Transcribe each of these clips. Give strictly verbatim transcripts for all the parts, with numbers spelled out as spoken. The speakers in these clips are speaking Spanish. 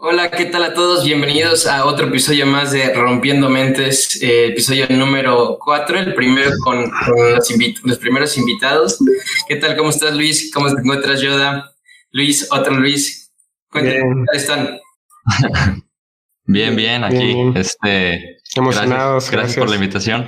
Hola, ¿qué tal a todos? Bienvenidos a otro episodio más de Rompiendo Mentes, eh, episodio número cuatro, el primero con, con los, invit- los primeros invitados. ¿Qué tal? ¿Cómo estás, Luis? ¿Cómo te encuentras, Yoda? Luis, otro Luis. Cuéntanos, ¿cómo están? Bien, bien, aquí. Bien, bien. Este, Emocionados, gracias, gracias, gracias. por la invitación.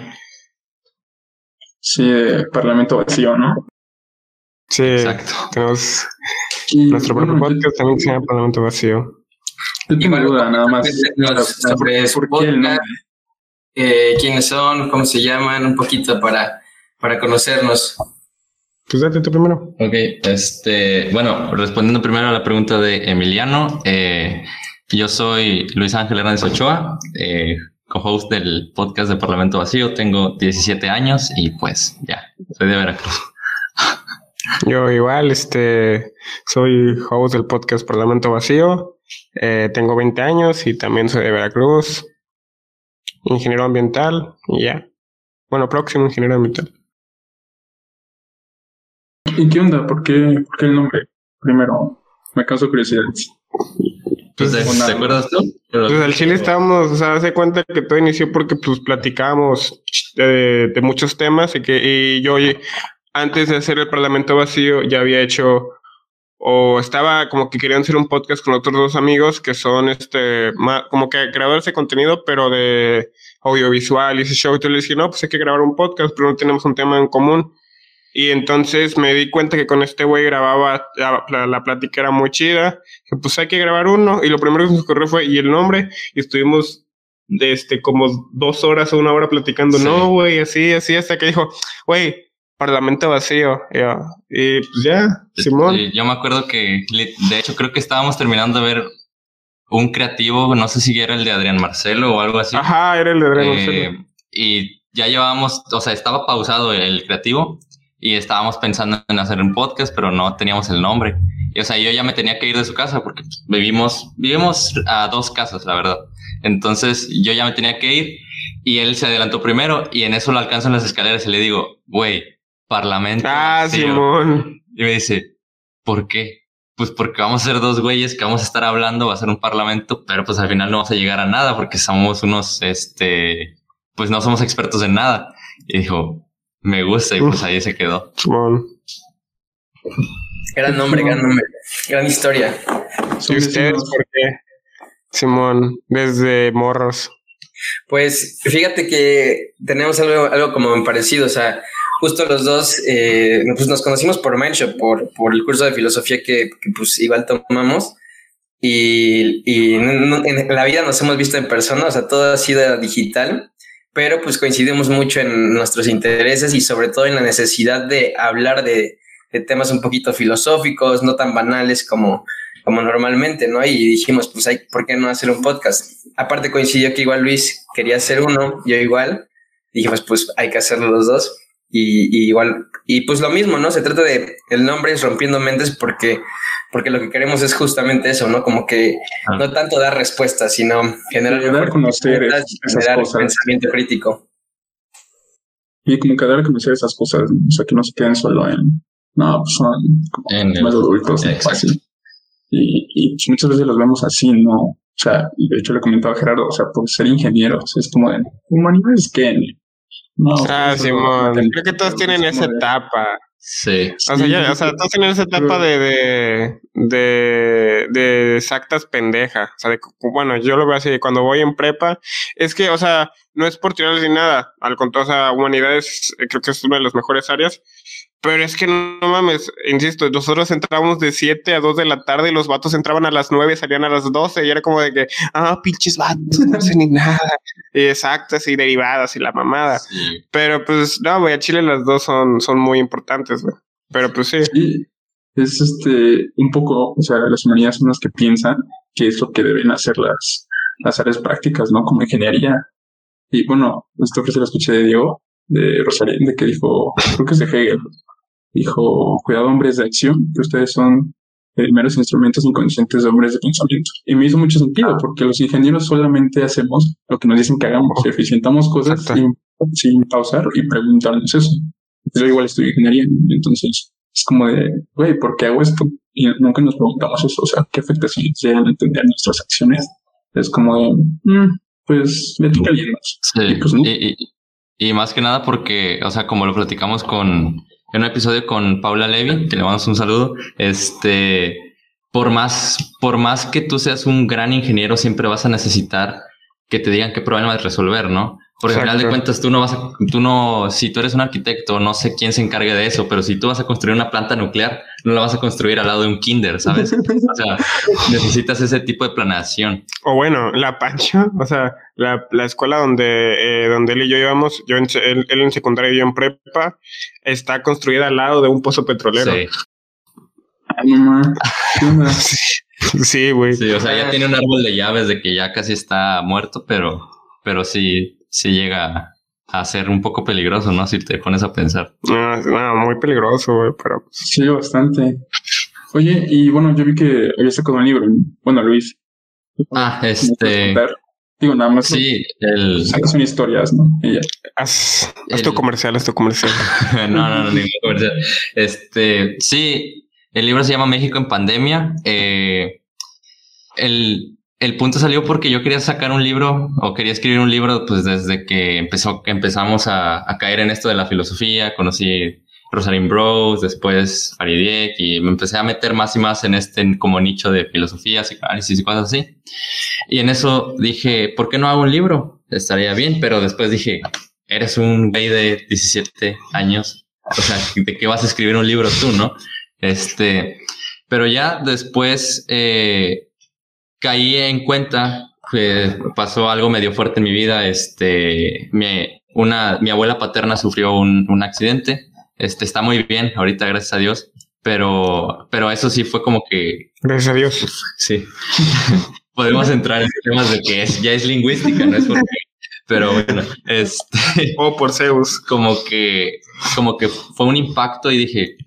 Sí, eh, Parlamento Vacío, ¿no? Sí, Exacto. tenemos Y, nuestro propio bueno, podcast, yo- también se llama Parlamento Vacío. Yo tengo Igual, duda nada más. cuéntenos sobre su ¿Por qué el nombre? podcast, eh, quiénes son, cómo se llaman, un poquito para, para conocernos. Pues date tú primero. Ok, este, bueno, respondiendo primero a la pregunta de Emiliano, eh, yo soy Luis Ángel Hernández Ochoa, eh, co-host del podcast de Parlamento Vacío, tengo diecisiete años y pues ya, soy de Veracruz. Yo igual, este, soy host del podcast Parlamento Vacío, eh, tengo veinte años y también soy de Veracruz, ingeniero ambiental y ya. Bueno, próximo ingeniero ambiental. ¿Y qué onda? ¿Por qué, por qué el nombre? Primero, me causa curiosidad. Pues, ¿te, Una- ¿te acuerdas tú? Pues al Chile estábamos, o sea, hace cuenta que todo inició porque pues platicábamos de, de muchos temas y que y yo oye, antes de hacer el Parlamento Vacío ya había hecho o estaba como que querían hacer un podcast con otros dos amigos que son este ma- como que creadores de contenido pero de audiovisual y ese show. Entonces les dije, no, pues hay que grabar un podcast, pero no tenemos un tema en común. Y entonces me di cuenta que con este güey grababa, la, la, la plática era muy chida, que pues hay que grabar uno, y lo primero que se nos ocurrió fue, y el nombre, y estuvimos de este, como dos horas o una hora platicando, Sí. no, güey, así, así, hasta que dijo, güey, Parlamento Vacío, y, yo, y pues ya, Simón. Y yo me acuerdo que, li- de hecho, creo que estábamos terminando de ver un creativo, no sé si era el de Adrián Marcelo o algo así. Ajá, era el de Adrián Eh, Marcelo. y ya llevábamos, o sea, estaba pausado el creativo y estábamos pensando en hacer un podcast, pero no teníamos el nombre. Y, o sea, yo ya me tenía que ir de su casa porque pues, vivimos, vivimos a dos casas, la verdad. Entonces yo ya me tenía que ir y él se adelantó primero y en eso lo alcanzo en las escaleras y le digo, güey, Parlamento. Ah, Vacío". Simón. Y me dice, ¿por qué? Pues porque vamos a ser dos güeyes que vamos a estar hablando, va a ser un parlamento, pero pues al final no vamos a llegar a nada porque somos unos, este, pues no somos expertos en nada. Y dijo, me gusta y pues ahí se quedó. Simón. Gran nombre, gran nombre, gran historia. Son ¿Y ustedes vecinos. por qué? Simón, desde morros. Pues fíjate que tenemos algo, algo como parecido, o sea, justo los dos eh, pues nos conocimos por Mindshop, por, por el curso de filosofía que, que pues igual tomamos y, y no- no- en la vida nos hemos visto en persona, o sea, todo ha sido digital, pero pues coincidimos mucho en nuestros intereses y sobre todo en la necesidad de hablar de, de temas un poquito filosóficos, no tan banales como, como normalmente, ¿no? Y dijimos, pues, hay, ¿por qué no hacer un podcast? Aparte coincidió que igual Luis quería hacer uno, yo igual. Dijimos, pues hay que hacerlo los dos. Y, y igual, y pues lo mismo, ¿no? Se trata de, el nombre es Rompiendo Mentes porque, porque lo que queremos es justamente eso, ¿no? Como que Ah. no tanto dar respuestas, sino generar, Sí, dar a conocer preguntas es- y esas generar cosas. pensamiento crítico. Y como que dar a conocer esas cosas, ¿no? O sea, que no se queden solo en, no, pues son como En el- más adultos, ¿no? Exacto. Así. Y, y pues muchas veces los vemos así, ¿no? O sea, y de hecho le comentaba a Gerardo, o sea, por ser ingenieros, es como de, humanidades, ¿qué? No, Ah, eso Simón. no- Creo que todos es tienen como esa de- etapa. Sí. O sea, ya, o sea, todos tienen esa etapa de, de, de, de exactas pendeja. O sea, de, bueno, yo lo veo así, cuando voy en prepa, es que, o sea, no es por tirarles ni nada. Al contrario, o sea, humanidades eh, creo que es una de las mejores áreas. Pero es que no, no mames, insisto, nosotros entrábamos de siete a dos de la tarde y los vatos entraban a las nueve, salían a las doce y era como de que, ah, pinches vatos, no sé ni nada. Y exactas y derivadas y la mamada. Sí. Pero pues, no, güey, a Chile las dos son, son muy importantes, güey. Pero pues sí. Sí, es este, un poco, o sea, las humanidades son las que piensan que es lo que deben hacer las, las áreas prácticas, ¿no? Como ingeniería. Y bueno, esto que se lo escuché de Diego, de Rosalín, de que dijo, creo que es de Hegel, dijo, cuidado hombres de acción, que ustedes son eh, meros instrumentos inconscientes de hombres de pensamiento. Y me hizo mucho sentido, porque los ingenieros solamente hacemos lo que nos dicen que hagamos, eficientamos cosas Exacto. sin, sin pausar y preguntarnos eso. Yo igual estudio ingeniería, entonces es como de, güey, ¿por qué hago esto? y nunca nos preguntamos eso, o sea, qué afectaciones llegan a tener nuestras acciones. Es como de, mm, pues, le toca a alguien más. Sí, Y pues, ¿no? y, y, y más que nada porque, o sea, como lo platicamos con en un episodio con Paula Levy, que le mandamos un saludo, este, por más, por más que tú seas un gran ingeniero, siempre vas a necesitar que te digan qué problemas resolver, ¿no? Por el final de cuentas, tú no vas a, tú no, si tú eres un arquitecto, no sé quién se encargue de eso, pero si tú vas a construir una planta nuclear, no la vas a construir al lado de un kinder, ¿sabes? O sea, necesitas ese tipo de planeación. O bueno, la Pancho, o sea, la, la escuela donde, eh, donde él y yo íbamos, yo en, él, él en secundaria y yo en prepa, está construida al lado de un pozo petrolero. Sí. Ay, mamá, ¿qué onda? Sí, güey. Sí, o sea, ya tiene un árbol de llaves de que ya casi está muerto, pero, pero sí, sí llega a ser un poco peligroso, ¿no? Si te pones a pensar. No, no muy peligroso, güey, pero... Sí, bastante. Oye, y bueno, yo vi que había sacado un libro. Bueno, Luis. Ah, ¿me puedes este... contar? Digo, nada más. Sí, el... Son historias, ¿no? Y ya. Haz, haz El- tu comercial, haz tu comercial. no, no, no, ningún comercial. Este, sí, el libro se llama México en Pandemia. Eh, el, el punto salió porque yo quería sacar un libro o quería escribir un libro, pues desde que empezó, empezamos a, a caer en esto de la filosofía. Conocí Rosalind Bros, después Faridiek, y me empecé a meter más y más en este como nicho de filosofía, psicoanálisis y cosas así. Y en eso dije, ¿por qué no hago un libro? Estaría bien, pero después dije, eres un güey de diecisiete años, o sea, ¿de qué vas a escribir un libro tú, no? Este, pero ya después eh, caí en cuenta que pasó algo medio fuerte en mi vida. Este, mi, una, mi abuela paterna sufrió un, un accidente. Este, está muy bien ahorita, gracias a Dios, pero, pero eso sí fue como que, Gracias a Dios. sí, podemos entrar en temas de que es, ya es lingüística, no es porque, pero bueno, este, Oh, por Zeus. como que, como que fue un impacto y dije,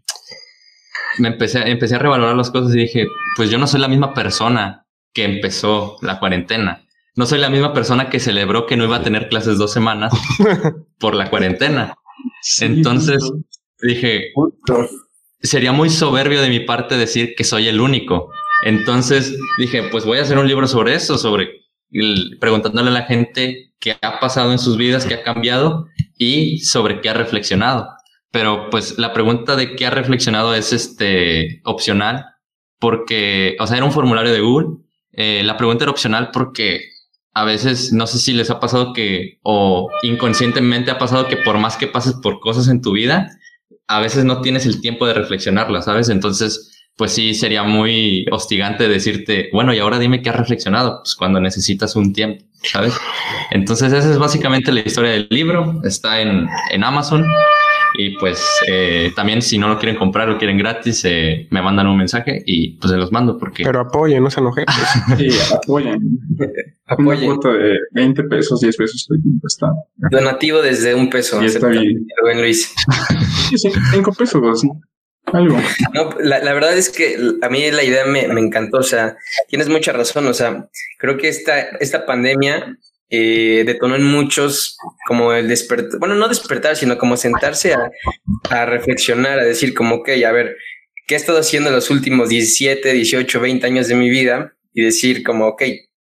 me empecé, empecé a revalorar las cosas y dije, pues yo no soy la misma persona que empezó la cuarentena. No soy la misma persona que celebró que no iba a tener clases dos semanas por la cuarentena. Sí, Entonces justo. dije, Justo. sería muy soberbio de mi parte decir que soy el único. Entonces dije, pues voy a hacer un libro sobre eso, sobre el, preguntándole a la gente qué ha pasado en sus vidas, qué ha cambiado y sobre qué ha reflexionado. Pero pues la pregunta de qué ha reflexionado es este opcional porque, o sea, era un formulario de Google. Eh, la pregunta era opcional porque a veces, no sé si les ha pasado que, o inconscientemente ha pasado que por más que pases por cosas en tu vida, a veces no tienes el tiempo de reflexionarlas, ¿sabes? Entonces, pues sí, sería muy hostigante decirte, bueno, y ahora dime qué has reflexionado, pues cuando necesitas un tiempo, ¿sabes? Entonces, esa es básicamente la historia del libro. Está en, en Amazon. Y pues eh, también si no lo quieren comprar, lo quieren gratis, eh, me mandan un mensaje y pues se los mando porque... Pero apoyen, no se enojen. Sí, apoyen. Una Apoyen. cuota de veinte pesos, diez pesos, está. Donativo desde un peso. Y está aceptamos. bien. Buen Luis. Sí, sí, cinco pesos, algo. No, la, la verdad es que a mí la idea me, me encantó. O sea, tienes mucha razón. O sea, creo que esta, esta pandemia eh, detonó en muchos como el despertar, bueno, no despertar, sino como sentarse a, a reflexionar, a decir como, ok, a ver, ¿qué he estado haciendo en los últimos diecisiete, dieciocho, veinte años de mi vida? Y decir como, ok,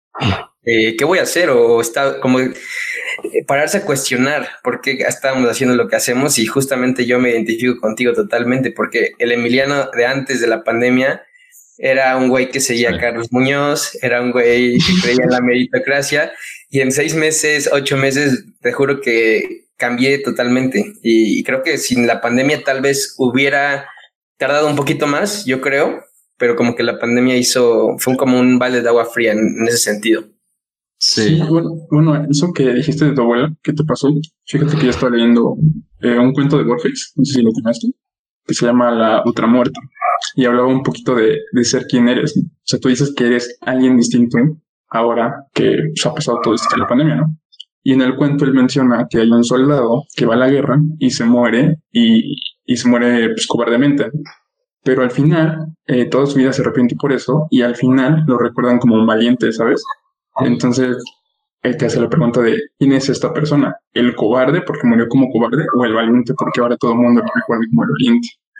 eh, ¿qué voy a hacer? O está como eh, pararse a cuestionar por qué estábamos haciendo lo que hacemos. Y justamente yo me identifico contigo totalmente, porque el Emiliano de antes de la pandemia era un güey que seguía a Carlos Muñoz, era un güey que creía en la meritocracia, y en seis meses, ocho meses, te juro que cambié totalmente. Y, y creo que sin la pandemia tal vez hubiera tardado un poquito más, yo creo, pero como que la pandemia hizo, fue como un balde de agua fría en, en ese sentido. Sí. Sí, bueno, bueno, eso que dijiste de tu abuela, ¿qué te pasó? Fíjate que yo estaba leyendo eh, un cuento de Borges, no sé si lo conoces, que se llama La Ultramuerta, y hablaba un poquito de, de ser quien eres, ¿no? O sea, tú dices que eres alguien distinto ahora que pues, ha pasado todo esto de la pandemia, ¿no? Y en el cuento él menciona que hay un soldado que va a la guerra y se muere, y, y se muere pues, cobardemente, pero al final, eh, toda su vida se arrepiente por eso, y al final lo recuerdan como un valiente, ¿sabes? Entonces, el que hace la pregunta de ¿quién es esta persona? ¿El cobarde porque murió como cobarde o el valiente porque ahora todo el mundo lo recuerda como el valiente?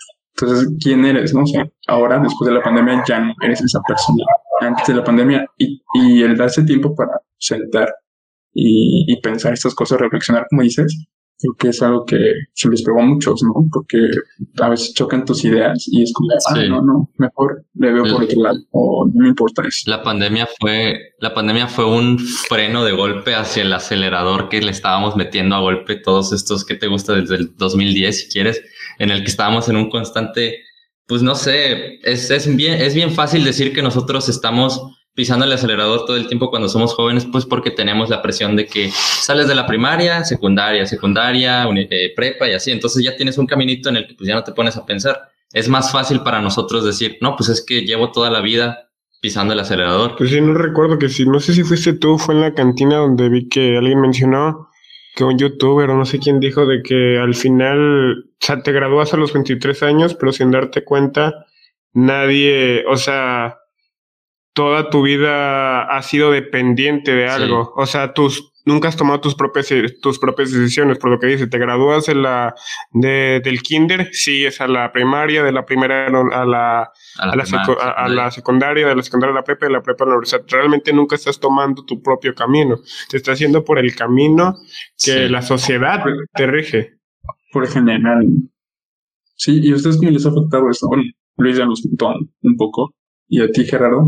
Entonces, ¿quién eres? ¿No? O sea, ahora, después de la pandemia, ya no eres esa persona. Antes de la pandemia, y, y el darse tiempo para sentar y, y pensar estas cosas, reflexionar, como dices, creo que es algo que se les pegó a muchos, ¿no? Porque a veces chocan tus ideas y es como, ah, Sí. no, no, mejor le veo por otro lado, o no me importa eso. La pandemia fue, la pandemia fue un freno de golpe hacia el acelerador que le estábamos metiendo a golpe todos estos que te gusta desde el dos mil diez, si quieres, en el que estábamos en un constante, pues no sé, es, es bien, es bien fácil decir que nosotros estamos pisando el acelerador todo el tiempo cuando somos jóvenes, pues porque tenemos la presión de que sales de la primaria, secundaria, secundaria, uni- eh, prepa y así, entonces ya tienes un caminito en el que pues ya no te pones a pensar. Es más fácil para nosotros decir, no, pues es que llevo toda la vida pisando el acelerador. Pues sí, no recuerdo que sí, no sé si fuiste tú, fue en la cantina donde vi que alguien mencionó que un youtuber o no sé quién dijo de que al final, o sea, te gradúas a los veintitrés años, pero sin darte cuenta, nadie, o sea, toda tu vida ha sido dependiente de Sí. algo. O sea, tus nunca has tomado tus propias tus propias decisiones, por lo que dice, te gradúas en la de, del kinder, sigues a la primaria, de la primaria a la A la, a la, prima- seco- a, a la secundaria, de la secundaria a la prepa, de la prepa a la universidad. Realmente nunca estás tomando tu propio camino. Te estás haciendo por el camino que Sí. la sociedad te rige. Por general. Sí, ¿y a ustedes cómo les ha afectado esto? Bueno, Luis ya nos contó un poco. ¿Y a ti, Gerardo?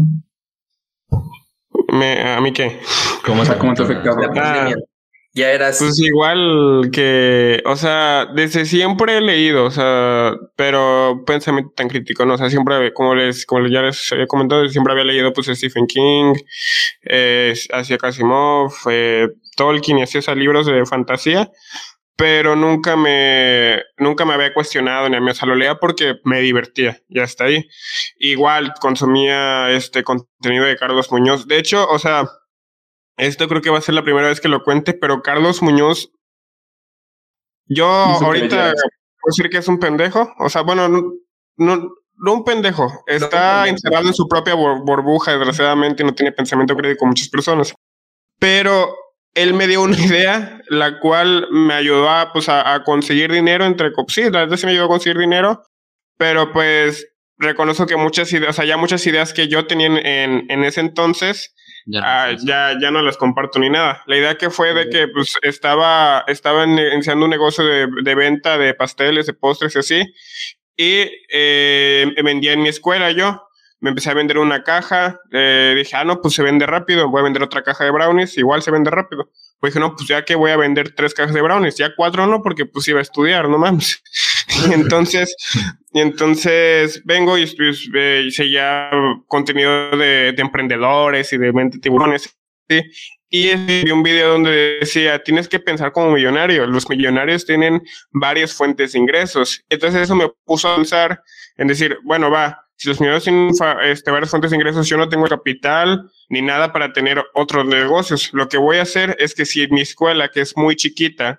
Me, ¿A mí qué? ¿Cómo O sea, ¿cómo te ha afectó? afectado? La pandemia. Ya eras. Pues igual que, o sea, desde siempre he leído, o sea, pero pensamiento tan crítico, ¿no? O sea, siempre, como les, como ya les había comentado, siempre había leído, pues, Stephen King, eh, hacía Asimov, eh, Tolkien y así, o sea, libros de fantasía, pero nunca me, nunca me había cuestionado ni a mí, o sea, lo leía porque me divertía, ya está ahí. Igual consumía este contenido de Carlos Muñoz. De hecho, o sea, esto creo que va a ser la primera vez que lo cuente, pero Carlos Muñoz, yo Hizo que ahorita leyeras. puedo decir que es un pendejo. O sea, bueno, no, no, no un pendejo. Está pendejo. encerrado en su propia bur- burbuja, desgraciadamente, y no tiene pensamiento crítico como muchas personas. Pero él me dio una idea, la cual me ayudó a, pues, a, a conseguir dinero, entre co- sí, la verdad sí me ayudó a conseguir dinero, pero pues reconozco que muchas ideas, o sea, ya muchas ideas que yo tenía en, en, en ese entonces, Ya no Ah, sé eso. ya, ya no las comparto ni nada. La idea que fue de que pues estaba, estaba en- iniciando un negocio de, de venta de pasteles, de postres y así, y eh, vendía en mi escuela yo. Me empecé a vender una caja, eh, dije, ah, no, pues se vende rápido, voy a vender otra caja de brownies, igual se vende rápido. Pues dije, no, pues ya que voy a vender tres cajas de brownies, ya cuatro no, porque pues iba a estudiar, no mames. Y entonces, y entonces vengo y pues, eh, hice ya contenido de, de emprendedores y de mente tiburones, ¿sí? Y eh, vi un video donde decía, tienes que pensar como millonario, los millonarios tienen varias fuentes de ingresos. Entonces eso me puso a pensar en decir, bueno, va, si los millonarios tienen fa- este, varias fuentes de ingresos, yo no tengo capital ni nada para tener otros negocios. Lo que voy a hacer es que si mi escuela, que es muy chiquita,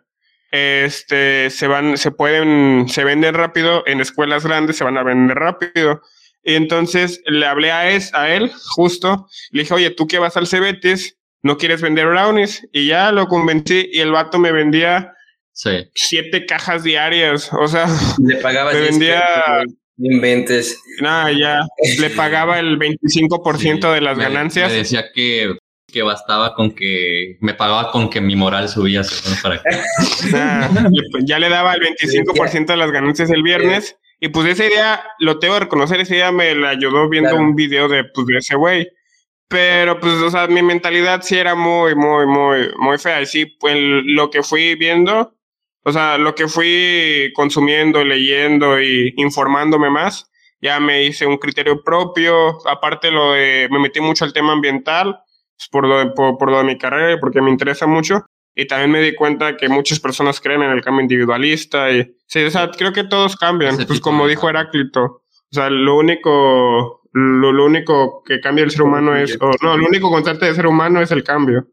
este, se van, se pueden, se venden rápido, en escuelas grandes se van a vender rápido. Y entonces le hablé a, es, a él, justo, le dije, oye, tú que vas al Cebetis, ¿no quieres vender brownies? Y ya lo convencí y el vato me vendía Sí. siete cajas diarias, o sea, Le pagabas me diez vendía, pesos, güey. No inventes. nada, ya, le pagaba el veinticinco por ciento Sí. de las me, ganancias. Me decía que, que bastaba con que me pagaba con que mi moral subía, según para que Nah, le- ya le daba el veinticinco por ciento de las ganancias el viernes. Y pues esa idea, lo tengo que reconocer, esa idea me la ayudó viendo Claro. un video de, pues, de ese güey. Pero pues, o sea, mi mentalidad sí era muy, muy, muy, muy fea. Y sí, pues lo que fui viendo, o sea, lo que fui consumiendo, leyendo y informándome más, ya me hice un criterio propio. Aparte lo de, me metí mucho al tema ambiental, pues, por lo de, por, por lo de mi carrera y porque me interesa mucho. Y también me di cuenta que muchas personas creen en el cambio individualista. Y sí, o sea, creo que todos cambian. Ese Pues tipo como de dijo cambio. Heráclito, o sea, lo único, lo, lo único que cambia el ser humano es, o no, lo único constante del ser humano es el cambio.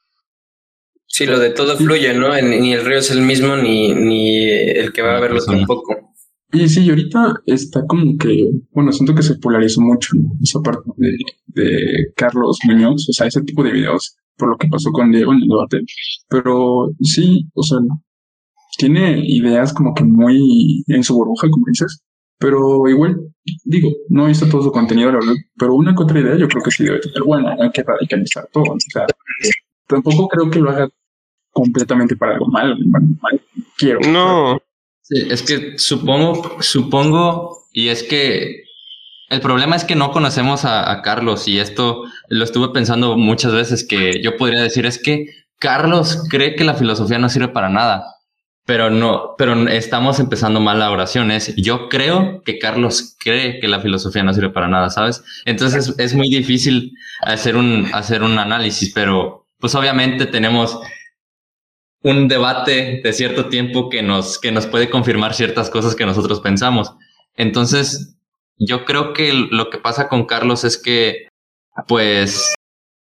Sí, lo de todo Sí. fluye, ¿no? En- Ni el río es el mismo, ni, ni el que va a La verlo persona. tampoco. Y sí, y ahorita está como que, bueno, siento que se polarizó mucho, ¿no? Esa parte de, de Carlos Muñoz, o sea, ese tipo de videos, por lo que pasó con Diego en el debate. Pero sí, o sea, tiene ideas como que muy en su burbuja, como dices, Pero igual, digo, no he visto todo su contenido, la verdad, pero una que otra idea yo creo que sí debe tener. Bueno, hay que radicalizar todo. O sea, tampoco creo que lo haga completamente para algo mal. mal quiero. No. Sí, es que supongo, supongo, y es que el problema es que no conocemos a, a Carlos, y esto lo estuve pensando muchas veces, que yo podría decir es que Carlos cree que la filosofía no sirve para nada. Pero no, pero estamos empezando mal la oración. Es, yo creo que Carlos cree que la filosofía no sirve para nada, ¿sabes? Entonces es, es muy difícil hacer un, hacer un análisis, pero pues obviamente tenemos un debate de cierto tiempo que nos, que nos puede confirmar ciertas cosas que nosotros pensamos. Entonces, yo creo que lo que pasa con Carlos es que, pues,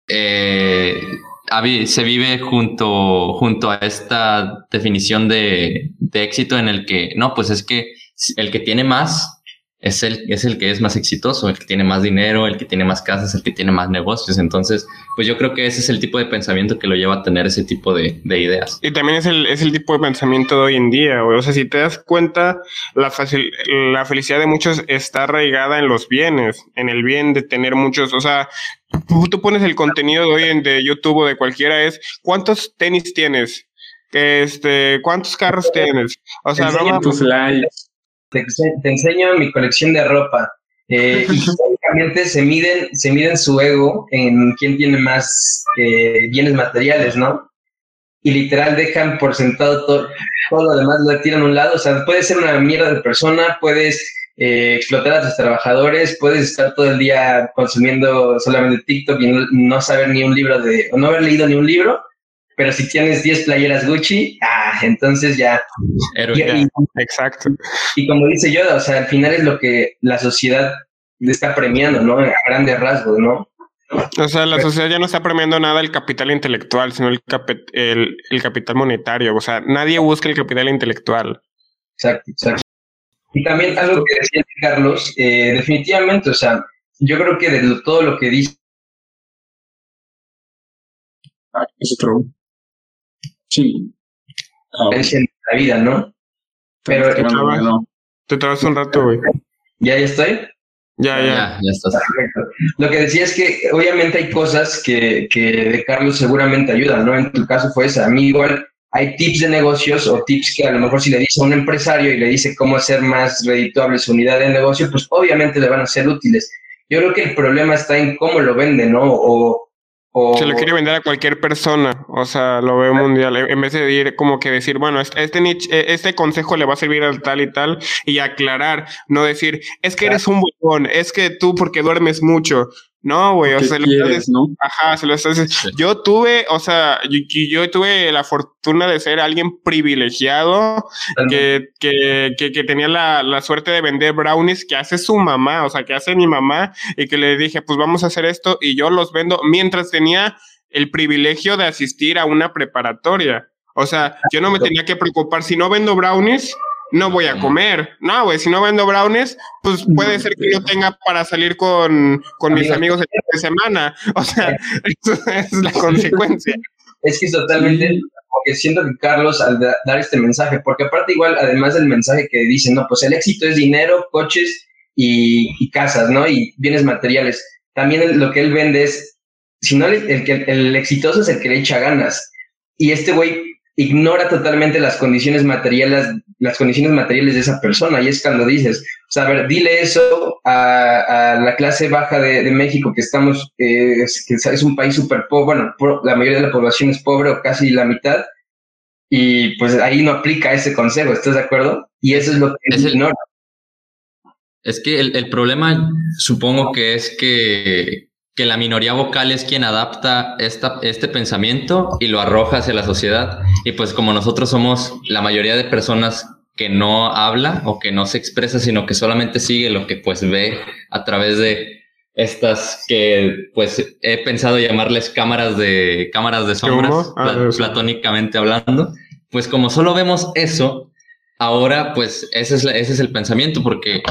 eh, se vive junto, junto a esta definición de, de éxito en el que, no, pues es que el que tiene más es el, es el que es más exitoso, el que tiene más dinero, el que tiene más casas, el que tiene más negocios. Entonces, pues yo creo que ese es el tipo de pensamiento que lo lleva a tener ese tipo de, de ideas. Y también es el, es el tipo de pensamiento de hoy en día, güey. O sea, si te das cuenta, la, facil, la felicidad de muchos está arraigada en los bienes, en el bien de tener muchos, o sea, tú, tú pones el contenido de hoy en de YouTube o de cualquiera, es ¿cuántos tenis tienes? Este, ¿cuántos carros tienes? O sea, no tus likes. Te, te enseño mi colección de ropa. Eh, y históricamente se miden, se miden su ego en quién tiene más eh, bienes materiales, ¿no? Y literal dejan por sentado todo, todo lo demás, lo tiran a un lado. O sea, puedes ser una mierda de persona, puedes eh, explotar a tus trabajadores, puedes estar todo el día consumiendo solamente TikTok y no, no saber ni un libro de, o no haber leído ni un libro. Pero si tienes diez playeras Gucci, ah, entonces ya. Y, y, Exacto. Y como dice Yoda, o sea, al final es lo que la sociedad está premiando, ¿no? A grandes rasgos, ¿no? O sea, la sociedad ya no está premiando nada el capital intelectual, sino el, capi el, el capital monetario. O sea, nadie busca el capital intelectual. Exacto, exacto. Y también algo que decía Carlos, eh, definitivamente, o sea, yo creo que de lo, todo lo que dice... Ah, es otro... Sí. Oh. Es en la vida, ¿no? Pero te trabas no. Te trabas un rato, güey. ¿Ya ya estoy? Ya, ya. Ya, ya estás. Perfecto. Lo que decía es que obviamente hay cosas que, que de Carlos seguramente ayudan, ¿no? En tu caso fue esa. A mí igual hay tips de negocios o tips que a lo mejor si le dice a un empresario y le dice cómo hacer más redituable su unidad de negocio, pues obviamente le van a ser útiles. Yo creo que el problema está en cómo lo vende, ¿no? O O... Se lo quiere vender a cualquier persona, o sea, lo ve mundial, en vez de ir como que decir, bueno, este, este, niche, este consejo le va a servir al tal y tal, y aclarar, no decir, es que eres un huevón, es que tú porque duermes mucho. No, güey, o sea, quieres, lo ¿no? Ajá, se lo estás sí. Yo tuve, o sea, yo, yo tuve la fortuna de ser alguien privilegiado que, que, que, que tenía la, la suerte de vender brownies que hace su mamá, o sea, que hace mi mamá, y que le dije, pues vamos a hacer esto, y yo los vendo mientras tenía el privilegio de asistir a una preparatoria. O sea, yo no me tenía que preocupar, si no vendo brownies, no voy a comer. No, güey, si no vendo brownies, pues puede ser que no tenga para salir con, con mis amigos el fin de semana. O sea, eso es la consecuencia. Es que es totalmente, porque siento que Carlos al da, dar este mensaje, porque aparte igual, además del mensaje que dice, no, pues el éxito es dinero, coches y, y casas, ¿no? Y bienes materiales. También lo que él vende es, si no, el, el, el exitoso es el que le echa ganas. Y este güey ignora totalmente las condiciones materiales, las condiciones materiales de esa persona, y es cuando dices, o sea, a ver, dile eso a, a la clase baja de, de México, que estamos, eh, es, que es un país súper pobre, bueno, por, la mayoría de la población es pobre o casi la mitad, y pues ahí no aplica ese consejo, ¿estás de acuerdo? Y eso es lo que es ignora. Es que el, el problema supongo que es que que la minoría vocal es quien adapta esta, este pensamiento y lo arroja hacia la sociedad. Y pues como nosotros somos la mayoría de personas que no habla o que no se expresa, sino que solamente sigue lo que pues ve a través de estas que pues he pensado llamarles cámaras de, cámaras de sombras, ah, pla- platónicamente hablando, pues como solo vemos eso, ahora pues ese es, la, ese es el pensamiento, porque...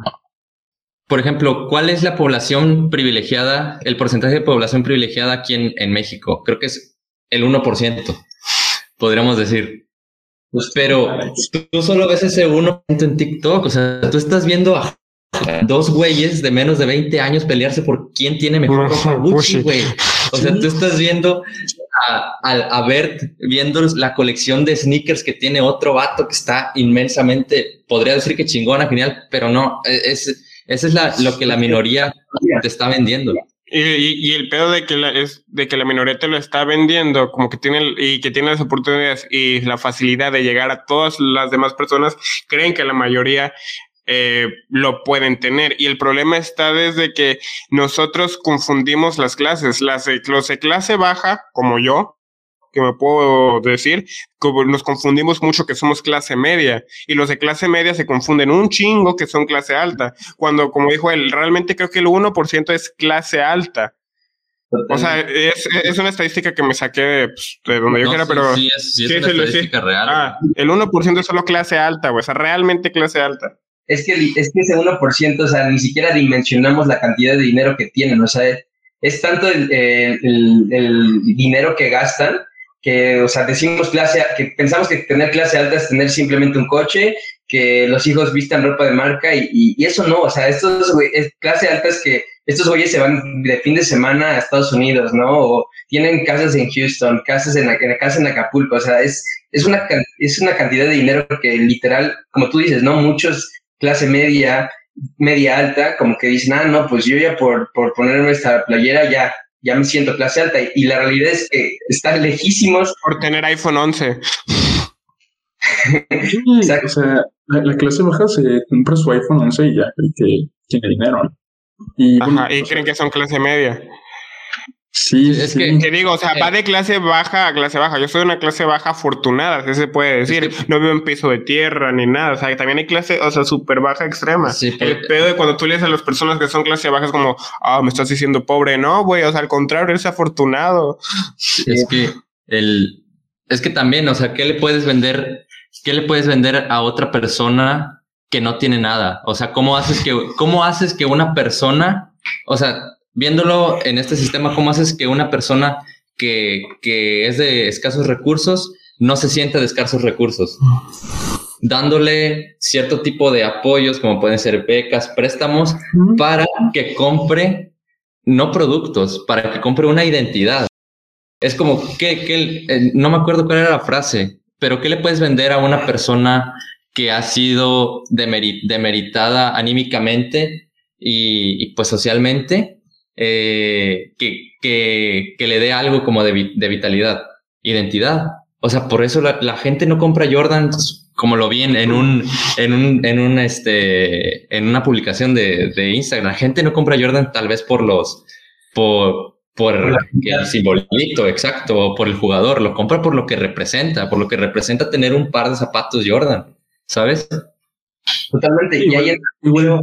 Por ejemplo, ¿cuál es la población privilegiada, el porcentaje de población privilegiada aquí en, en México? Creo que es el uno por ciento, podríamos decir. Pues, pero tú, tú solo ves ese uno por ciento en TikTok, o sea, tú estás viendo a dos güeyes de menos de veinte años pelearse por quién tiene mejor ropa Gucci, güey. O sea, tú estás viendo a, a, a Bert viendo la colección de sneakers que tiene otro vato que está inmensamente, podría decir que chingona, genial, pero no, es, esa es la, lo que la minoría te está vendiendo. Y, y, y el pedo de que la, es de que la minoría te lo está vendiendo, como que tiene y que tiene las oportunidades y la facilidad de llegar a todas las demás personas, creen que la mayoría eh, lo pueden tener. Y el problema está desde que nosotros confundimos las clases. Las de, los de clase baja, como yo, que me puedo decir, como nos confundimos mucho que somos clase media, y los de clase media se confunden un chingo que son clase alta, cuando, como dijo él, realmente creo que el uno por ciento es clase alta. Totalmente. O sea, es, es una estadística que me saqué de, pues, de donde no, yo quiera, sí, pero... Sí, es, sí es sí, una estadística sí. real. Ah, el uno por ciento es solo clase alta, güey, o sea, realmente clase alta. Es que, es que ese uno por ciento, o sea, ni siquiera dimensionamos la cantidad de dinero que tienen, o sea, es, es tanto el, el, el, el dinero que gastan, que, o sea, decimos clase, que pensamos que tener clase alta es tener simplemente un coche, que los hijos vistan ropa de marca y, y, y eso no, o sea, estos güey, es, clase alta es que estos güeyes se van de fin de semana a Estados Unidos, ¿no? O tienen casas en Houston, casas en, en casas en Acapulco, o sea, es, es una, es una cantidad de dinero que literal, como tú dices, ¿no? Muchos clase media, media alta, como que dicen, ah, no, pues yo ya por, por ponerme esta playera ya, ya me siento clase alta, y la realidad es que están lejísimos. Por tener iPhone once. Sí, o sea, la, la clase baja se compra su iPhone once y ya cree que tiene dinero. Y, Ajá, bueno, y creen sea, que son clase media. Sí, es sí. que, que digo, o sea, va de clase baja a clase baja. Yo soy una clase baja afortunada, así se puede decir. Es que, no vivo en piso de tierra ni nada. O sea, también hay clase, o sea, súper baja extrema. Sí, pero, el pedo de cuando tú lees a las personas que son clase baja es como, ah, oh, me estás diciendo pobre. No, güey, o sea, al contrario, eres afortunado. Es que el, es que también, o sea, ¿qué le puedes vender? ¿Qué le puedes vender a otra persona que no tiene nada? O sea, ¿cómo haces que, cómo haces que una persona, o sea, viéndolo en este sistema, ¿cómo haces que una persona que, que es de escasos recursos no se sienta de escasos recursos? Dándole cierto tipo de apoyos, como pueden ser becas, préstamos, para que compre, no productos, para que compre una identidad. Es como que, que eh, no me acuerdo cuál era la frase, pero ¿qué le puedes vender a una persona que ha sido demerit- demeritada anímicamente y, y pues socialmente? Eh, que, que, que le dé algo como de, vi- de vitalidad, identidad. O sea, por eso la, la gente no compra Jordan, como lo vi en, en un, en un, en un, este, en una publicación de, de Instagram. La gente no compra Jordan tal vez por los, por, por el simbolito, exacto, o por el jugador. Lo compra por lo que representa, por lo que representa tener un par de zapatos Jordan, ¿sabes? Totalmente. Y ahí, igual,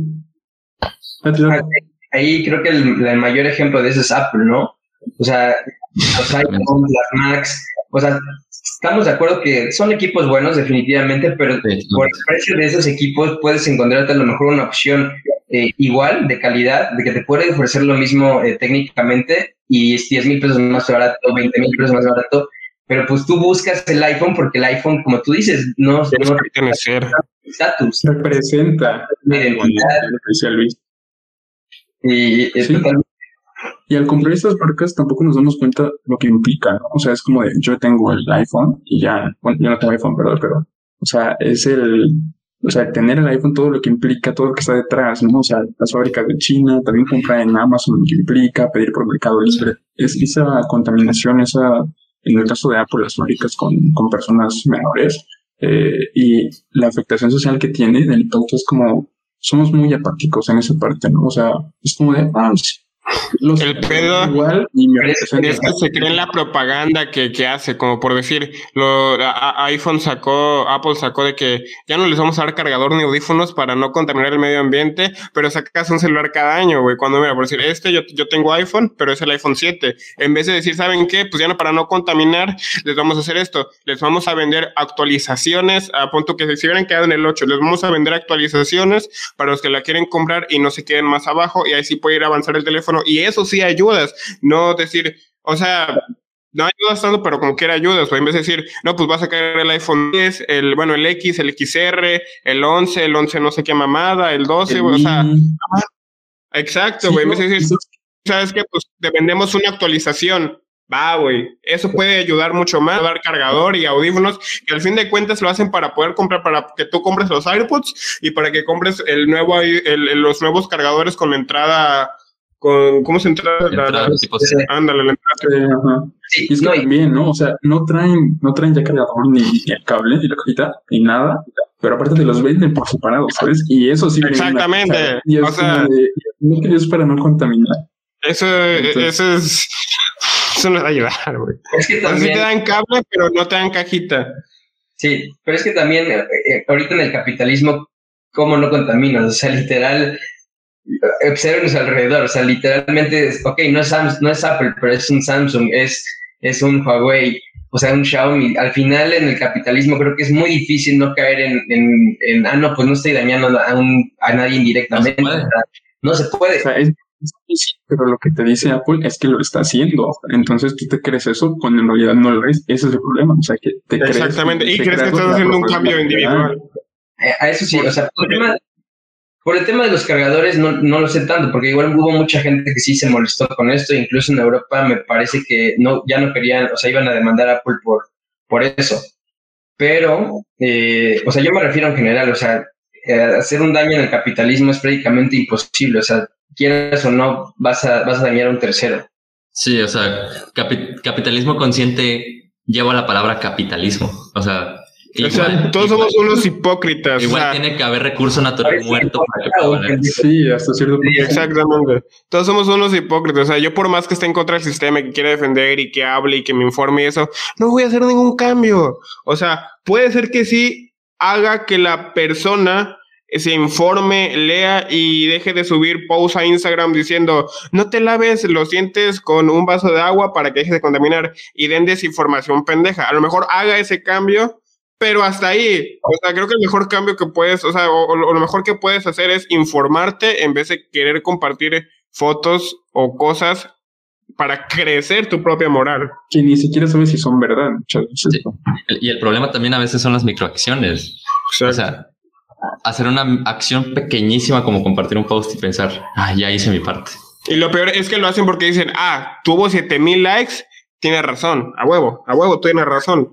ahí creo que el, el mayor ejemplo de eso es Apple, ¿no? O sea, los iPhones, las Macs, o sea, estamos de acuerdo que son equipos buenos definitivamente, pero sí, por el precio de esos equipos puedes encontrarte a lo mejor una opción eh, igual, de calidad, de que te puede ofrecer lo mismo eh, técnicamente y es diez mil pesos más barato, veinte mil pesos más barato, pero pues tú buscas el iPhone porque el iPhone, como tú dices, no, no representa estatus. Representa la identidad. Y, sí. Totalmente. Y al comprar estas marcas tampoco nos damos cuenta lo que implica, ¿no? O sea, es como de, yo tengo el iPhone y ya, bueno, yo no tengo iPhone, ¿verdad? Pero, o sea, es el, o sea, tener el iPhone, todo lo que implica, todo lo que está detrás, ¿no? O sea, las fábricas de China, también comprar en Amazon, lo que implica, pedir por Mercado Libre. Es esa contaminación, esa, en el caso de Apple, las fábricas con, con personas menores, eh, y la afectación social que tiene, el impacto es como, somos muy apáticos en esa parte, ¿no? O sea, es como de, ah, los el pedo igual y me es, es que se cree en la propaganda que, que hace, como por decir, lo, a, iPhone sacó, Apple sacó de que ya no les vamos a dar cargador ni audífonos para no contaminar el medio ambiente, pero sacas un celular cada año, güey, cuando mira, por decir, este yo, yo tengo iPhone, pero es el iPhone siete, en vez de decir, ¿saben qué? Pues ya no, para no contaminar, les vamos a hacer esto, les vamos a vender actualizaciones, a punto que si hubieran quedado en el ocho, les vamos a vender actualizaciones para los que la quieren comprar y no se queden más abajo, y ahí sí puede ir a avanzar el teléfono. Y eso sí ayudas, no decir, o sea, no ayudas tanto, pero como quiera ayudas, o en vez de decir, no, pues vas a caer el iPhone diez, el, bueno, el X, el X R, el once, el once no sé qué mamada, el doce, güey, o sea, exacto, güey, sí, en vez de decir, ¿sabes qué? Pues te vendemos una actualización. Va, güey, eso puede ayudar mucho más, dar cargador y audífonos, que al fin de cuentas lo hacen para poder comprar, para que tú compres los AirPods y para que compres el nuevo, el, el, los nuevos cargadores con la entrada, con, ¿cómo se entra? La, la, tipo C. Ándale, la entrada. Eh, ajá. Sí, y es que no, también, ¿no? O sea, no traen, no traen ya cargador ni, ni el cable, ni la cajita, ni nada, pero aparte te los venden por separado, ¿sabes? Y eso sí. Exactamente. Una, y es o sea, de, no querías para no contaminar. Eso, Entonces, eso es... Eso no es ayudar, güey. Es que también... O sea, sí te dan cable, pero no te dan cajita. Sí, pero es que también, eh, ahorita en el capitalismo, ¿cómo no contaminas? O sea, literal, observen alrededor, o sea, literalmente, ok, no es, Samsung, no es Apple, pero es un Samsung, es, es un Huawei, o sea, un Xiaomi. Al final, en el capitalismo, creo que es muy difícil no caer en, en, en ah, no, pues no estoy dañando a, un, a nadie indirectamente. No se puede. No se puede. O sea, es... Pero lo que te dice Apple es que lo está haciendo. Entonces tú te crees eso cuando en realidad no lo es. Ese es el problema. O sea, que te Exactamente. crees, y crees que estás haciendo un cambio individual. Eh, a eso sí. Por, o sea, por el, tema, por el tema de los cargadores no, no lo sé tanto, porque igual hubo mucha gente que sí se molestó con esto. Incluso en Europa me parece que no, ya no querían, o sea, iban a demandar a Apple por, por eso. Pero, eh, o sea, yo me refiero en general, o sea, eh, hacer un daño en el capitalismo es prácticamente imposible. O sea, quieras o no, vas a, vas a dañar a un tercero. Sí, o sea, capi- capitalismo consciente lleva la palabra capitalismo. O sea, igual, o sea todos igual, somos unos hipócritas. Igual o sea, tiene que haber recurso natural muerto para que pueda valer. Sí, hasta cierto punto. Sí, exactamente. Todos somos unos hipócritas. O sea, yo por más que esté en contra del sistema y que quiera defender y que hable y que me informe y eso, no voy a hacer ningún cambio. O sea, puede ser que sí haga que la persona se informe, lea y deje de subir posts a Instagram diciendo no te laves los dientes con un vaso de agua para que dejes de contaminar y den desinformación pendeja. A lo mejor haga ese cambio, pero hasta ahí. O sea, creo que el mejor cambio que puedes, o sea, o, o lo mejor que puedes hacer es informarte en vez de querer compartir fotos o cosas para crecer tu propia moral. Que ni siquiera sabes si son verdad. Muchas veces. Sí. Y el problema también a veces son las microacciones. Exacto. O sea, hacer una acción pequeñísima como compartir un post y pensar, ah, ya hice mi parte. Y lo peor es que lo hacen porque dicen, ah, tuvo siete mil likes, tiene razón, a huevo, a huevo, tienes razón.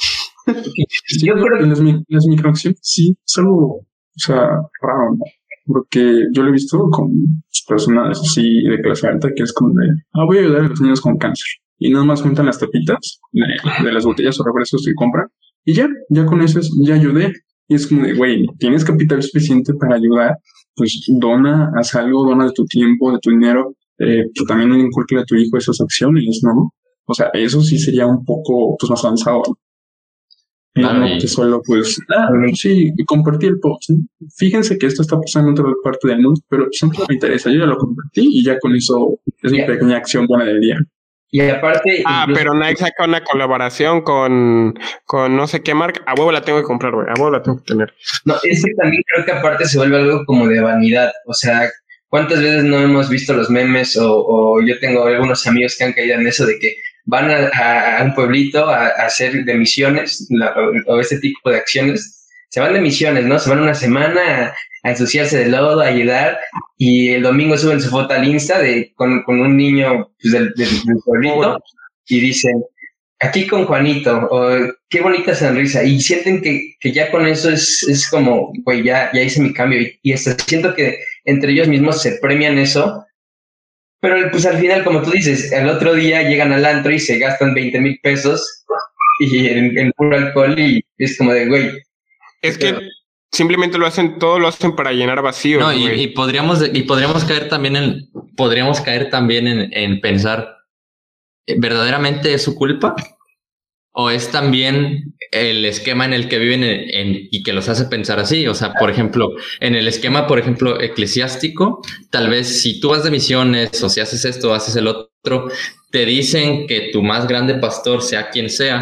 Yo creo que las, las microacciones sí es algo, o sea, raro, ¿no? Porque yo lo he visto con personas así de clase alta que es como de, ah, voy a ayudar a los niños con cáncer. Y nada más juntan las tapitas de, de las botellas o refrescos que compran y ya, ya con eso es, ya ayudé. Y es como de, güey, tienes capital suficiente para ayudar, pues dona, haz algo, dona de tu tiempo, de tu dinero, eh, pero también no inculque a tu hijo esas acciones, ¿no? O sea, eso sí sería un poco, pues, más avanzado, ¿no? Claro, no, y... que solo, pues, ah, sí, compartí el post, ¿no? Fíjense que esto está pasando en otra parte del mundo, pero siempre me interesa, yo ya lo compartí y ya con eso es mi pequeña acción buena del día. Y aparte... Ah, incluso... pero Nike saca una colaboración con, con no sé qué marca. A huevo la tengo que comprar, güey. A huevo la tengo que tener. No, es que también creo que aparte se vuelve algo como de vanidad. O sea, ¿cuántas veces no hemos visto los memes? O, o yo tengo algunos amigos que han caído en eso de que van a, a, a un pueblito a, a hacer de misiones la, o, o ese tipo de acciones. Se van de misiones, ¿no? Se van una semana a, a ensuciarse de lodo, a ayudar, y el domingo suben su foto al Insta de, con, con un niño pues, del, del, del pueblito y dicen, aquí con Juanito, o qué bonita sonrisa, y sienten que, que ya con eso es, es como, güey, ya, ya hice mi cambio, y, y hasta siento que entre ellos mismos se premian eso, pero pues al final, como tú dices, el otro día llegan al antro y se gastan veinte mil pesos y en, en puro alcohol, y es como de, güey. Es que simplemente lo hacen, todo lo hacen para llenar vacíos. No, y, y podríamos y podríamos caer también en podríamos caer también en, en pensar, ¿verdaderamente es su culpa? ¿O es también el esquema en el que viven en, en, y que los hace pensar así? O sea, por ejemplo, en el esquema, por ejemplo, eclesiástico, tal vez si tú vas de misiones o si haces esto o haces el otro, te dicen que tu más grande pastor, sea quien sea,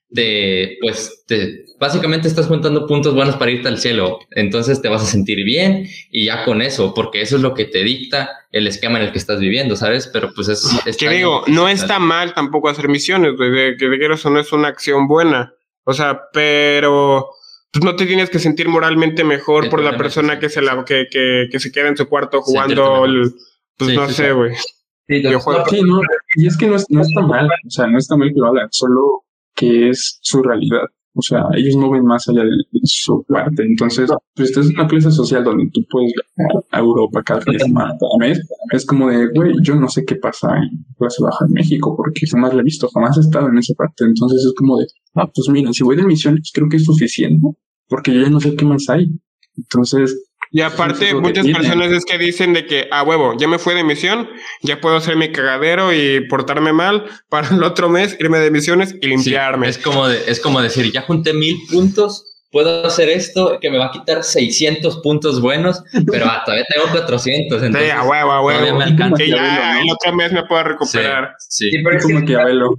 te, pues, te, básicamente estás juntando puntos buenos para irte al cielo. Entonces te vas a sentir bien y ya con eso, porque eso es lo que te dicta el esquema en el que estás viviendo, ¿sabes? Pero pues es... es que digo, no está mal tampoco hacer misiones, de que de que eso no es una acción buena. O sea, pero pues no te tienes que sentir moralmente mejor el por la persona es que, se la, que, que, que se queda en su cuarto jugando, el, pues sí, no sí, sé, güey. Sí, no, sí, no, y es que no, no está mal, o sea, no está mal que lo hagan, solo que es su realidad. O sea, ellos no ven más allá de su parte. Entonces, pues esta es una clase social donde tú puedes viajar a Europa cada fin de semana, cada mes. Es como de, güey, yo no sé qué pasa en clase baja en México porque jamás la he visto, jamás he estado en esa parte. Entonces es como de, ah, pues mira, si voy de misiones, creo que es suficiente, ¿no? Porque yo ya no sé qué más hay. Entonces... Y aparte, muchas personas es que dicen de que, a huevo, ya me fui de misión, ya puedo hacer mi cagadero y portarme mal para el otro mes irme de misiones y limpiarme. Sí, es como de, es como decir, ya junté mil puntos, puedo hacer esto que me va a quitar seiscientos puntos buenos, pero ah, todavía tengo cuatrocientos. Entonces, sí, a huevo, a huevo. Me alcanza. Y ya ¿no? el otro mes me puedo recuperar. Sí, sí. sí pero es como que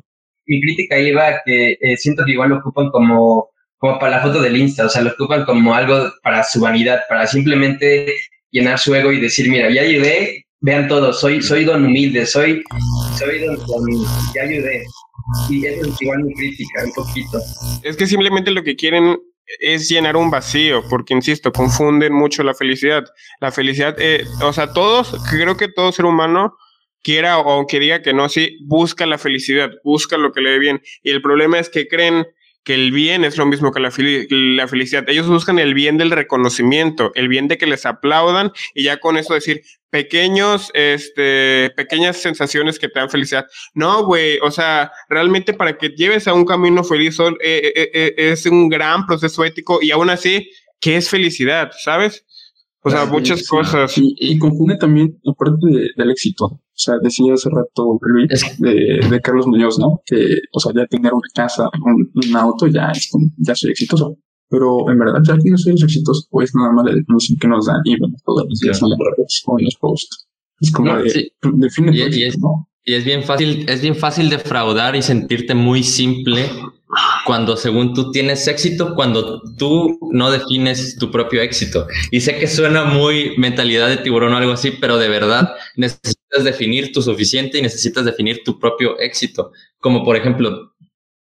mi crítica iba a que eh, siento que igual lo ocupan como... como para la foto del Insta, o sea, lo ocupan como algo para su vanidad, para simplemente llenar su ego y decir, mira, ya ayudé, vean todo, soy soy don humilde, soy soy don, don ya ayudé. Y eso es igual mi crítica, un poquito. Es que simplemente lo que quieren es llenar un vacío, porque, insisto, confunden mucho la felicidad. La felicidad, eh, o sea, todos, creo que todo ser humano, quiera o aunque diga que no, sí, busca la felicidad, busca lo que le dé bien. Y el problema es que creen que el bien es lo mismo que la, fel- la felicidad. Ellos buscan el bien del reconocimiento, el bien de que les aplaudan y ya con eso decir pequeños, este, pequeñas sensaciones que te dan felicidad. No, güey, o sea, realmente para que lleves a un camino feliz eh, eh, eh, es un gran proceso ético y aún así, ¿qué es felicidad? ¿Sabes? O sea, muchas sí, cosas. Y, y confunde también la parte de, del éxito. O sea, decía hace rato Luis de, de Carlos Muñoz, ¿no? Que, o sea, ya tener una casa, un, un auto, ya es como, ya soy exitoso. Pero en verdad, ya que no soy exitoso, pues nada más la definición que nos dan y bueno, todos los días claro. en las redes o en los posts. Es como no, de, sí. define y, y, es, ¿no? y es bien fácil, es bien fácil defraudar y sentirte muy simple cuando según tú tienes éxito, cuando tú no defines tu propio éxito. Y sé que suena muy mentalidad de tiburón o algo así, pero de verdad necesitas definir tu suficiente y necesitas definir tu propio éxito. Como por ejemplo,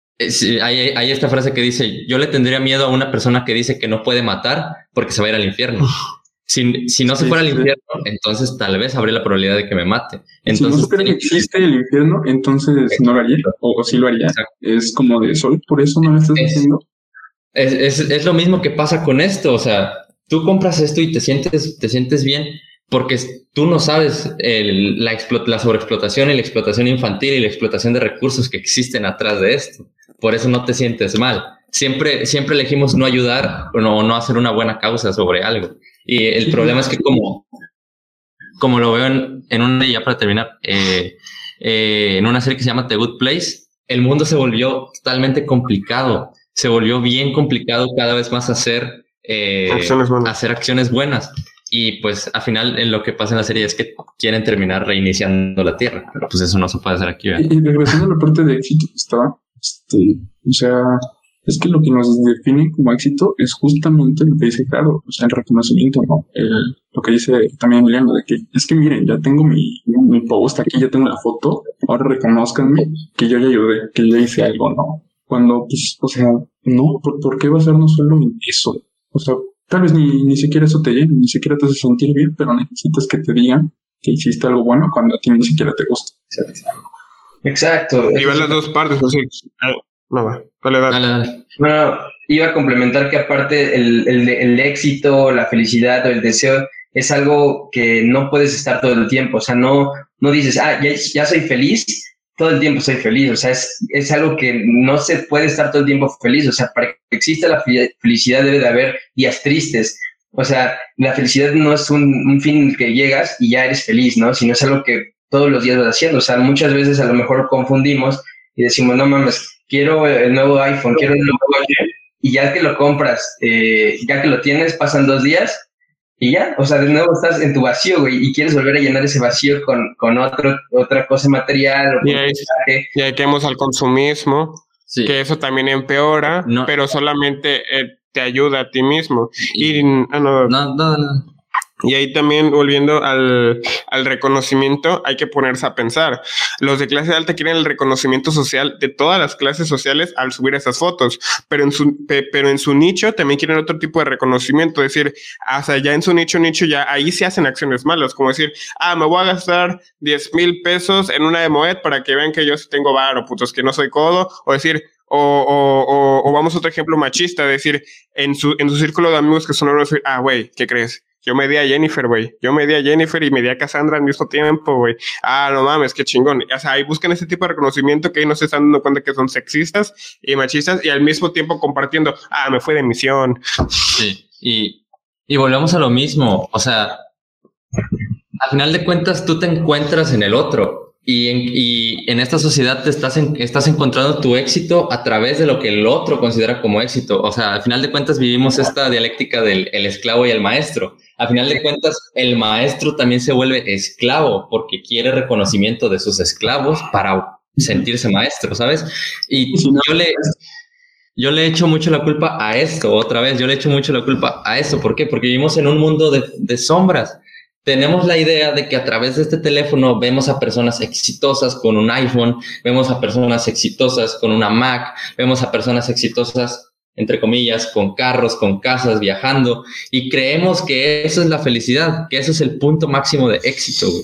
hay, hay esta frase que dice, yo le tendría miedo a una persona que dice que no puede matar porque se va a ir al infierno. Si, si no se fuera al infierno, entonces tal vez habría la probabilidad de que me mate. Entonces, si no supiera que existe el infierno, entonces exacto. no lo haría, o, o sí lo haría. Exacto. Es como de sol, por eso no lo estás es, haciendo. Es, es, es lo mismo que pasa con esto, o sea, tú compras esto y te sientes, te sientes bien porque tú no sabes el, la, explot, la sobreexplotación y la explotación infantil y la explotación de recursos que existen atrás de esto. Por eso no te sientes mal. Siempre, siempre elegimos no ayudar o no, no hacer una buena causa sobre algo. Y el sí, problema es que como, como lo veo en, en una, ya para terminar, eh, eh, en una serie que se llama The Good Place, el mundo se volvió totalmente complicado. Se volvió bien complicado cada vez más hacer, eh, acciones hacer acciones buenas. Y pues al final en lo que pasa en la serie es que quieren terminar reiniciando la Tierra. Pero pues eso no se puede hacer aquí, ¿verdad? Y, y regresando a la parte de éxito que estaba, este, o sea... Es que lo que nos define como éxito es justamente lo que dice Claro, o sea, el reconocimiento, ¿no? El, lo que dice también Emiliano, de que es que miren, ya tengo mi, mi post aquí, ya tengo la foto, ahora reconózcanme que yo ya ayudé, que yo hice algo, ¿no? Cuando, pues, o sea, no, ¿por, por qué basarnos solo en eso? O sea, tal vez ni, ni siquiera eso te llena, ni siquiera te hace sentir bien, pero necesitas que te digan que hiciste algo bueno cuando a ti ni siquiera te gusta. Exacto. Y ver las dos partes, así. No, va, dale, dale. dale, dale. Bueno, iba a complementar que aparte el, el, el éxito, la felicidad o el deseo es algo que no puedes estar todo el tiempo. O sea, no, no dices, ah, ya, ya soy feliz, todo el tiempo soy feliz. O sea, es, es algo que no se puede estar todo el tiempo feliz. O sea, para que exista la felicidad debe de haber días tristes. O sea, la felicidad no es un, un fin que llegas y ya eres feliz, ¿no? Sino es algo que todos los días vas haciendo. O sea, muchas veces a lo mejor confundimos y decimos, no mames, quiero el nuevo iPhone, quiero el nuevo coche, y ya que lo compras, eh, ya que lo tienes, pasan dos días, y ya, o sea, de nuevo estás en tu vacío, güey, y quieres volver a llenar ese vacío con, con otro, otra cosa material. O y ahí, y ahí caemos al consumismo. sí. Que eso también empeora, no. pero solamente eh, te ayuda a ti mismo. Y, y ah, no, no, no, no. Y ahí también, volviendo al, al reconocimiento, hay que ponerse a pensar. Los de clase alta quieren el reconocimiento social de todas las clases sociales al subir esas fotos, pero en su, pe, pero en su nicho también quieren otro tipo de reconocimiento. Es decir, hasta ya en su nicho, nicho, ya ahí se hacen acciones malas, como decir, ah, me voy a gastar diez mil pesos en una de Moet para que vean que yo sí tengo varo, putos, que no soy codo, o decir, O, o, o, o vamos a otro ejemplo machista, decir, en su, en su círculo de amigos que son unos, ah, güey, ¿qué crees? Yo me di a Jennifer, güey. Yo me di a Jennifer y me di a Cassandra al mismo tiempo, güey. Ah, no mames, qué chingón. O sea, ahí buscan ese tipo de reconocimiento que ahí no se están dando cuenta que son sexistas y machistas y al mismo tiempo compartiendo, ah, me fue de misión. Sí, y, y volvemos a lo mismo. O sea, al final de cuentas tú te encuentras en el otro. Y en, y en esta sociedad te estás, en, estás encontrando tu éxito a través de lo que el otro considera como éxito. O sea, al final de cuentas vivimos esta dialéctica del el esclavo y el maestro. Al final de cuentas, el maestro también se vuelve esclavo porque quiere reconocimiento de sus esclavos para sentirse maestro, ¿sabes? Y yo le, yo le echo mucho la culpa a esto, otra vez, yo le echo mucho la culpa a esto. ¿Por qué? Porque vivimos en un mundo de, de sombras. Tenemos la idea de que a través de este teléfono vemos a personas exitosas con un iPhone, vemos a personas exitosas con una Mac, vemos a personas exitosas, entre comillas, con carros, con casas, viajando, y creemos que eso es la felicidad, que eso es el punto máximo de éxito, güey.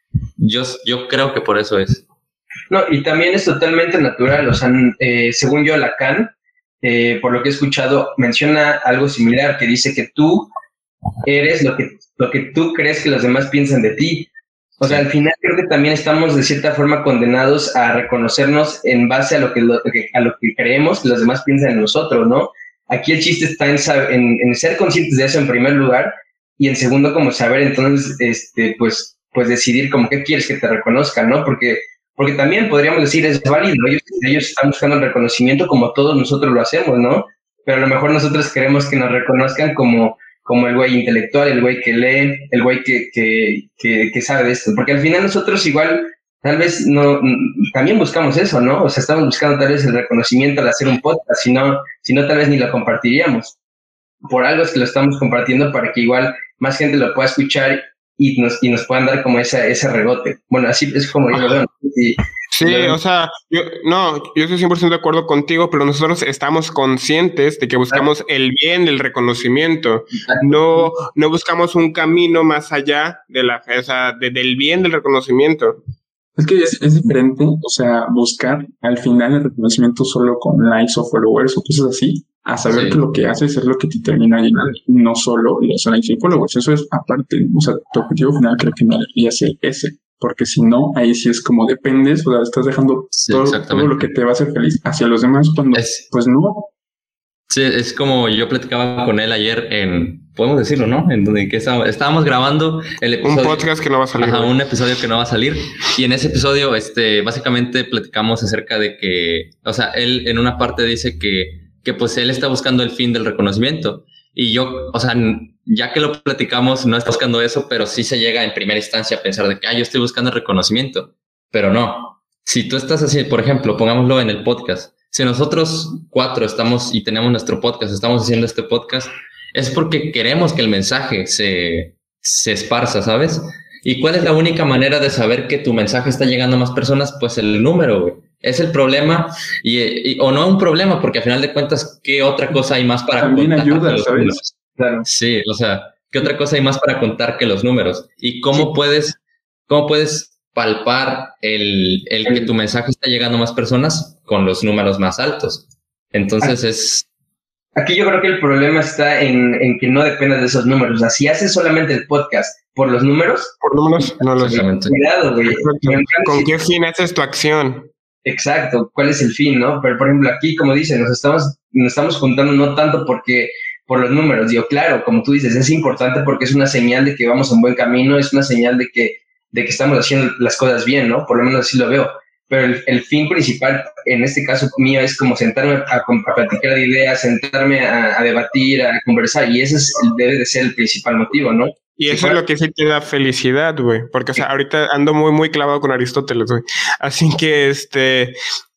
Yo, yo creo que por eso es. No, y también es totalmente natural, o sea, eh, según yo, Lacan, eh, por lo que he escuchado, menciona algo similar, que dice que tú eres lo que lo que tú crees que los demás piensan de ti. O sea, al final creo que también estamos de cierta forma condenados a reconocernos en base a lo que, lo, a lo que creemos que los demás piensan en nosotros, ¿no? Aquí el chiste está en, en, en ser conscientes de eso en primer lugar y en segundo como saber entonces, este, pues, pues decidir como qué quieres que te reconozcan, ¿no? Porque, porque también podríamos decir es válido, ellos, ellos están buscando el reconocimiento como todos nosotros lo hacemos, ¿no? Pero a lo mejor nosotros queremos que nos reconozcan como como el güey intelectual, el güey que lee, el güey que, que, que, que sabe de esto. Porque al final nosotros igual, tal vez no, también buscamos eso, ¿no? O sea, estamos buscando tal vez el reconocimiento al hacer un podcast, si no, si no tal vez ni lo compartiríamos. Por algo es que lo estamos compartiendo para que igual más gente lo pueda escuchar y nos, y nos puedan dar como esa, ese rebote. Bueno, así es como yo lo veo. Y, Sí, o sea, yo, no, yo estoy cien por ciento de acuerdo contigo, pero nosotros estamos conscientes de que buscamos el bien del reconocimiento, no, no buscamos un camino más allá de la, o sea, de, del bien del reconocimiento. Es que es, es diferente, o sea, buscar al final el reconocimiento solo con likes o followers o cosas así, a saber sí. que lo que haces es lo que te termina llenando, no solo los likes y followers, eso es aparte, o sea, tu objetivo final creo que no debería ser ese. Porque si no, ahí sí es como dependes, o sea, estás dejando sí, todo, todo lo que te va a hacer feliz hacia los demás cuando, es, pues no. Sí, es como yo platicaba con él ayer en, podemos decirlo, ¿no? En donde que estábamos, estábamos grabando el episodio. Un podcast que no va a salir. Ajá, un episodio que no va a salir. Y en ese episodio, este, básicamente platicamos acerca de que, o sea, él en una parte dice que, que pues él está buscando el fin del reconocimiento. Y yo, o sea, ya que lo platicamos, no está buscando eso, pero sí se llega en primera instancia a pensar de que, ah, yo estoy buscando el reconocimiento. Pero no. Si tú estás así, por ejemplo, pongámoslo en el podcast. Si nosotros cuatro estamos y tenemos nuestro podcast, estamos haciendo este podcast, es porque queremos que el mensaje se, se esparza, ¿sabes? ¿Y cuál es la única manera de saber que tu mensaje está llegando a más personas? Pues el número, güey. Es el problema, y, y, o no un problema, porque al final de cuentas, ¿qué otra cosa hay más para También contar ayuda, que los ¿sabes? números? Claro. Sí, o sea, ¿qué otra cosa hay más para contar que los números? ¿Y cómo sí. puedes, cómo puedes palpar el, el que tu mensaje está llegando a más personas? Con los números más altos. Entonces aquí, es... Aquí yo creo que el problema está en, en que no dependas de esos números. O sea, si haces solamente el podcast por los números... Por números, no lo sé. Cuidado, güey. ¿Con qué fin haces tu acción? Exacto, ¿cuál es el fin, no? Pero, por ejemplo, aquí, como dicen, nos estamos, nos estamos juntando no tanto porque por los números. Digo, claro, como tú dices, es importante porque es una señal de que vamos en buen camino, es una señal de que, de que estamos haciendo las cosas bien, ¿no? Por lo menos así lo veo. Pero el, el fin principal, en este caso mío, es como sentarme a, a platicar de ideas, sentarme a, a debatir, a conversar, y ese es, debe de ser el principal motivo, ¿no? Y eso es lo que sí te da felicidad, güey. Porque, o sea, ahorita ando muy, muy clavado con Aristóteles, güey. Así que, este,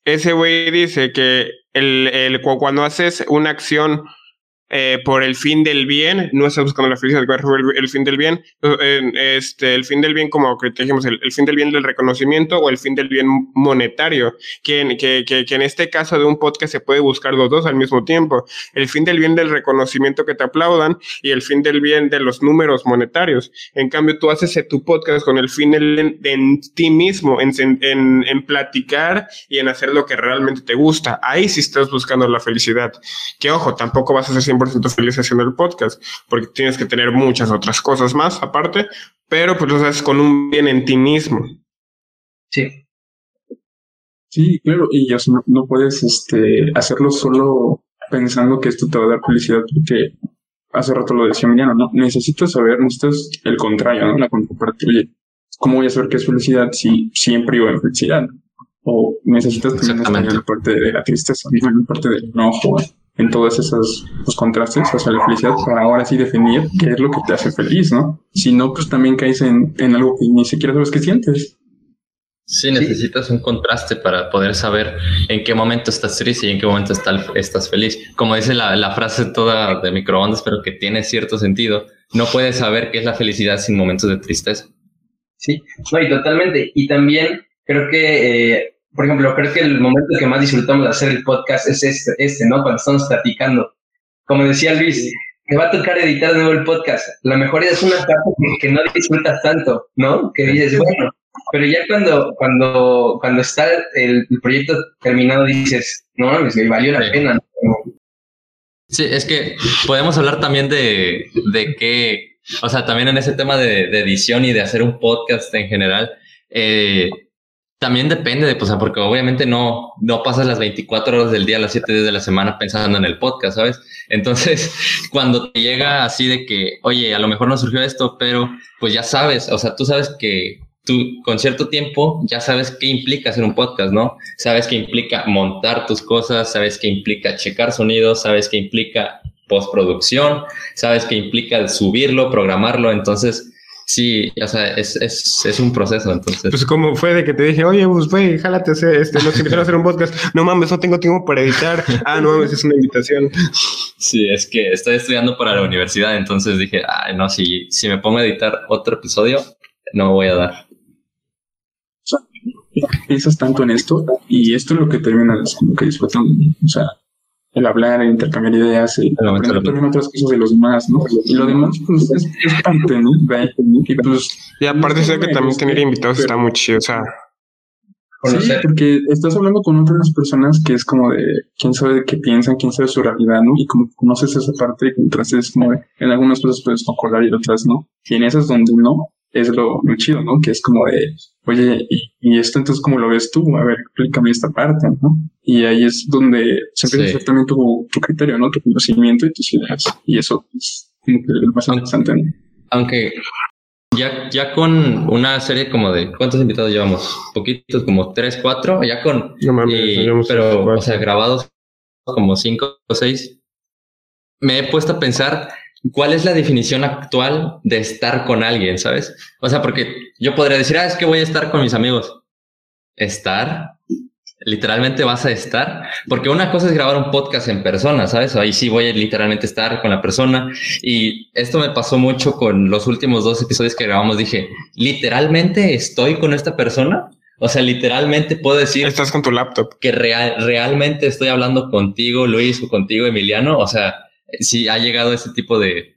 ese güey dice que el, el, cuando haces una acción Eh, por el fin del bien, no estás buscando la felicidad, el, el fin del bien, eh, este, el fin del bien, como que dijimos, el, el fin del bien del reconocimiento o el fin del bien monetario, que, que, que, que en este caso de un podcast se puede buscar los dos al mismo tiempo, el fin del bien del reconocimiento que te aplaudan y el fin del bien de los números monetarios. En cambio, tú haces tu podcast con el fin de, de en ti mismo, en, en, en platicar y en hacer lo que realmente te gusta. Ahí sí estás buscando la felicidad. Que ojo, tampoco vas a ser cien por ciento feliz haciendo el podcast, porque tienes que tener muchas otras cosas más aparte, pero pues lo haces con un bien en ti mismo. Sí. Sí, claro, y o sea, no, no puedes este, hacerlo solo pensando que esto te va a dar felicidad, porque hace rato lo decía Emiliano, ¿no? Necesitas saber, necesitas el contrario, ¿no? La contraparte. Oye, ¿cómo voy a saber qué es felicidad si siempre iba en felicidad? O necesitas también estar en la parte de la tristeza, ¿no? En la parte del enojo, en todos esos los contrastes hacia la felicidad, para ahora sí definir qué es lo que te hace feliz, ¿no? Si no, pues también caes en, en algo que ni siquiera sabes qué sientes. Sí, necesitas sí. un contraste para poder saber en qué momento estás triste y en qué momento está, estás feliz. Como dice la, la frase toda de microondas, pero que tiene cierto sentido, no puedes saber qué es la felicidad sin momentos de tristeza. Sí, no, y totalmente. Y también creo que... Eh, por ejemplo, creo que el momento que más disfrutamos de hacer el podcast es este, este, ¿no? Cuando estamos platicando. Como decía Luis, me va a tocar editar de nuevo el podcast. La mejor es una parte que, que no disfrutas tanto, ¿no? Que dices, bueno, pero ya cuando, cuando, cuando está el, el proyecto terminado dices, no, me valió la sí. pena, ¿no? Sí, es que podemos hablar también de, de que, o sea, también en ese tema de, de edición y de hacer un podcast en general, eh, también depende de, pues, porque obviamente no, no pasas las veinticuatro horas del día, las siete días de la semana pensando en el podcast, ¿sabes? Entonces, cuando te llega así de que, oye, a lo mejor no surgió esto, pero pues ya sabes, o sea, tú sabes que tú con cierto tiempo ya sabes qué implica hacer un podcast, ¿no? Sabes qué implica montar tus cosas, sabes qué implica checar sonidos, sabes qué implica postproducción, sabes qué implica subirlo, programarlo, entonces... Sí, o sea, es, es, es un proceso, entonces. Pues como fue de que te dije, oye, pues güey, jálate, este, nos invitaron a hacer un podcast. No mames, no tengo tiempo para editar. Ah, no mames, es una invitación. Sí, es que estoy estudiando para la universidad, entonces dije, ay, no, si, si me pongo a editar otro episodio, no me voy a dar. O sea, piensas tanto en esto, y esto es lo que terminas como que disfrutando, o sea, el hablar, el intercambiar ideas, el aprender también otras cosas de los demás, ¿no? Y lo demás, pues, es, es parte, ¿no? Y, pues, y aparte sé que también tener invitados pero, está muy chido, o sea... Sí, porque estás hablando con otras personas que es como de quién sabe de qué piensan, quién sabe su realidad, ¿no? Y como conoces esa parte y contrastes como de, en algunas cosas puedes concordar y en otras no. Y en esas donde no, es lo, lo chido, ¿no? Que es como de, oye, y, y esto entonces, ¿cómo lo ves tú? A ver, explícame esta parte, ¿no? Y ahí es donde se empieza sí. a hacer también tu, tu criterio, ¿no? Tu conocimiento y tus ideas. Y eso es como que lo más interesante, ¿no? Aunque ya, ya con una serie como de, ¿cuántos invitados llevamos? Poquitos, como tres, cuatro, ya con, no mames, y, pero, cuatro. O sea, grabados como cinco o seis, me he puesto a pensar ¿cuál es la definición actual de estar con alguien, sabes? O sea, porque yo podría decir, ah, es que voy a estar con mis amigos. ¿Estar? ¿Literalmente vas a estar? Porque una cosa es grabar un podcast en persona, ¿sabes? Ahí sí voy a literalmente estar con la persona. Y esto me pasó mucho con los últimos dos episodios que grabamos. Dije, ¿literalmente estoy con esta persona? O sea, literalmente puedo decir... Estás con tu laptop. Que real, realmente estoy hablando contigo, Luis, o contigo, Emiliano. O sea... Sí, ha llegado ese tipo de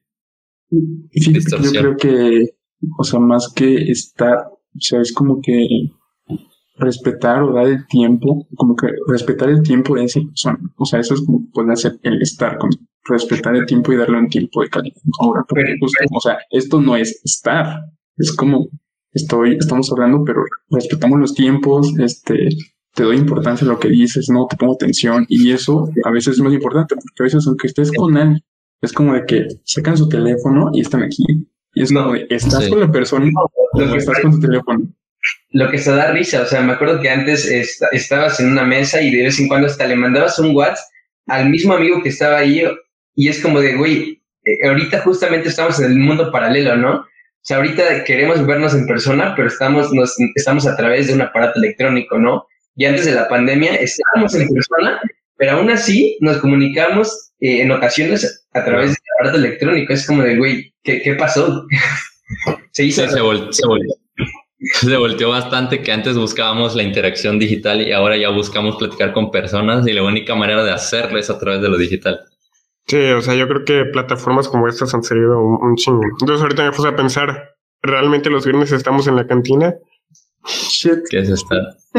sí, distorsión. Yo creo que, o sea, más que estar, o sea, es como que respetar o dar el tiempo, como que respetar el tiempo de esa persona. O sea, eso es como puede ser el estar con, respetar el tiempo y darle un tiempo de calidad. Ahora, porque justo, o sea, esto no es estar, es como estoy, estamos hablando, pero respetamos los tiempos, este... te doy importancia a lo que dices, no te pongo atención, y eso a veces es más importante, porque a veces aunque estés con él, es como de que sacan su teléfono y están aquí, y es como de, ¿estás sí. con la persona o no, estás con tu teléfono? Lo que se da risa, o sea, me acuerdo que antes est- estabas en una mesa y de vez en cuando hasta le mandabas un WhatsApp al mismo amigo que estaba ahí, y es como de, güey, eh, ahorita justamente estamos en el mundo paralelo, ¿no? O sea, ahorita queremos vernos en persona, pero estamos, nos, estamos a través de un aparato electrónico, ¿no? y antes de la pandemia estábamos en persona, pero aún así nos comunicamos eh, en ocasiones a través del aparato electrónico. Es como de, güey, ¿qué, qué pasó? Se hizo. Sí, se, vol- se, vol- se volteó bastante, que antes buscábamos la interacción digital y ahora ya buscamos platicar con personas y la única manera de hacerlo es a través de lo digital. Sí, o sea, yo creo que plataformas como estas han servido un, un chingo. Entonces ahorita me puse a pensar, ¿realmente los viernes estamos en la cantina? Shit. ¿Qué es esta?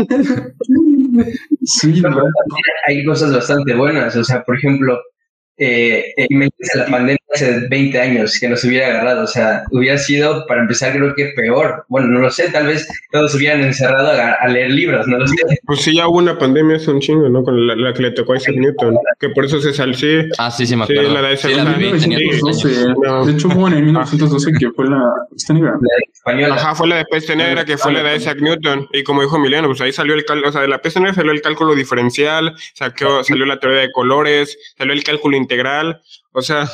Sí, Pero ¿no? también hay cosas bastante buenas. O sea, por ejemplo, eh, eh, imagínense la pandemia hace veinte años que nos hubiera agarrado. O sea, hubiera sido, para empezar, creo que peor. Bueno, no lo sé, tal vez todos se hubieran encerrado a, a leer libros, no lo sé. Pues sí, ya hubo una pandemia hace un chingo, ¿no? Con la, la que le tocó a Isaac Newton, que por eso se salió, sí. Ah, sí, sí, me Sí, acuerdo. la de esa Sí, la cosa. viví, tenía diez mil novecientos años. doce. No. De hecho, hubo en mil novecientos doce que fue la peste negra. La española. Ajá, fue la de peste negra, que fue la de Isaac Newton. Y como dijo Emiliano, pues ahí salió el cálculo, o sea, de la peste negra salió el cálculo diferencial, salió, salió la teoría de colores, salió el cálculo integral. O sea,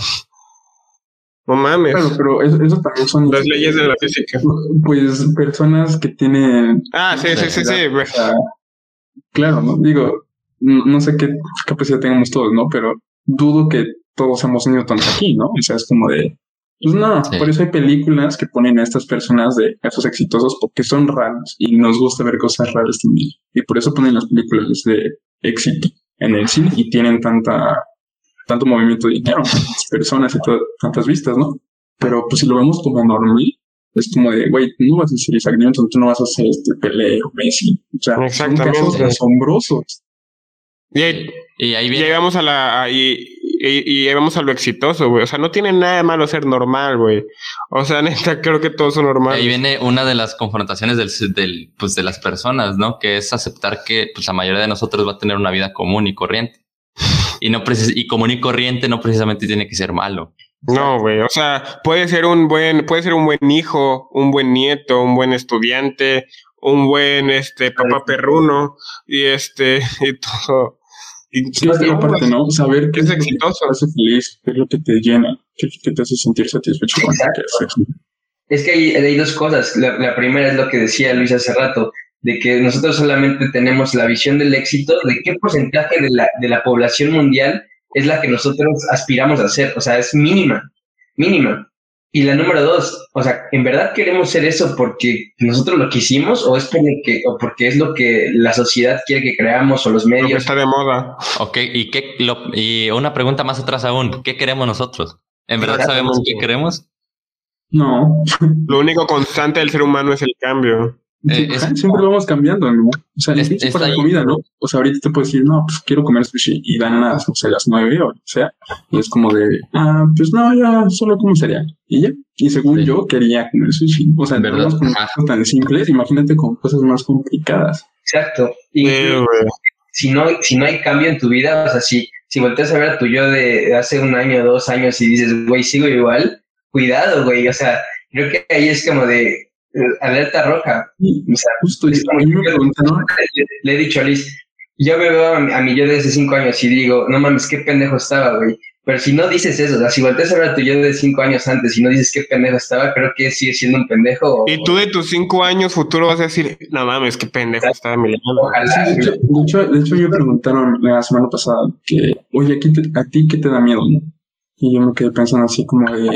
no mames. Claro, pero eso, eso también son Las leyes de la física. pues personas que tienen, Ah, sí, sí, sí, sí. o sea, claro, ¿no? Digo, no, no sé qué capacidad tengamos todos, ¿no? Pero dudo que todos seamos Newtons aquí, ¿no? O sea, es como de, pues no, Sí. por eso hay películas que ponen a estas personas de casos exitosos porque son raros y nos gusta ver cosas raras también. Y por eso ponen las películas de éxito en el cine y tienen tanta, tanto movimiento de dinero, tantas personas y to- tantas vistas, ¿no? Pero pues si lo vemos como normal, es como de, güey, tú no vas a ser Isaac Newton, tú no vas a ser este Pelé o Messi. O sea, son Exactamente. casos asombrosos. Y ahí, Y ahí y viene... ahí vamos a la, a- y, y, y ahí vamos a lo exitoso, güey. O sea, no tiene nada de malo ser normal, güey. O sea, neta, creo que todos son normales. Ahí viene una de las confrontaciones del, del, pues, de las personas, ¿no? Que es aceptar que pues, la mayoría de nosotros va a tener una vida común y corriente. Y, no precis- y común y corriente no precisamente tiene que ser malo. No, güey, o sea, puede ser un buen, puede ser un buen hijo, un buen nieto, un buen estudiante, un buen este papá perruno y este y todo. Y Es que esta es la parte, ¿no? Saber qué Es es lo que exitoso. te hace feliz, qué es lo que te llena, qué es lo que te hace sentir satisfecho con lo que haces. Es que hay, hay dos cosas. La, la primera es lo que decía Luis hace rato, de que nosotros solamente tenemos la visión del éxito, de qué porcentaje de la, de la población mundial es la que nosotros aspiramos a ser. O sea, es mínima, mínima. Y la número dos, o sea, ¿en verdad queremos ser eso porque nosotros lo quisimos o es porque, o porque es lo que la sociedad quiere que creamos o los lo que medios? está de moda. Ok, y, qué, lo, y una pregunta más atrás aún. ¿Qué queremos nosotros? ¿En verdad Exactamente. sabemos qué queremos? No, Lo único constante del ser humano es el cambio. Eh, sí, es- siempre vamos cambiando, ¿no? O sea, Es- incluso está para la ahí. comida, ¿no? O sea, ahorita te puedo decir, no, pues quiero comer sushi y dan las, no sé, las nueve o lo que sea. Y es como de, ah, pues no, ya solo como cereal. Y ya. Y según Sí. yo quería comer sushi. O sea, ¿Verdad? ¿verdad? Con Ajá. cosas tan simples, imagínate con cosas más complicadas. Exacto. Sí, Y güey. si no, si no hay cambio en tu vida, o sea, si, si volteas a ver a tu yo de hace un año, dos años y dices, güey, sigo igual, cuidado, güey. O sea, creo que ahí es como de eh, alerta roja. Y O sea, justo, es como a mí me preguntaron, le, le he dicho a Liz, yo me veo a mi, a mi yo de hace cinco años y digo, no mames, qué pendejo estaba, güey. Pero si no dices eso, o sea, si volteas a ver a tu yo de cinco años antes y no dices qué pendejo estaba, creo que sigue siendo un pendejo. O, Y tú de tus cinco años futuro vas a decir, no mames, qué pendejo está Emiliano. ojalá. sí, de hecho, de hecho, de hecho, me preguntaron la semana pasada que, oye, aquí te- ¿a ti qué te da miedo? ¿No? Y yo me quedé pensando así como de,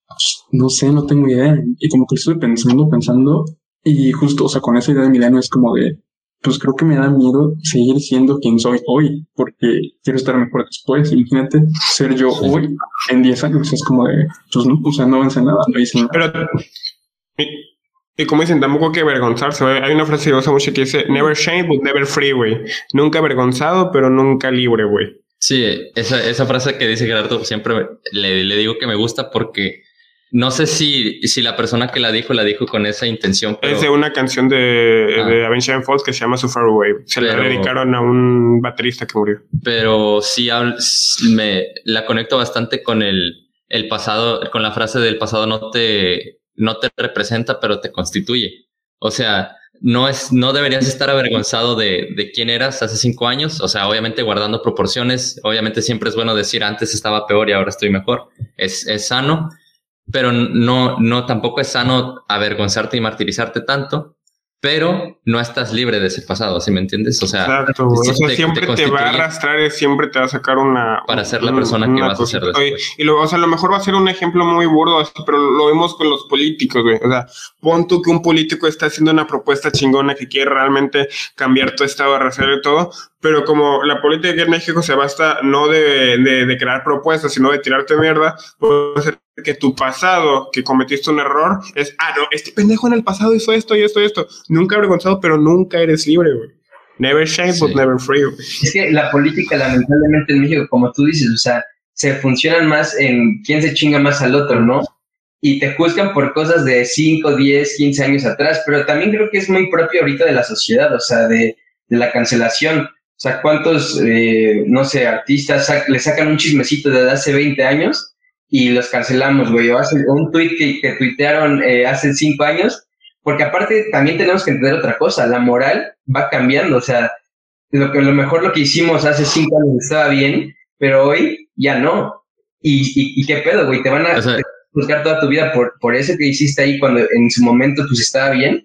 no sé, no tengo idea. Y como que estuve pensando, pensando, y justo, o sea, con esa idea de Milano es como de, pues creo que me da miedo seguir siendo quien soy hoy, porque quiero estar mejor después. Imagínate ser yo hoy en diez años, es como de, pues no, o sea, no avancé nada, no hice nada. Pero, y, y como dicen, tampoco hay que avergonzarse, güey. Hay una frase que usa mucho que dice, never shame, but never free, güey. Nunca avergonzado, pero nunca libre, güey. Sí, esa, esa frase que dice Gerardo siempre le, le digo que me gusta porque no sé si, si la persona que la dijo la dijo con esa intención, pero, Es de una canción de, Ah. de Avenged Sevenfold que se llama So Far Away. Se la Pero- dedicaron a un baterista que murió. pero sí habl- me la conecto bastante con el, el pasado, con la frase del pasado no te, no te representa, pero te constituye. O sea, no es, no deberías estar avergonzado de, de quién eras hace cinco años. O sea, obviamente guardando proporciones. Obviamente siempre es bueno decir antes estaba peor y ahora estoy mejor. Es, es sano, pero no, no tampoco es sano avergonzarte y martirizarte tanto. pero no estás libre de ese pasado, ¿sí me entiendes? O sea, exacto, güey. sí O sea, te- siempre te te, va a constituye arrastrar y siempre te va a sacar una... para ser la un- persona que una vas a ser cosita. Oye, después. y luego, o sea, a lo mejor va a ser un ejemplo muy burdo, así, pero lo vemos con los políticos, güey. O sea, pon tú que un político está haciendo una propuesta chingona que quiere realmente cambiar tu estado de racial y todo, pero como la política aquí en México se basta no de, de, de crear propuestas, sino de tirarte mierda, puede ser que tu pasado, que cometiste un error, es, ah, no, este pendejo en el pasado hizo esto y esto y esto. Nunca avergonzado, pero nunca eres libre, güey. Never shame, Sí. but never free, güey. Es que la política, lamentablemente, en México, como tú dices, o sea, se funcionan más en quién se chinga más al otro, ¿no? Y te juzgan por cosas de cinco, diez, quince años atrás, pero también creo que es muy propio ahorita de la sociedad, o sea, de, de la cancelación. O sea, ¿cuántos, eh, no sé, artistas sac- le sacan un chismecito de hace veinte años y los cancelamos, güey? O hace un tweet que, que tuitearon eh, hace cinco años, porque aparte también tenemos que entender otra cosa, la moral va cambiando, o sea, lo que a lo mejor lo que hicimos hace cinco años estaba bien, pero hoy ya no. ¿Y, y, y qué pedo, güey? ¿Te van a O sea, te- juzgar toda tu vida por, por eso que hiciste ahí cuando en su momento pues estaba bien?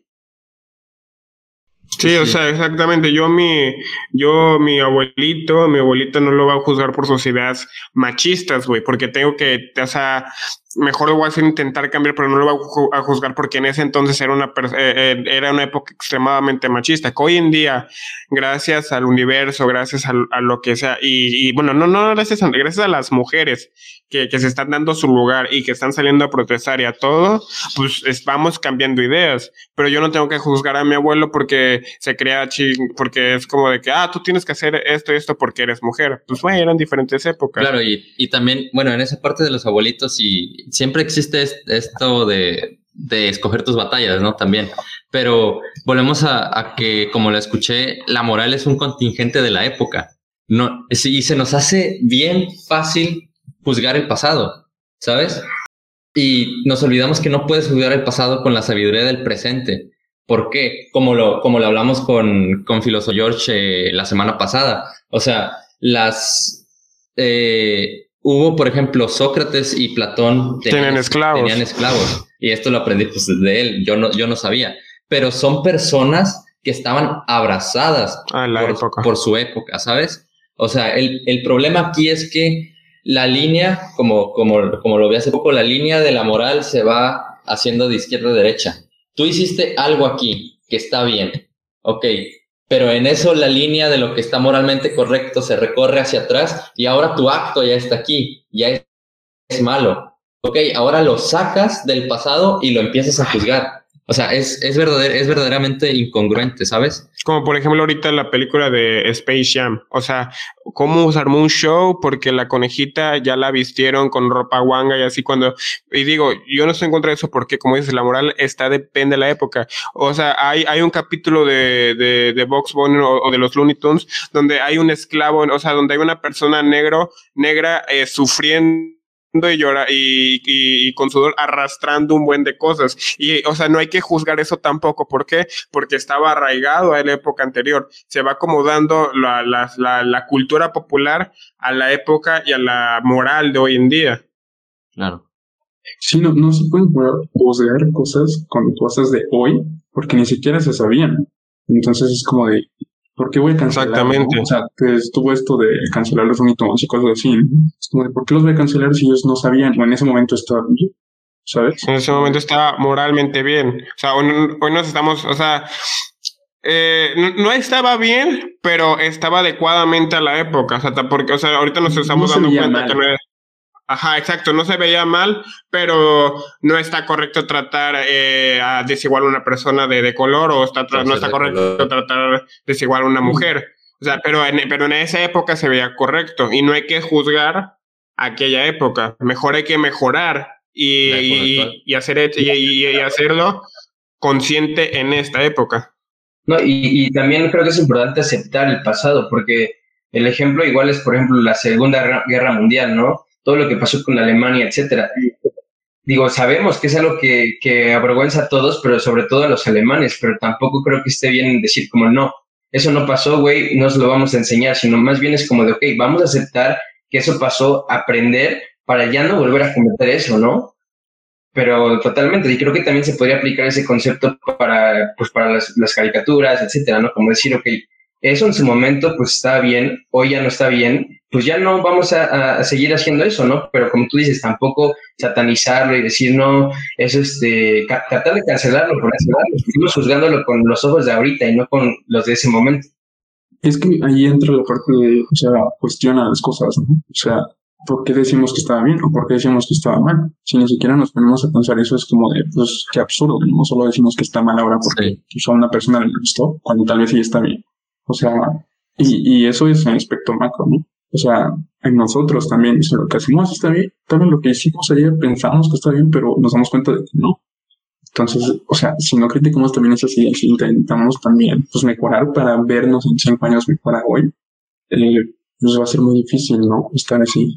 Sí, o sea, exactamente. Yo mi, yo mi abuelito, mi abuelita no lo va a juzgar por sus ideas machistas, güey, porque tengo que, o sea, mejor lo voy a hacer intentar cambiar, pero no lo voy a ju- a juzgar porque en ese entonces era una pers- eh, eh, era una época extremadamente machista. Que hoy en día, gracias al universo, gracias a, a lo que sea, y, y bueno, no, no, gracias a, gracias a las mujeres que, que se están dando su lugar y que están saliendo a protestar y a todo, pues es- vamos cambiando ideas. Pero yo no tengo que juzgar a mi abuelo porque se crea ching, porque es como de que, ah, tú tienes que hacer esto y esto porque eres mujer. Pues bueno, eran diferentes épocas. claro, y, y también, bueno, en esa parte de los abuelitos, y siempre existe est- esto de, de escoger tus batallas, ¿no? También. Pero volvemos a, a que, como lo escuché, la moral es un contingente de la época. No, sí, y se nos hace bien fácil juzgar el pasado, ¿sabes? Y nos olvidamos que no puedes juzgar el pasado con la sabiduría del presente. ¿Por qué? Como lo, como lo hablamos con, con Filoso George eh, la semana pasada. O sea, las... Eh, hubo, por ejemplo, Sócrates y Platón Tenían esclavos. tenían esclavos. Y esto lo aprendí pues de él. Yo no, yo no sabía. Pero son personas que estaban abrazadas A la por, época. por su época, ¿sabes? O sea, el, el problema aquí es que la línea, como, como, como lo vi hace poco, la línea de la moral se va haciendo de izquierda a derecha. Tú hiciste algo aquí que está bien, ok, pero en eso la línea de lo que está moralmente correcto se recorre hacia atrás y ahora tu acto ya está aquí, ya es, es malo. Ok, ahora lo sacas del pasado y lo empiezas a juzgar. O sea, es, es, verdader, es verdaderamente incongruente, ¿sabes? Como por ejemplo ahorita la película de Space Jam. O sea, cómo se armó un show porque la conejita ya la vistieron con ropa guanga y así cuando... Y digo, yo no estoy en contra de eso porque, como dices, la moral está, depende de la época. O sea, hay, hay un capítulo de, de, de Bugs Bunny o, o de los Looney Tunes donde hay un esclavo, o sea, donde hay una persona negro, negra eh, sufriendo y llora y, y, y con sudor arrastrando un buen de cosas. Y, o sea, no hay que juzgar eso tampoco. ¿Por qué? Porque estaba arraigado a la época anterior. Se va acomodando la, la, la, la cultura popular a la época y a la moral de hoy en día. Claro. Sí, no, no se pueden juzgar cosas con cosas de hoy porque ni siquiera se sabían. Entonces es como de, ¿por qué voy a cancelar? Exactamente. ¿No? O sea, que estuvo esto de cancelar los Looney Tunes y cosas así, ¿no? Es como de, ¿por qué los voy a cancelar si ellos no sabían o en ese momento estaban bien? ¿Sabes? En ese momento estaba moralmente bien. O sea, hoy, hoy nos estamos, o sea, eh, no, no estaba bien, pero estaba adecuadamente a la época. O sea, porque, o sea, ahorita nos estamos No se dando veía cuenta mal. que no era... Ajá, exacto, no se veía mal, pero no está correcto tratar eh, a desigual a una persona de, de color o está tra- Por no ser está de correcto color. tratar desigual a una mujer. O sea, pero en, pero en esa época se veía correcto y no hay que juzgar aquella época. Mejor hay que mejorar y, La época y, actual. y hacer, y, y, y hacerlo consciente en esta época. No, y, y también creo que es importante aceptar el pasado, porque el ejemplo igual es, por ejemplo, la Segunda Guerra- Guerra Mundial, ¿no? Todo lo que pasó con Alemania, etcétera. Digo, sabemos que es algo que, que avergüenza a todos, pero sobre todo a los alemanes, pero tampoco creo que esté bien decir como, no, eso no pasó, güey, no se lo vamos a enseñar, sino más bien es como de, ok, vamos a aceptar que eso pasó, aprender, para ya no volver a cometer eso, ¿no? pero totalmente, y creo que también se podría aplicar ese concepto para, pues, para las, las caricaturas, etcétera, ¿no? Como decir, ok, eso en su momento pues está bien, hoy ya no está bien, pues ya no vamos a, a seguir haciendo eso, ¿no? Pero como tú dices, tampoco satanizarlo y decir, no, eso este, ca- tratar de cancelarlo, por cancelarlo, seguimos juzgándolo con los ojos de ahorita y no con los de ese momento. Es que ahí entra la parte de, o sea, cuestiona las cosas, ¿no? O sea, ¿por qué decimos que estaba bien o por qué decimos que estaba mal? Si ni siquiera nos ponemos a pensar eso, es como de, pues, qué absurdo, no solo decimos que está mal ahora porque Sí. pues, a una persona le gustó, cuando tal vez sí está bien. O sea, y, y eso es en aspecto macro, ¿no? O sea, en nosotros también, o sea, lo que hacemos está bien, tal vez lo que hicimos ayer pensamos que está bien, pero nos damos cuenta de que no. Entonces, o sea, si no criticamos también esas ideas, si intentamos también pues mejorar para vernos en cinco años mejorar hoy, eh, pues va a ser muy difícil, ¿no? Estar así.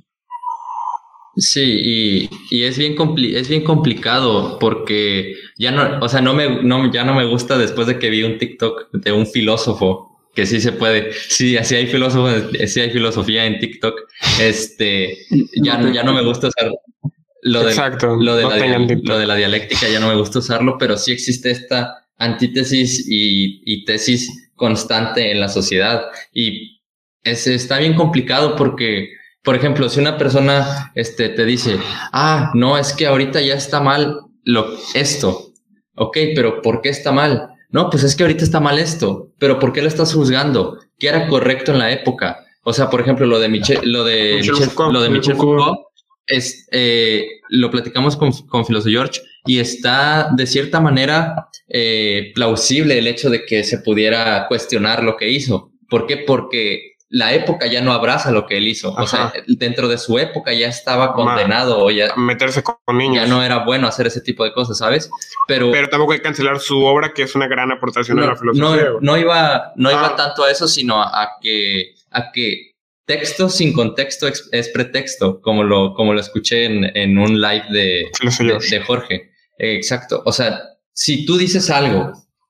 Sí, y, y es bien compli- es bien complicado porque ya no, o sea, no me, no, ya no me gusta después de que vi un TikTok de un filósofo, que sí se puede, sí, así hay filósofos, sí hay filosofía en TikTok, este, ya, ya no me gusta usar lo de, Exacto, lo de, no la, tengan dia- TikTok. lo de la dialéctica, ya no me gusta usarlo, pero sí existe esta antítesis y, y tesis constante en la sociedad, y es, está bien complicado porque, por ejemplo, si una persona este, te dice, ah, no, es que ahorita ya está mal lo, esto, ok, pero ¿por qué está mal? No, pues es que ahorita está mal esto, pero ¿por qué lo estás juzgando? ¿Qué era correcto en la época? O sea, por ejemplo, lo de Michel, lo de Michel Michel, Foucault. lo de Michel Foucault. Foucault, es, eh, lo platicamos con, con Filoso George y está de cierta manera eh, plausible el hecho de que se pudiera cuestionar lo que hizo. ¿Por qué? Porque la época ya no abraza lo que él hizo. Ajá. O sea, dentro de su época ya estaba Ma- condenado o ya, Meterse con niños. ya no era bueno hacer ese tipo de cosas, ¿sabes? Pero, Pero tampoco hay que cancelar su obra, que es una gran aportación a no, la filosofía. no, güey. no iba, no iba Ah. tanto a eso, sino a, a que, a que texto sin contexto es, es pretexto, como lo, como lo escuché en, en un live de, Filoso de, George. de Jorge. Eh, exacto. O sea, si tú dices algo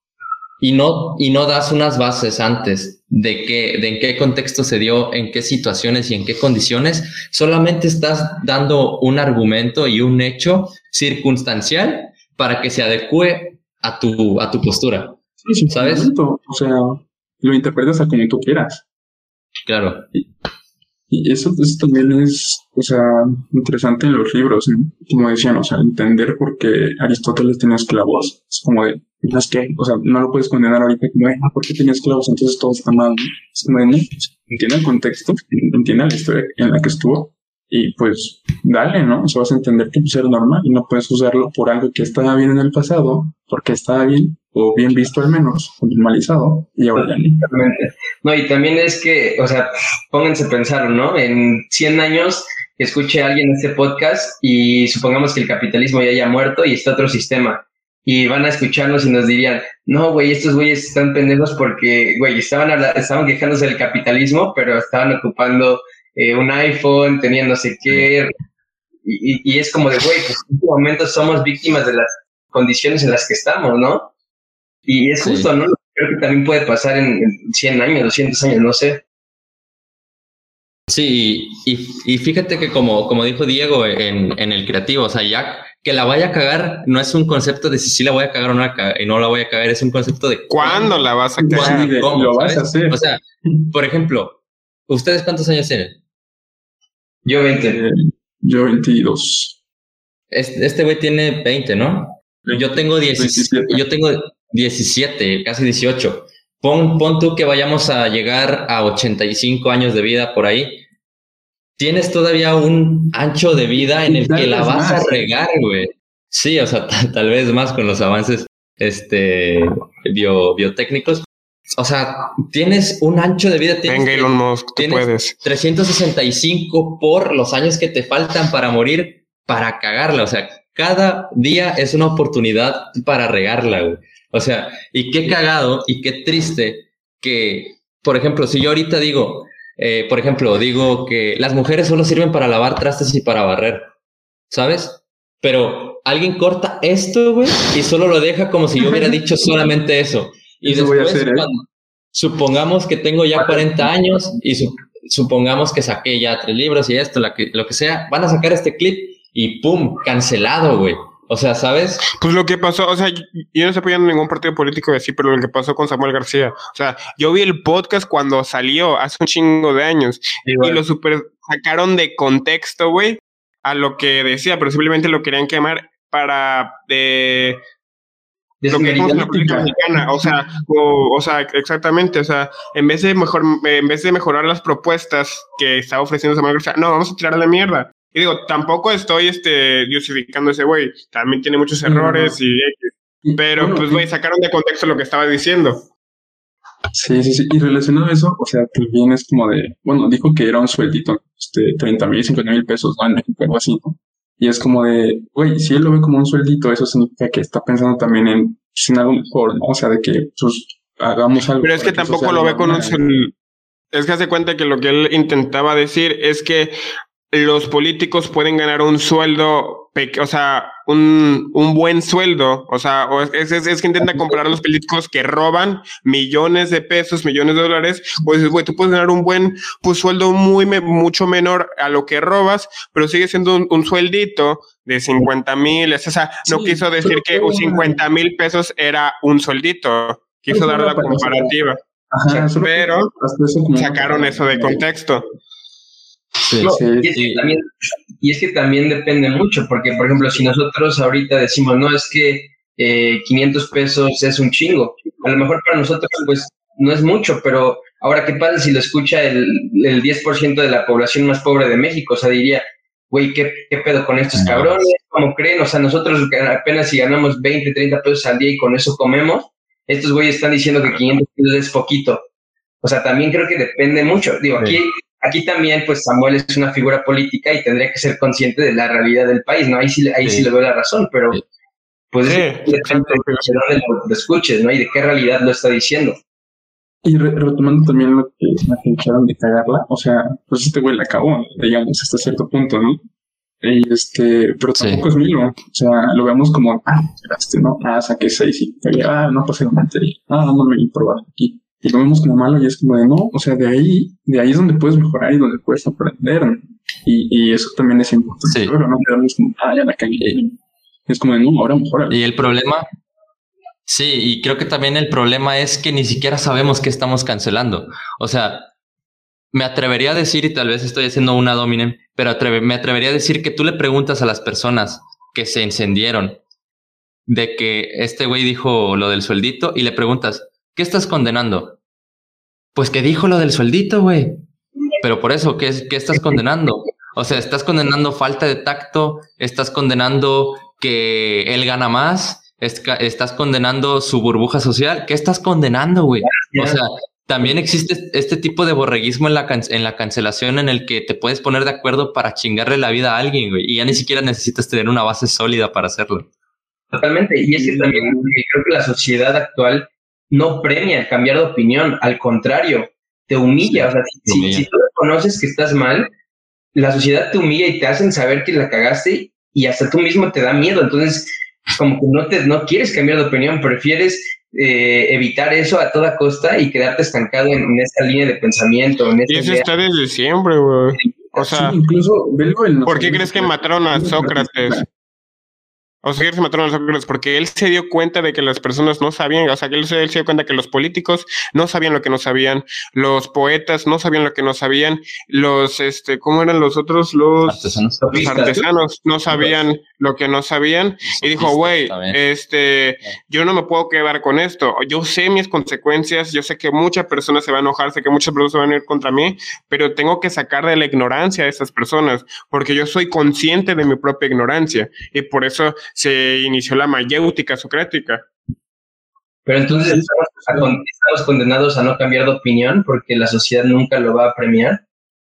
y no, y no das unas bases antes de qué, de en qué contexto se dio, en qué situaciones y en qué condiciones, solamente estás dando un argumento y un hecho circunstancial para que se adecue a tu, a tu postura. Sí, sin ¿Sabes? fundamento. O sea, lo interpretas a como tú quieras. Claro. Y eso, eso también es, o sea, interesante en los libros, ¿no? Como decían, o sea, entender por qué Aristóteles tenía esclavos. Es como de, no es que, o sea, no lo puedes condenar ahorita como, ah, ¿por qué tenía esclavos? Entonces todo está mal, ¿no? Es como de, no, entiende el contexto, entiende la historia en la que estuvo y pues dale, ¿no? O sea, vas a entender que pues era normal y no puedes usarlo por algo que estaba bien en el pasado, porque estaba bien, o bien visto al menos, o normalizado, y ahora ya no. Totalmente. No, y también es que, o sea, pónganse a pensar, ¿no? En cien años que escuche a alguien este podcast y supongamos que el capitalismo ya haya muerto y está otro sistema. Y van a escucharnos y nos dirían, no, güey, estos güeyes están pendejos porque, güey, estaban, habla- estaban quejándose del capitalismo, pero estaban ocupando eh, un iPhone, tenían no sé qué. Y, y, y es como de, güey, pues en este momento somos víctimas de las condiciones en las que estamos, ¿no? Y es Sí. justo, ¿no? Creo que también puede pasar en, en cien años, doscientos años, no sé. Sí, y, y fíjate que como, como dijo Diego en, en el creativo, o sea, ya que la vaya a cagar no es un concepto de si sí la voy a cagar o no la, ca- y no la voy a cagar, es un concepto de ¿Cuándo la vas a Sí, cagar? de, ¿Cómo? lo vas ¿Sabes? a hacer. O sea, por ejemplo, ¿ustedes cuántos años tienen? Yo veinte. Eh, yo veintidós. Este este güey tiene veinte, ¿no? Yo tengo diecisiete, veintisiete. yo tengo diecisiete, casi dieciocho. Pon, pon tú que vayamos a llegar a ochenta y cinco años de vida por ahí. Tienes todavía un ancho de vida en Y el tal que la vez vas a más. regar, güey. Sí, o sea, tal, tal vez más con los avances este, bio, biotécnicos. O sea, tienes un ancho de vida. Tienes Venga, Elon Musk, tú tienes puedes. trescientos sesenta y cinco por los años que te faltan para morir, para cagarla. O sea, cada día es una oportunidad para regarla, güey. O sea, y qué cagado y qué triste que, por ejemplo, si yo ahorita digo, eh, por ejemplo, digo que las mujeres solo sirven para lavar trastes y para barrer, ¿sabes? Pero alguien corta esto, güey, y solo lo deja como si yo hubiera dicho solamente eso. Y Eso voy a después, hacer, ¿eh? cuando, supongamos que tengo ya cuarenta años y su, supongamos que saqué ya tres libros y esto, la que, lo que sea, van a sacar este clip y ¡pum! Cancelado, güey. O sea, ¿sabes? Pues lo que pasó, o sea, yo, yo no estoy apoyando ningún partido político y así, pero lo que pasó con Samuel García. O sea, yo vi el podcast cuando salió hace un chingo de años Igual. y lo super sacaron de contexto, güey, a lo que decía, pero simplemente lo querían quemar para de... lo que vimos en la política mexicana, o sea, o, o sea, exactamente, o sea, en vez de mejor, en vez de mejorar las propuestas que estaba ofreciendo Samuel García, no, vamos a tirar la mierda. Y digo, tampoco estoy este justificando a ese güey, también tiene muchos errores y, y pero bueno, pues güey, sacaron de contexto lo que estaba diciendo. Sí, sí, sí, y relacionado a eso, o sea, también es como de, bueno, dijo que era un sueldito, este, treinta mil, cincuenta mil pesos, ¿no? En México, algo así, ¿no? Y es como de, güey, si él lo ve como un sueldito, eso significa que está pensando también en, en algo mejor, ¿no? O sea, de que pues, hagamos algo. Pero es que, que tampoco lo ve con un sueldo. Es que hace cuenta que lo que él intentaba decir es que los políticos pueden ganar un sueldo, o sea, un, un buen sueldo, o sea, o es, es, es que intenta comparar a los políticos que roban millones de pesos, millones de dólares, pues, güey, tú puedes ganar un buen pues, sueldo muy, mucho menor a lo que robas, pero sigue siendo un, un sueldito de cincuenta mil, o sea, no sí, quiso decir que cincuenta mil pesos era un sueldito, quiso dar la comparativa, Ajá, pero sacaron eso de contexto. Sí, no, sí, y, es sí. que también, y es que también depende mucho, porque, por ejemplo, si nosotros ahorita decimos, no, es que eh, quinientos pesos es un chingo, a lo mejor para nosotros, pues, no es mucho, pero ahora, ¿qué pasa si lo escucha el, el diez por ciento de la población más pobre de México? O sea, diría, güey, ¿qué, ¿qué pedo con estos cabrones? ¿Cómo creen? O sea, nosotros apenas si ganamos veinte, treinta pesos al día y con eso comemos, estos güeyes están diciendo que quinientos pesos es poquito. O sea, también creo que depende mucho. Digo, aquí... Aquí también, pues, Samuel es una figura política y tendría que ser consciente de la realidad del país, ¿no? Ahí sí, ahí sí, sí le doy la razón, pero pues sí, depende de dónde lo, lo escuches, ¿no? Y de qué realidad lo está diciendo. Y re retomando también lo que me dijeron de cagarla, o sea, pues este güey la cagó, digamos, hasta cierto punto, ¿no? Y este, pero tampoco sí. es mío, o sea, lo vemos como, ah, esperaste, ¿no? Ah, saqué seis y ah, no pasé la materia, ah, no me probar aquí. Y lo vemos como malo y es como de no, o sea, de ahí, de ahí es donde puedes mejorar y donde puedes aprender. Y, y eso también es importante. Sí. Pero no quedarnos como, ah, ya la cagué. Es como de no, ahora mejora. Y el problema, sí, y creo que también el problema es que ni siquiera sabemos qué estamos cancelando. O sea, me atrevería a decir, y tal vez estoy haciendo una dominen, pero atreve, me atrevería a decir que tú le preguntas a las personas que se encendieron de que este güey dijo lo del sueldito y le preguntas, ¿qué estás condenando? Pues que dijo lo del sueldito, güey. Pero por eso, ¿qué, ¿qué estás condenando? O sea, ¿estás condenando falta de tacto? ¿Estás condenando que él gana más? ¿Estás condenando su burbuja social? ¿Qué estás condenando, güey? O sea, también existe este tipo de borreguismo en la, can en la cancelación en el que te puedes poner de acuerdo para chingarle la vida a alguien, güey. Y ya ni siquiera necesitas tener una base sólida para hacerlo. Totalmente. Y es que también creo que la sociedad actual no premia el cambiar de opinión, al contrario, te humilla. Sí, o sea, si, humilla. si, si tú reconoces que estás mal, la sociedad te humilla y te hacen saber que la cagaste y hasta tú mismo te da miedo. Entonces, como que no, te, no quieres cambiar de opinión, prefieres eh, evitar eso a toda costa y quedarte estancado en, en esta línea de pensamiento. En esta y eso idea. Está desde siempre, güey. O sea, sí, incluso, ¿por qué crees que mataron a Sócrates? O sea, se mataron a Sócrates porque él se dio cuenta de que las personas no sabían, o sea, que él se, él se dio cuenta que los políticos no sabían lo que no sabían, los poetas no sabían lo que no sabían, los, este, ¿cómo eran los otros? Los artesanos, los artesanos no sabían lo que no sabían y dijo, güey, este, yo no me puedo quedar con esto, yo sé mis consecuencias, yo sé que muchas personas se van a enojar, sé que muchas personas se van a ir contra mí, pero tengo que sacar de la ignorancia a esas personas, porque yo soy consciente de mi propia ignorancia y por eso se inició la mayéutica socrática. Pero entonces estamos, a, estamos condenados a no cambiar de opinión porque la sociedad nunca lo va a premiar.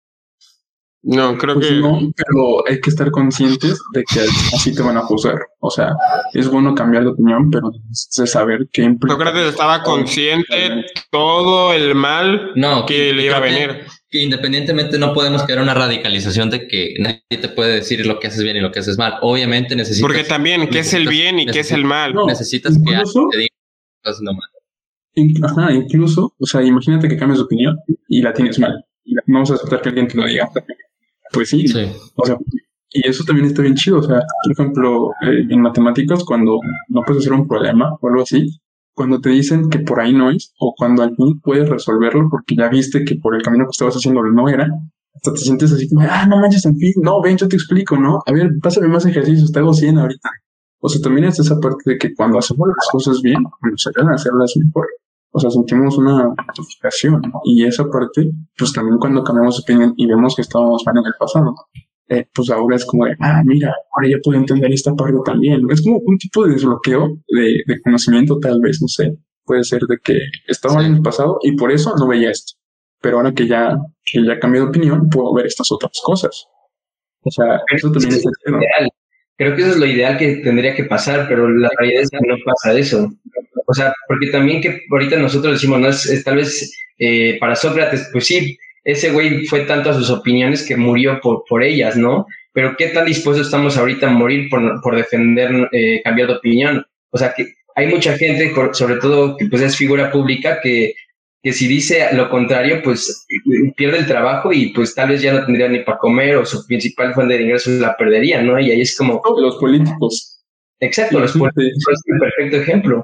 No, creo pues que no, pero hay que estar conscientes de que así te van a juzgar. O sea, es bueno cambiar de opinión, pero es saber qué implica. Sócrates estaba consciente todo el mal no, que le iba a venir. Que independientemente no podemos crear una radicalización de que nadie te puede decir lo que haces bien y lo que haces mal. Obviamente necesitas... Porque también, ¿qué es el bien y qué es el mal? No, necesitas que alguien te diga que estás haciendo mal. In, ajá, incluso, o sea, imagínate que cambias de opinión y la tienes mal. Y la, no vas a aceptar que alguien te lo diga. Pues sí, sí. O sea, y eso también está bien chido. O sea, por ejemplo, eh, en matemáticas, cuando no puedes hacer un problema o algo así, cuando te dicen que por ahí no es, o cuando al fin puedes resolverlo porque ya viste que por el camino que estabas haciendo no era, hasta te sientes así como, ah, no manches, en fin, no, ven, yo te explico, ¿no? A ver, pásame más ejercicios, te hago cien ahorita. O sea, también es esa parte de que cuando hacemos las cosas bien, nos ayudan a hacerlas mejor. O sea, sentimos una gratificación. Y esa parte, pues también cuando cambiamos de opinión y vemos que estábamos mal en el pasado, eh, pues ahora es como de, ah, mira, ahora ya puedo entender esta parte también. Es como un tipo de desbloqueo de, de conocimiento, tal vez, no sé. Puede ser de que estaba mal en el pasado y por eso no veía esto. Pero ahora que ya, que ya cambié de opinión, puedo ver estas otras cosas. O sea, eso también es el ideal. Creo que eso es lo ideal que tendría que pasar, pero la realidad es que no pasa eso. O sea, porque también que ahorita nosotros decimos, no es, es tal vez eh, para Sócrates, pues sí, ese güey fue tanto a sus opiniones que murió por, por ellas, ¿no? Pero ¿qué tan dispuestos estamos ahorita a morir por, por defender, eh, cambiar de opinión? O sea, que hay mucha gente, por, sobre todo que pues es figura pública, que, que si dice lo contrario, pues pierde el trabajo y pues tal vez ya no tendría ni para comer o su principal fuente de ingresos la perdería, ¿no? Y ahí es como... Los políticos. Exacto, los políticos es un perfecto ejemplo.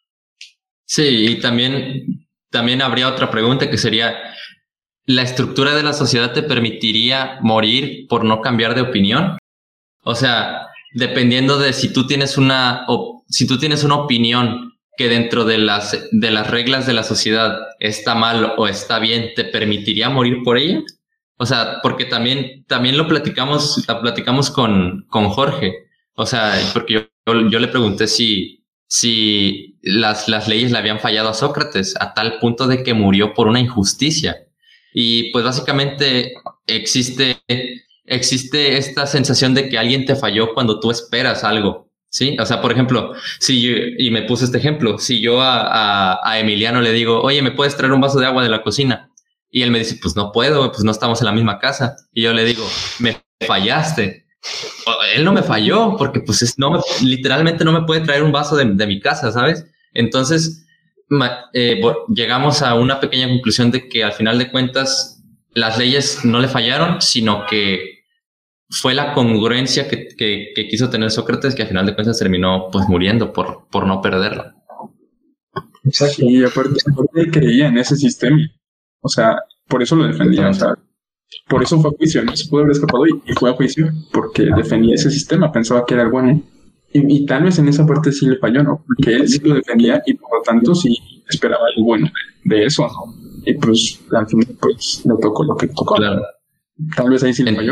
Sí, y también, también habría otra pregunta que sería, ¿la estructura de la sociedad te permitiría morir por no cambiar de opinión? O sea, dependiendo de si tú tienes una, o, si tú tienes una opinión que dentro de las, de las reglas de la sociedad está mal o está bien, ¿te permitiría morir por ella? O sea, porque también, también lo platicamos, la platicamos con, con Jorge. O sea, porque yo, yo, yo le pregunté si, si las, las leyes le habían fallado a Sócrates a tal punto de que murió por una injusticia. Y pues básicamente existe, existe esta sensación de que alguien te falló cuando tú esperas algo, ¿sí? O sea, por ejemplo, si yo, y me puse este ejemplo, si yo a, a, a Emiliano le digo, oye, ¿me puedes traer un vaso de agua de la cocina? Y él me dice, pues no puedo, pues no estamos en la misma casa. Y yo le digo, me fallaste. Él no me falló porque pues es, no me, literalmente no me puede traer un vaso de, de mi casa, ¿sabes? Entonces eh, llegamos a una pequeña conclusión de que al final de cuentas las leyes no le fallaron, sino que fue la congruencia que, que, que quiso tener Sócrates que al final de cuentas terminó pues muriendo por, por no perderla. Exacto. Y aparte, aparte creía en ese sistema. O sea, por eso lo defendía. O sea, por eso fue a juicio, no se pudo haber escapado y, y fue a juicio porque defendía ese sistema, pensaba que era el bueno. Y, y tal vez en esa parte sí le falló, ¿no? Porque él sí lo defendía y por lo tanto sí esperaba el bueno de, de eso, ¿no? Y pues al final pues le tocó lo que tocó. Claro. Tal vez ahí sí le falló.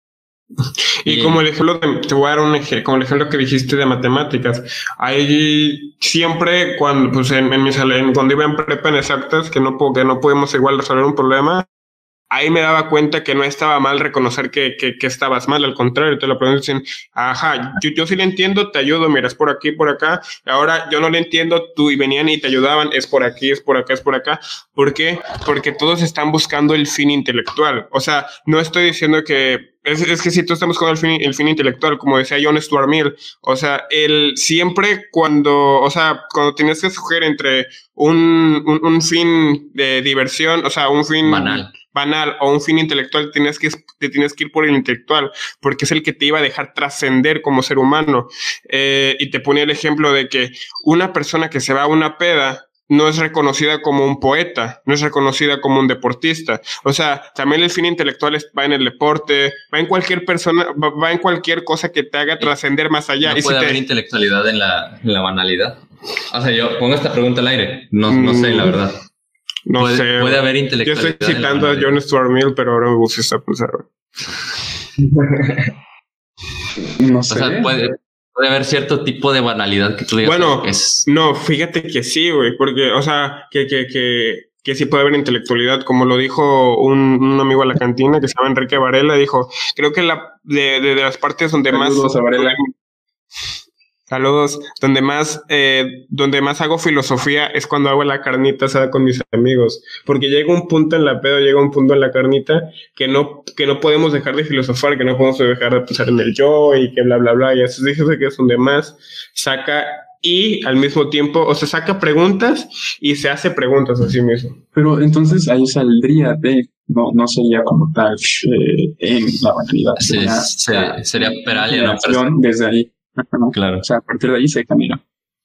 Y como el ejemplo de, te voy a dar un ejemplo, como el ejemplo que dijiste de matemáticas, ahí siempre cuando, pues en, en mi sala, cuando iba en prepa en exactas, que no, que no podemos igual resolver un problema, ahí me daba cuenta que no estaba mal reconocer que, que, que estabas mal, al contrario, te lo preguntan, ajá, yo, yo sí le entiendo, te ayudo, mira, es por aquí, por acá, ahora yo no le entiendo, tú, y venían y te ayudaban, es por aquí, es por acá, es por acá. ¿Por qué? Porque todos están buscando el fin intelectual. O sea, no estoy diciendo que, es, es que si tú estás buscando el fin, el fin intelectual, como decía John Stuart Mill, o sea, el siempre cuando, o sea, cuando tienes que escoger entre un, un, un fin de diversión, o sea, un fin banal. banal o un fin intelectual, tienes que, te tienes que ir por el intelectual, porque es el que te iba a dejar trascender como ser humano. Eh, y te ponía el ejemplo de que una persona que se va a una peda no es reconocida como un poeta, no es reconocida como un deportista. O sea, también el fin intelectual va en el deporte, va en cualquier persona, va, va en cualquier cosa que te haga trascender más allá. ¿No y puede si haber te... intelectualidad en la, en la banalidad? O sea, yo pongo esta pregunta al aire, no, no sé, la verdad. No puede, sé. Puede haber intelectualidad. Yo estoy citando a John Stuart Mill, pero ahora me gusta pensar. No sé. O sea, puede, puede haber cierto tipo de banalidad que tú digas. Bueno, es... no, fíjate que sí, güey, porque, o sea, que, que, que, que sí puede haber intelectualidad, como lo dijo un, un amigo a la cantina que se llama Enrique Varela, dijo, creo que la de, de, de las partes donde Saludos más... a Varela. Saludos. Donde más, eh, donde más hago filosofía es cuando hago la carnita asada con mis amigos. Porque llega un punto en la pedo, llega un punto en la carnita que no, que no podemos dejar de filosofar, que no podemos dejar de pensar en el yo y que bla, bla, bla. Y eso dice que es donde más saca y al mismo tiempo, o sea, saca preguntas y se hace preguntas a sí mismo. Pero entonces ahí saldría de no, no sería como tal eh, en la banalidad. Sí, sería, se, sería peralia, ¿no? Pero, desde ahí. ¿no? claro. O sea, a partir de ahí se camina.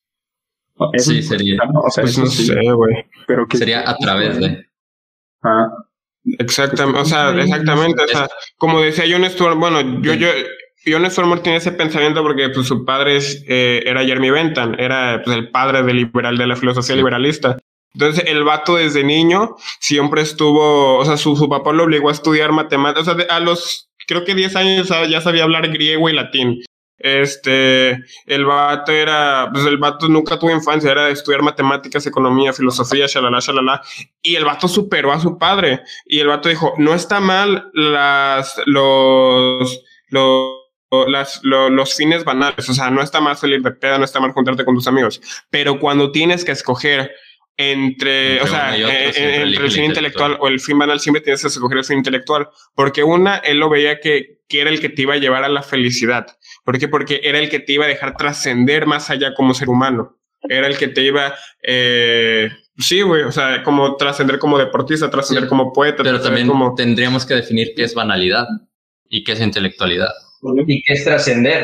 Eso Sí, sería. ¿no? O sea, Pues eso no sí, sé, güey. pero que Sería a través de. Ah, Exactamente, o sea, exactamente, o sea, como decía John Stuart, bueno, yo, yo, John Stuart Mill tiene ese pensamiento porque pues su padre es, eh, era Jeremy Bentham, era pues, el padre del liberal, de la filosofía Sí. liberalista. Entonces el vato desde niño siempre estuvo, o sea, su, su papá lo obligó a estudiar matemáticas, o sea, de, a los, creo que diez años ya sabía hablar griego y latín. Este, el vato era, pues el vato nunca tuvo infancia, era de estudiar matemáticas, economía, filosofía, shalala, shalala, y el vato superó a su padre, y el vato dijo, no está mal las, los, los, las, los, los fines banales, o sea, no está mal salir de peda, no está mal juntarte con tus amigos, pero cuando tienes que escoger entre, Entre o sea, uno y otro, eh, siempre entre elige el el fin intelectual o el fin banal, siempre tienes que escoger el fin intelectual, porque una, él lo veía que, que era el que te iba a llevar a la felicidad. ¿Por qué? Porque era el que te iba a dejar trascender más allá como ser humano. Era el que te iba, eh, sí, güey, o sea, como trascender como deportista, trascender Sí, como poeta, pero también como... tendríamos que definir qué es banalidad y qué es intelectualidad. ¿Y qué es trascender?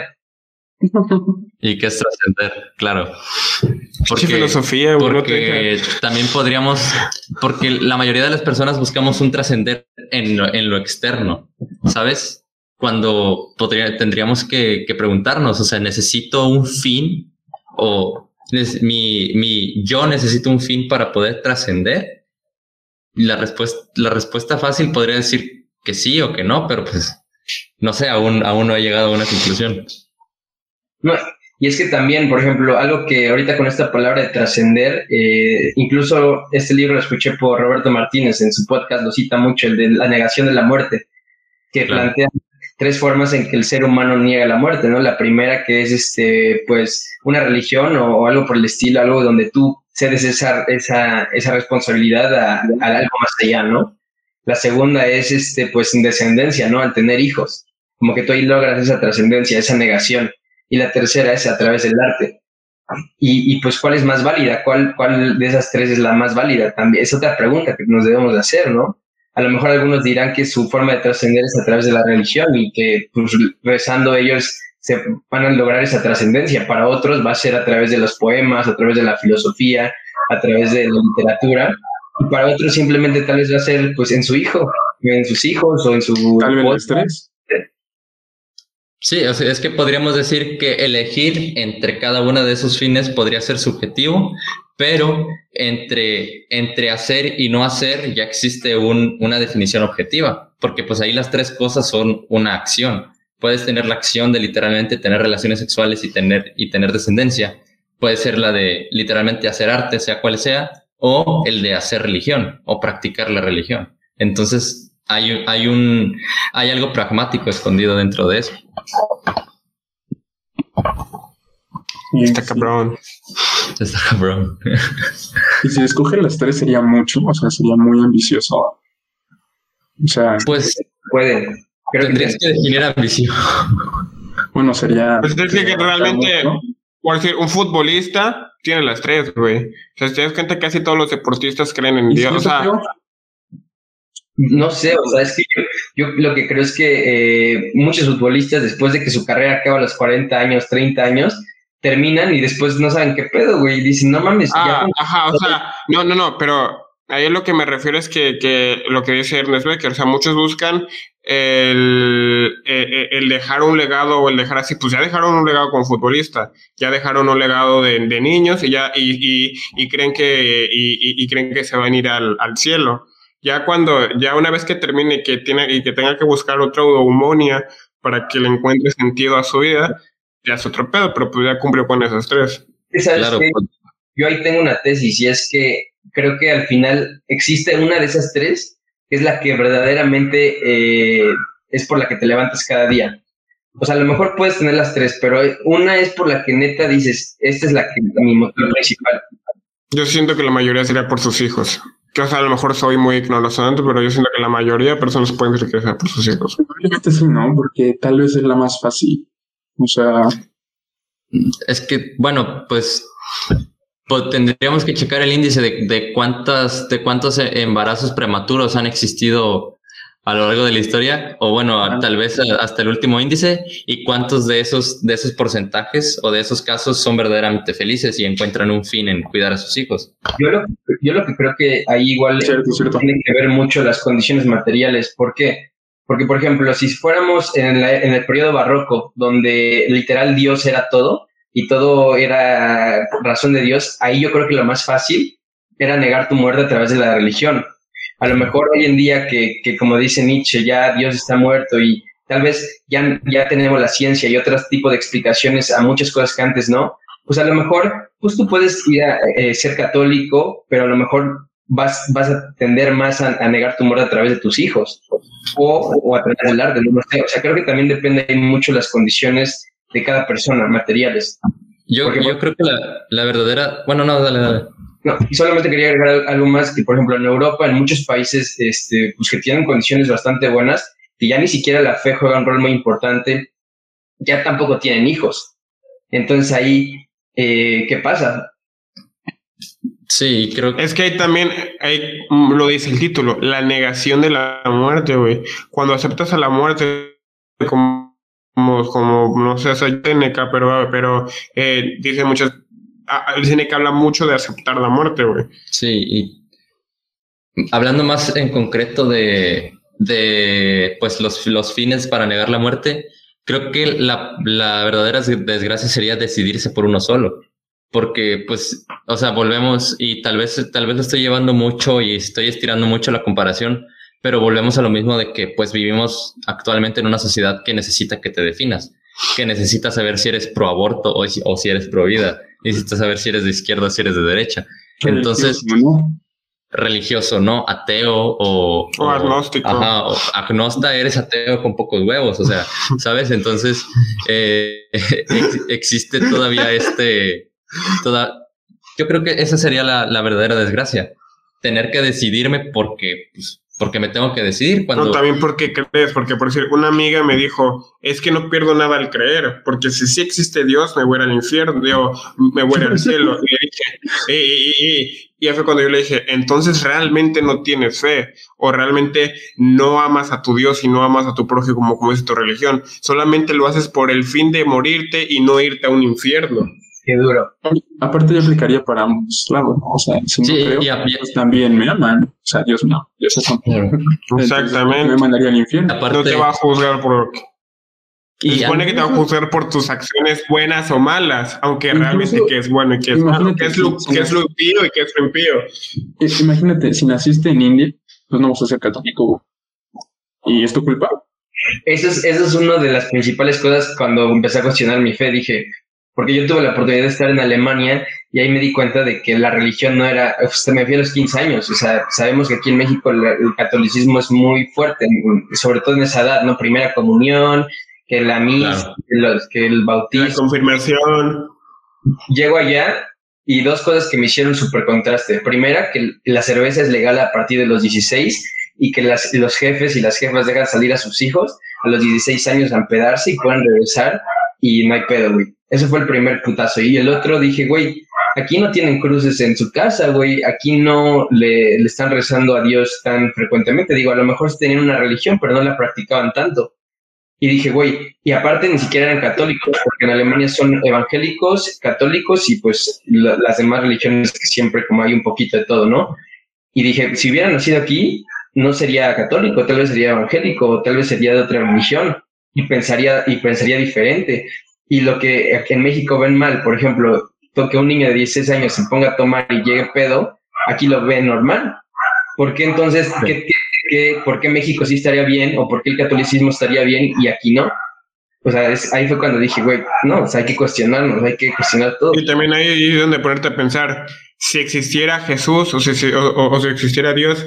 Y qué es trascender, claro. Porque, filosofía, güey, porque no te también podríamos, porque la mayoría de las personas buscamos un trascender en lo, en lo externo, ¿sabes? Cuando podría, tendríamos que, que preguntarnos, o sea, ¿necesito un fin? ¿O mi, mi yo necesito un fin para poder trascender? La respuesta, la respuesta fácil podría decir que sí o que no, pero pues, no sé, aún, aún no he llegado a una conclusión. No, y es que también, por ejemplo, algo que ahorita con esta palabra de trascender, eh, incluso este libro lo escuché por Roberto Martínez en su podcast, lo cita mucho, el de la negación de la muerte, que Claro. plantea tres formas en que el ser humano niega la muerte, ¿no? La primera que es, este, pues, una religión o, o algo por el estilo, algo donde tú cedes esa, esa, esa responsabilidad a, a algo más allá, ¿no? La segunda es, este, pues, sin descendencia, ¿no? Al tener hijos, como que tú ahí logras esa trascendencia, esa negación. Y la tercera es a través del arte. Y, y pues, ¿cuál es más válida? ¿Cuál, ¿Cuál de esas tres es la más válida? También es otra pregunta que nos debemos de hacer, ¿no? A lo mejor algunos dirán que su forma de trascender es a través de la religión y que pues, rezando ellos se van a lograr esa trascendencia. Para otros va a ser a través de los poemas, a través de la filosofía, a través de la literatura. Y para otros simplemente tal vez va a ser pues en su hijo, en sus hijos o en su... Tal vez los tres. Sí, o sea, es que podríamos decir que elegir entre cada uno de esos fines podría ser subjetivo, pero entre, entre hacer y no hacer ya existe un, una definición objetiva, porque pues ahí las tres cosas son una acción. Puedes tener la acción de literalmente tener relaciones sexuales y tener, y tener descendencia. Puede ser la de literalmente hacer arte, sea cual sea, o el de hacer religión o practicar la religión. Entonces hay, hay, un, hay algo pragmático escondido dentro de eso. Está cabrón. Está cabrón. Y si escogen las tres sería mucho, o sea, sería muy ambicioso. O sea, pues puede. Creo tendrías que, que definir ambición. Bueno, sería... Pues es que, que realmente, mucho. Por decir, un futbolista tiene las tres, güey. O sea, si te das cuenta, casi todos los deportistas creen en Dios. O sea, creo? No sé, o sea, es que yo, yo lo que creo es que eh, muchos futbolistas, después de que su carrera acaba a los cuarenta años, treinta años, terminan y después no saben qué pedo, güey. Y dicen, no mames. Ah, ya... ajá, o sea, no, no, no, pero ahí lo que me refiero es que, que lo que dice Ernest Becker, o sea, muchos buscan el, el, el dejar un legado o el dejar así, pues ya dejaron un legado como futbolista, ya dejaron un legado de, de niños y ya, y, y, y creen que, y, y creen que se van a ir al, al cielo. Ya cuando, ya una vez que termine que tiene, y que tenga que buscar otra eudemonia para que le encuentre sentido a su vida, ya es otro pedo, pero pues ya cumplió con esas tres. ¿Sabes claro. qué? Yo ahí tengo una tesis y es que creo que al final existe una de esas tres que es la que verdaderamente eh, es por la que te levantas cada día. O sea, a lo mejor puedes tener las tres, pero una es por la que neta dices, esta es la que mi motor principal. Yo siento que la mayoría sería por sus hijos. Que, o sea, a lo mejor soy muy ignorante, pero yo siento que la mayoría de personas pueden decir que sea por sus hijos. Probablemente sí, no, porque tal vez es la más fácil. O sea... Es que, bueno, pues pues tendríamos que checar el índice de, de cuántas, de cuántos embarazos prematuros han existido a lo largo de la historia, o bueno, ah. tal vez hasta el último índice, y cuántos de esos, de esos porcentajes o de esos casos son verdaderamente felices y encuentran un fin en cuidar a sus hijos. Yo lo, yo lo que creo que ahí igual cierto, cierto. tiene que ver mucho las condiciones materiales. ¿Por qué? Porque, por ejemplo, si fuéramos en, la, en el periodo barroco, donde literal Dios era todo, y todo era razón de Dios, ahí yo creo que lo más fácil era negar tu muerte a través de la religión. A lo mejor hoy en día que, que como dice Nietzsche, ya Dios está muerto y tal vez ya, ya tenemos la ciencia y otros tipos de explicaciones a muchas cosas que antes no, pues a lo mejor pues tú puedes ir a eh, ser católico, pero a lo mejor vas, vas a tender más a, a negar tu muerte a través de tus hijos o, o a través del arte, no sé. O sea, creo que también depende mucho de las condiciones de cada persona, materiales. Yo, Porque, yo creo que la, la verdadera... Bueno, no, dale, dale. No, y solamente quería agregar algo más, que por ejemplo en Europa, en muchos países este, pues que tienen condiciones bastante buenas, que ya ni siquiera la fe juega un rol muy importante, ya tampoco tienen hijos. Entonces ahí, eh, ¿qué pasa? Sí, creo que... Es que hay también, hay, lo dice el título, la negación de la muerte, güey. Cuando aceptas a la muerte como, como, como no sé, soy Seneca, pero, pero eh, dice muchas... El Seneca habla mucho de aceptar la muerte, güey. Sí, y hablando más en concreto de, de pues los, los fines para negar la muerte, creo que la, la verdadera desgracia sería decidirse por uno solo. Porque, pues, o sea, volvemos y tal vez, tal vez lo estoy llevando mucho y estoy estirando mucho la comparación, pero volvemos a lo mismo de que, pues, vivimos actualmente en una sociedad que necesita que te definas, que necesita saber si eres pro aborto o, o si eres pro vida. Necesitas saber si eres de izquierda o si eres de derecha. Entonces, ¿no? Religioso, ¿no? Ateo o... O agnóstico. Ajá, o agnosta, eres ateo con pocos huevos, o sea, ¿sabes? Entonces, eh, ex, existe todavía este... Toda, yo creo que esa sería la, la verdadera desgracia. Tener que decidirme porque... Pues, porque me tengo que decidir cuando... No, también porque crees, porque por decir, una amiga me dijo, es que no pierdo nada al creer, porque si sí existe Dios, me voy al infierno, yo me voy al cielo. Y le dije, y, y, y, y fue cuando yo le dije, entonces realmente no tienes fe, o realmente no amas a tu Dios y no amas a tu prójimo como, como es tu religión, solamente lo haces por el fin de morirte y no irte a un infierno. Qué duro. Aparte yo aplicaría para ambos lados, ¿no? O sea, si no sí, creo, y a, pues también me aman. O sea, Dios no, Dios es amor. Exactamente. Me mandaría al infierno. Aparte, no te va a juzgar por... Se supone que te va a juzgar por tus acciones buenas o malas, aunque incluso, realmente qué es bueno y qué es malo, qué es lo, qué es lo impío y qué es lo impío. Imagínate, si naciste en India, pues no vas a ser católico. ¿Y es tu culpa? Eso es, eso es una de las principales cosas cuando empecé a cuestionar mi fe. Dije... Porque yo tuve la oportunidad de estar en Alemania y ahí me di cuenta de que la religión no era... Usted me fui a los quince años, o sea, sabemos que aquí en México el, el catolicismo es muy fuerte, sobre todo en esa edad, ¿no? Primera comunión, que la misa, claro. que, los, que el bautismo... La confirmación. Llego allá y dos cosas que me hicieron súper contraste. Primera, que la cerveza es legal a partir de los dieciséis y que las, los jefes y las jefas dejan salir a sus hijos a los dieciséis años a empedarse y puedan regresar y no hay pedo, güey. Ese fue el primer putazo. Y el otro dije, güey, aquí no tienen cruces en su casa, güey. Aquí no le, le están rezando a Dios tan frecuentemente. Digo, a lo mejor sí tenían una religión, pero no la practicaban tanto. Y dije, güey, y aparte ni siquiera eran católicos, porque en Alemania son evangélicos, católicos y pues la, las demás religiones que siempre como hay un poquito de todo, ¿no? Y dije, si hubiera nacido aquí, no sería católico, tal vez sería evangélico, o tal vez sería de otra religión. Y pensaría, y pensaría diferente. Y lo que aquí en México ven mal, por ejemplo, que un niño de dieciséis años se ponga a tomar y llegue pedo, aquí lo ven normal. ¿Por qué entonces, sí. ¿qué, qué, qué, por qué México sí estaría bien o por qué el catolicismo estaría bien y aquí no? O sea, es, ahí fue cuando dije, güey, no, o sea, hay que cuestionarnos, hay que cuestionar todo. Y también ahí es donde ponerte a pensar, si existiera Jesús o si, o, o, o si existiera Dios,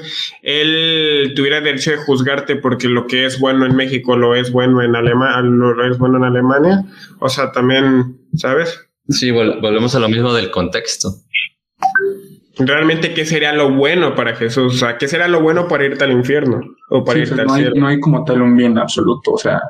él tuviera derecho de juzgarte porque lo que es bueno en México lo es bueno en Alemania, lo es bueno en Alemania. O sea, también, ¿sabes? Sí, vol- volvemos a lo mismo del contexto. Realmente, ¿qué sería lo bueno para Jesús? O sea, ¿qué será lo bueno para irte al infierno? O para sí, irte o sea, al no cielo. Hay, no hay como tal un bien absoluto, o sea...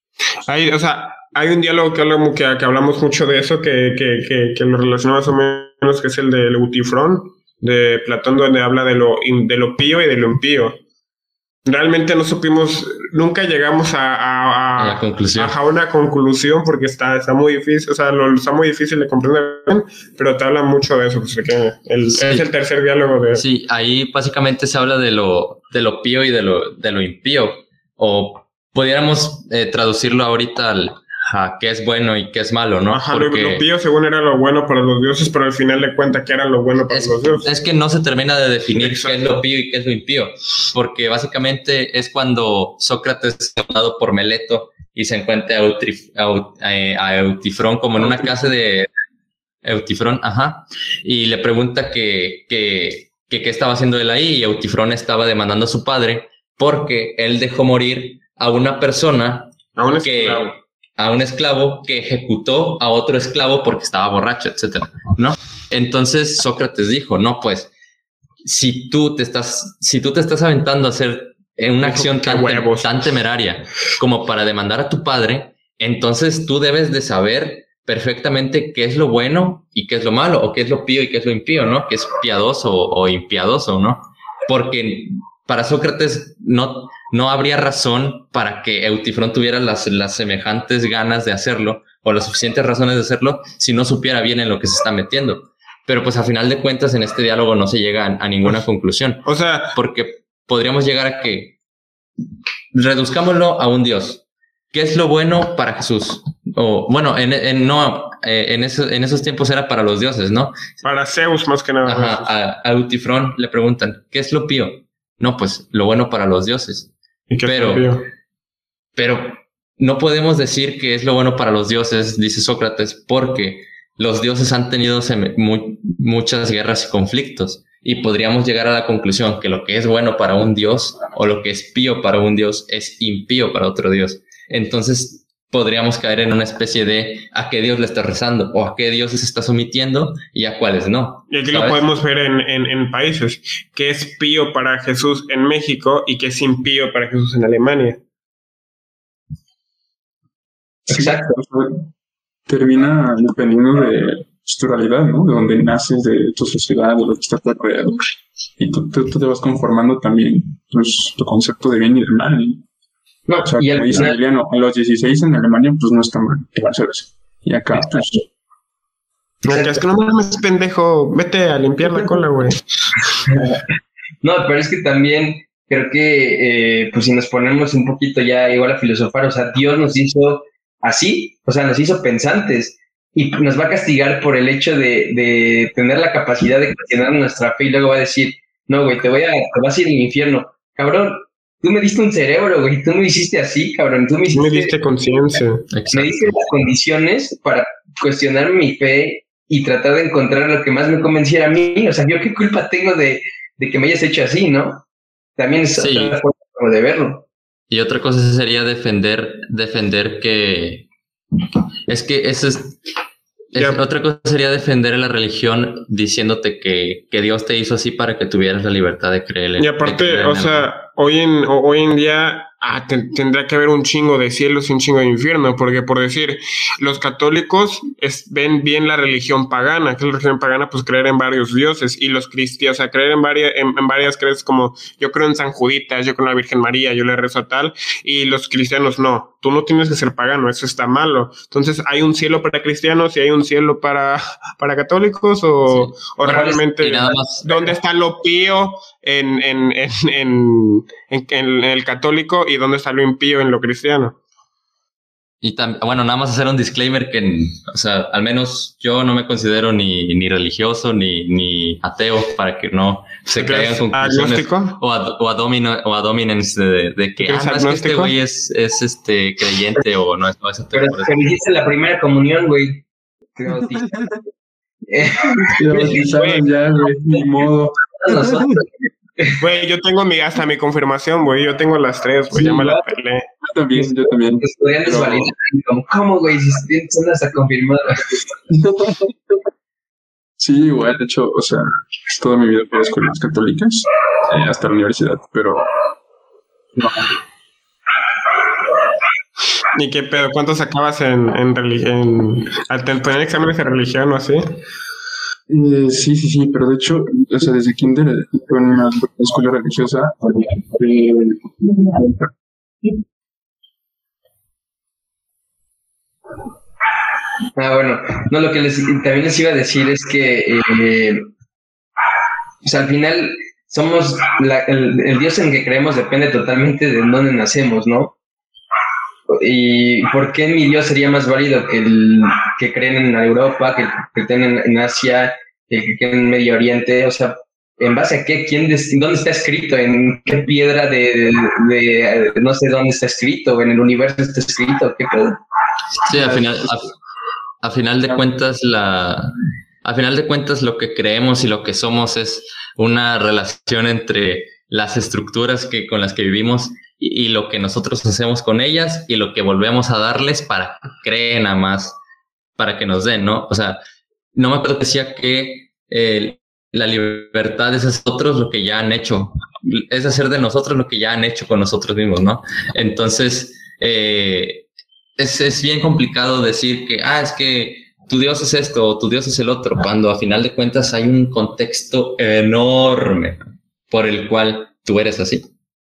Hay, o sea, hay un diálogo que hablamos, que, que hablamos mucho de eso, que, que, que, que lo relaciona más o menos menos, que es el del Eutifrón, de Platón, donde habla de lo, de lo pío y de lo impío. Realmente no supimos, nunca llegamos a, a, a, a, la conclusión. a una conclusión porque está, está muy difícil, o sea, lo, está muy difícil de comprender, pero te habla mucho de eso, pues, que el, sí. es el tercer diálogo de... Sí, ahí básicamente se habla de lo, de lo pío y de lo, de lo impío, o pudiéramos eh, traducirlo ahorita al... a qué es bueno y qué es malo, ¿no? Ajá, Porque lo pío según era lo bueno para los dioses, pero al final le cuenta que era lo bueno para es, los dioses. Es que no se termina de definir Exacto. qué es lo pío y qué es lo impío, porque básicamente es cuando Sócrates es llamado por Meleto y se encuentra a, Eutrif, a, a Eutifrón como en una casa de Eutifrón, ajá, y le pregunta que que, que qué estaba haciendo él ahí, y Eutifrón estaba demandando a su padre porque él dejó morir a una persona a un que... esclavo. a un esclavo que ejecutó a otro esclavo porque estaba borracho, etcétera, ¿no? Entonces Sócrates dijo, no, pues, si tú te estás, si tú te estás aventando a hacer una acción tan, tan temeraria como para demandar a tu padre, entonces tú debes de saber perfectamente qué es lo bueno y qué es lo malo, o qué es lo pío y qué es lo impío, ¿no? Qué es piadoso o impiadoso, ¿no? Porque para Sócrates no, no habría razón para que Eutifrón tuviera las, las semejantes ganas de hacerlo o las suficientes razones de hacerlo si no supiera bien en lo que se está metiendo. Pero pues a final de cuentas en este diálogo no se llega a, a ninguna conclusión. O sea, porque podríamos llegar a que reduzcámoslo a un Dios. ¿Qué es lo bueno para Jesús? O bueno, en, en no eh, en, eso, en esos tiempos era para los dioses, ¿no? Para Zeus más que nada. Ajá, a, a Eutifrón le preguntan, ¿qué es lo pío? No, pues lo bueno para los dioses. ¿Y qué pero, es lo pío? Pero no podemos decir que es lo bueno para los dioses, dice Sócrates, porque los dioses han tenido muy, muchas guerras y conflictos. Y podríamos llegar a la conclusión que lo que es bueno para un dios o lo que es pío para un dios es impío para otro dios. Entonces podríamos caer en una especie de a qué dios le está rezando o a qué dioses se está sometiendo y a cuáles no. Y aquí ¿sabes? Lo podemos ver en, en, en países. ¿Qué es pío para Jesús en México y qué es impío para Jesús en Alemania? Exacto. Termina dependiendo de tu realidad, ¿no? De donde naces, de tu sociedad, de lo que está a tu alrededor. Y tú, tú, tú te vas conformando también pues, tu concepto de bien y de mal. No, o sea, y como el dice final... Emiliano, a los dieciséis en Alemania, pues no está mal igual ser eso. Y acá, pues... Es que no mames, pendejo, vete a limpiar la cola, güey. No, pero es que también creo que, eh, pues si nos ponemos un poquito ya igual a filosofar, o sea, Dios nos hizo así, o sea, nos hizo pensantes. Y nos va a castigar por el hecho de, de tener la capacidad de cuestionar nuestra fe y luego va a decir, no, güey, te voy a, te vas a ir al infierno. Cabrón, tú me diste un cerebro, güey, tú me hiciste así, cabrón, tú me hiciste... Me diste conciencia. Me diste las condiciones para cuestionar mi fe y tratar de encontrar lo que más me convenciera a mí. O sea, yo qué culpa tengo de, de que me hayas hecho así, ¿no? También es sí. otra forma de verlo. Y otra cosa sería defender, defender que... Es que eso es, es yeah. Otra cosa sería defender a la religión diciéndote que, que Dios te hizo así para que tuvieras la libertad de creer en. Y aparte, o sea, hoy en, hoy en día ah, te, tendrá que haber un chingo de cielos y un chingo de infierno, porque por decir, los católicos es, ven bien la religión pagana, que es la religión pagana, pues creer en varios dioses, y los cristianos, o sea, creer en varias, en, en varias crees como, yo creo en San Juditas, yo creo en la Virgen María, yo le rezo a tal, y los cristianos no, tú no tienes que ser pagano, eso está malo. Entonces, ¿hay un cielo para cristianos y hay un cielo para, para católicos? ¿O, sí. o realmente, dónde está lo pío en, en, en, en, en, en el católico y dónde está lo impío en lo cristiano? Y tam- bueno, nada más hacer un disclaimer que, o sea, al menos yo no me considero ni, ni religioso ni, ni ateo, para que no se caigan conclusiones o a, o a domino o a dominance de, de que, ah, no, es que este güey es, es este creyente o no es, no es ateo. Pero te dijiste la primera comunión, güey. Lo bautizaron ya, güey, ni modo. Güey, yo tengo mi, hasta mi confirmación, güey. Yo tengo las tres, güey. Sí, ya me las peleé. Yo también, yo también. Estudiantes pero... validan. ¿Cómo, güey? Si son hasta confirmadas. Sí, igual, de hecho, o sea, toda mi vida fui a escuelas católicas, eh, hasta la universidad, pero no. ¿Y qué pedo? ¿Cuánto sacabas en, en religión? ¿Al tener exámenes de religión o así? Eh, sí, sí, sí, pero de hecho, o sea, desde kinder eh, fue en una escuela religiosa. eh, Ah, bueno, no, lo que les, también les iba a decir es que, eh, o sea, al final somos, la- el, el Dios en que creemos depende totalmente de dónde nacemos, ¿no? ¿Y por qué mi Dios sería más válido que el que creen en Europa, que el que creen en, en Asia, que el que creen en Medio Oriente? O sea, ¿en base a qué? ¿Quién des- ¿Dónde está escrito? ¿En qué piedra de, de, de- no sé dónde está escrito? ¿En el universo está escrito? ¿Qué pedo? Sí, al final, a, a final de cuentas, la, a final de cuentas, lo que creemos y lo que somos es una relación entre las estructuras que, con las que vivimos y, y lo que nosotros hacemos con ellas y lo que volvemos a darles para que creen a más, para que nos den, ¿no? O sea, no me acuerdo que decía que eh, la libertad es hacer otros lo que ya han hecho, es hacer de nosotros lo que ya han hecho con nosotros mismos, ¿no? Entonces, eh, es, es bien complicado decir que, ah, es que tu Dios es esto o tu Dios es el otro, cuando a final de cuentas hay un contexto enorme por el cual tú eres así.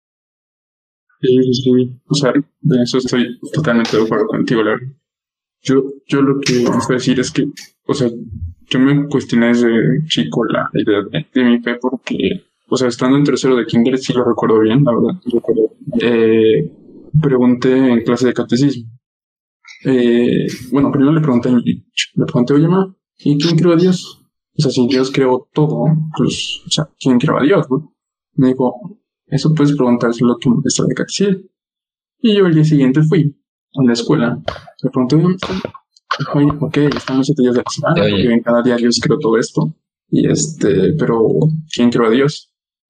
Sí, sí, sí. O sea, de eso estoy totalmente de acuerdo contigo, la verdad. Yo, yo lo que les voy a decir es que, o sea, yo me cuestioné desde chico la idea de, de mi fe porque, o sea, estando en tercero de kinder, sí lo recuerdo bien, la verdad, sí recuerdo. Eh, pregunté en clase de catecismo. Eh, bueno, primero le pregunté, a mi- le pregunté, oye, ma, ¿y quién creó a Dios? O sea, si Dios creó todo, pues, o sea, ¿quién creó a Dios, no? Me dijo, eso puedes preguntárselo a tu maestra de catecismo. Y yo el día siguiente fui a la escuela. Le pregunté, ¿dónde está? Oye, ok, están los siete días de la semana, Oye. porque en cada día Dios creó todo esto. Y este, pero ¿quién creó a Dios?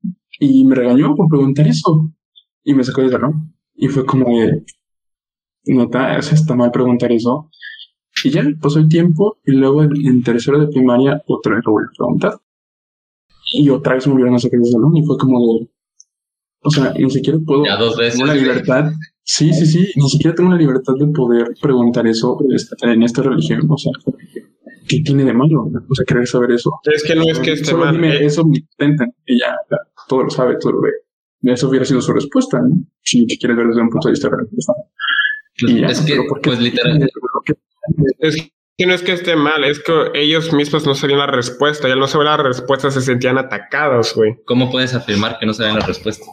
Y me regañó por preguntar eso. Y me sacó de salón. Y fue como de, neta, o sea, está mal preguntar eso. Y ya pasó el tiempo, y luego en, en tercero de primaria, otra vez lo volví a preguntar. Y otra vez me volvieron a sacar de salón. Y fue como de, o sea, ni siquiera puedo, Ya dos veces. tengo la libertad. Sí, sí, sí, ni siquiera tengo la libertad de poder preguntar eso este, en esta religión. O sea, ¿qué tiene de malo? O sea, querer saber eso. Es que no es que esté Solo mal. dime eh, eso, me intentan y ya, ya, todo lo sabe, todo lo ve. Eso hubiera sido su respuesta, ¿no? Si te quieres ver desde un punto de vista religioso. Y ya, Es que, pero ¿por qué? pues literal, Es que no es que esté mal, es que ellos mismos no sabían la respuesta. Y al no saber la respuesta se sentían atacados, güey. ¿cómo puedes afirmar que no saben la respuesta?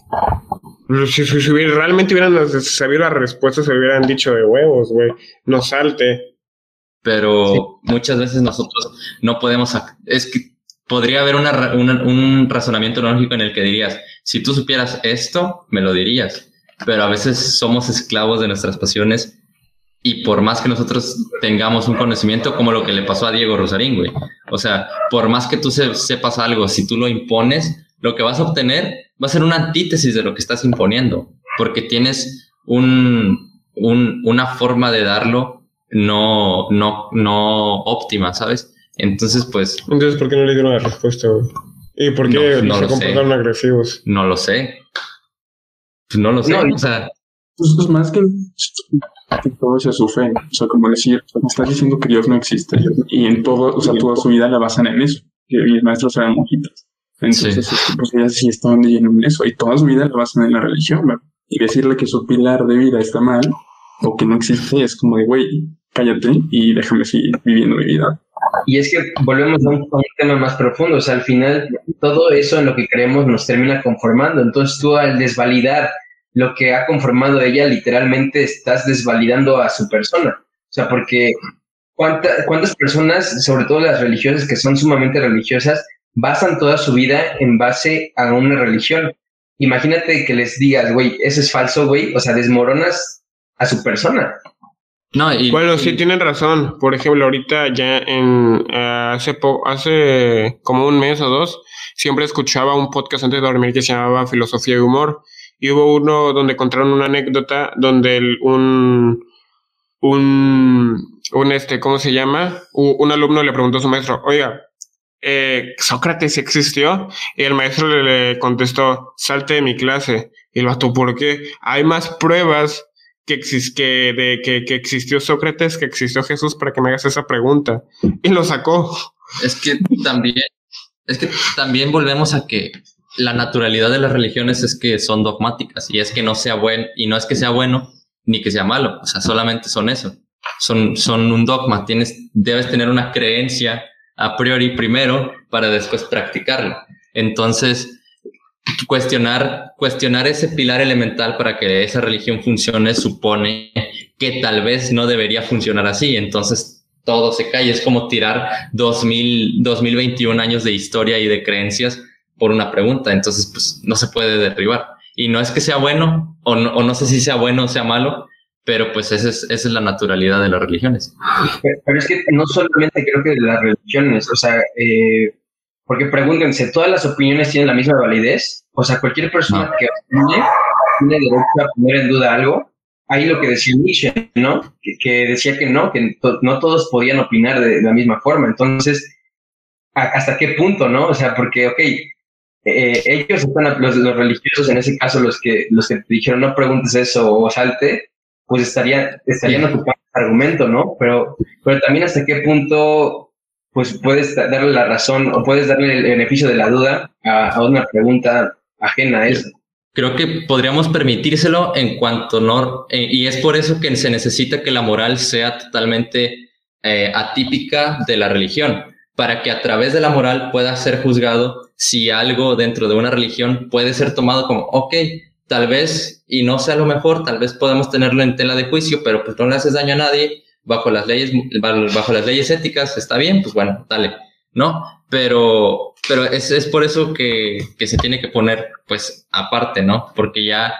Si, si, si hubiera- realmente hubieran sabido la respuesta, se hubieran dicho de huevos, güey. No salte. Pero Sí. muchas veces nosotros no podemos, ac- es que podría haber una, ra- una- un razonamiento lógico en el que dirías, si tú supieras esto, me lo dirías, pero a veces somos esclavos de nuestras pasiones y por más que nosotros tengamos un conocimiento, como lo que le pasó a Diego Rosarín, güey, o sea, por más que tú se- sepas algo, si tú lo impones, lo que vas a obtener va a ser una antítesis de lo que estás imponiendo, porque tienes un, un, una forma de darlo no, no, no óptima, ¿sabes? Entonces, pues, Entonces, ¿por qué no le dieron la respuesta, güey? ¿Y por qué No, no se lo sé. comportaron agresivos? no lo sé. Pues no lo sé. No, y- o sea, Pues, pues más que, que todo sea su fe, o sea, como decir, me estás diciendo que Dios no existe, y en todo, o sea, toda su vida la basan en eso, que mis maestros eran monjitas. Entonces, Sí. este, pues ellas sí estaban de lleno en eso, y toda su vida la basan en la religión, ¿verdad? Y decirle que su pilar de vida está mal, o que no existe, es como de, güey, cállate y déjame seguir viviendo mi vida. Y es que volvemos a un, a un tema más profundo, o sea, al final todo eso en lo que creemos nos termina conformando, entonces tú al desvalidar lo que ha conformado ella, literalmente estás desvalidando a su persona, o sea, porque ¿cuánta- ¿cuántas personas, sobre todo las religiosas que son sumamente religiosas, basan toda su vida en base a una religión? Imagínate que les digas, güey, eso es falso, güey, o sea, desmoronas a su persona. no, y, Bueno, sí y- tienen razón. Por ejemplo, ahorita ya en eh, hace po- hace como un mes o dos, siempre escuchaba un podcast antes de dormir que se llamaba Filosofía y Humor. Y hubo uno donde contaron una anécdota donde el- un un un este, ¿cómo se llama? U- un alumno le preguntó a su maestro, oiga, eh, ¿Sócrates existió? Y el maestro le, le contestó, salte de mi clase. Y el vato, ¿por qué? Hay más pruebas que, exis- que, de, que, que existió Sócrates, que existió Jesús para que me hagas esa pregunta. Y lo sacó. Es que también, es que también volvemos a que la naturalidad de las religiones es que son dogmáticas y es que no sea bueno, y no es que sea bueno ni que sea malo, o sea, solamente son eso, son, son un dogma, tienes, debes tener una creencia a priori primero para después practicarla. Entonces, cuestionar, cuestionar ese pilar elemental para que esa religión funcione supone que tal vez no debería funcionar así, entonces todo se cae, es como tirar dos mil, dos mil veintiún años de historia y de creencias por una pregunta, entonces pues no se puede derribar. Y no es que sea bueno, o no, o no sé si sea bueno o sea malo, pero pues esa es, esa es la naturalidad de las religiones. Pero, pero es que no solamente creo que de las religiones, o sea, eh, porque pregúntense, ¿todas las opiniones tienen la misma validez? O sea, cualquier persona No. que opine tiene derecho a poner en duda algo. Ahí lo que decía Nietzsche, ¿no? Que, que decía que no, que to- no todos podían opinar de la misma forma. Entonces, ¿a- ¿hasta qué punto, no? O sea, porque, ok, eh, ellos están, los, los religiosos en ese caso, los que, los que te dijeron no preguntes eso o salte, pues estarían, estarían Sí. ocupando el argumento, ¿no? Pero, pero también hasta qué punto, pues puedes da- darle la razón o puedes darle el beneficio de la duda a, a una pregunta ajena a eso. Creo que podríamos permitírselo en cuanto no, eh, y es por eso que se necesita que la moral sea totalmente eh, atípica de la religión, para que a través de la moral pueda ser juzgado si algo dentro de una religión puede ser tomado como, ok, tal vez, y no sea lo mejor, tal vez podemos tenerlo en tela de juicio, pero pues no le haces daño a nadie, bajo las leyes, bajo las leyes éticas, está bien, pues bueno, dale, ¿no? Pero, pero es, es por eso que, que se tiene que poner, pues, aparte, ¿no? Porque ya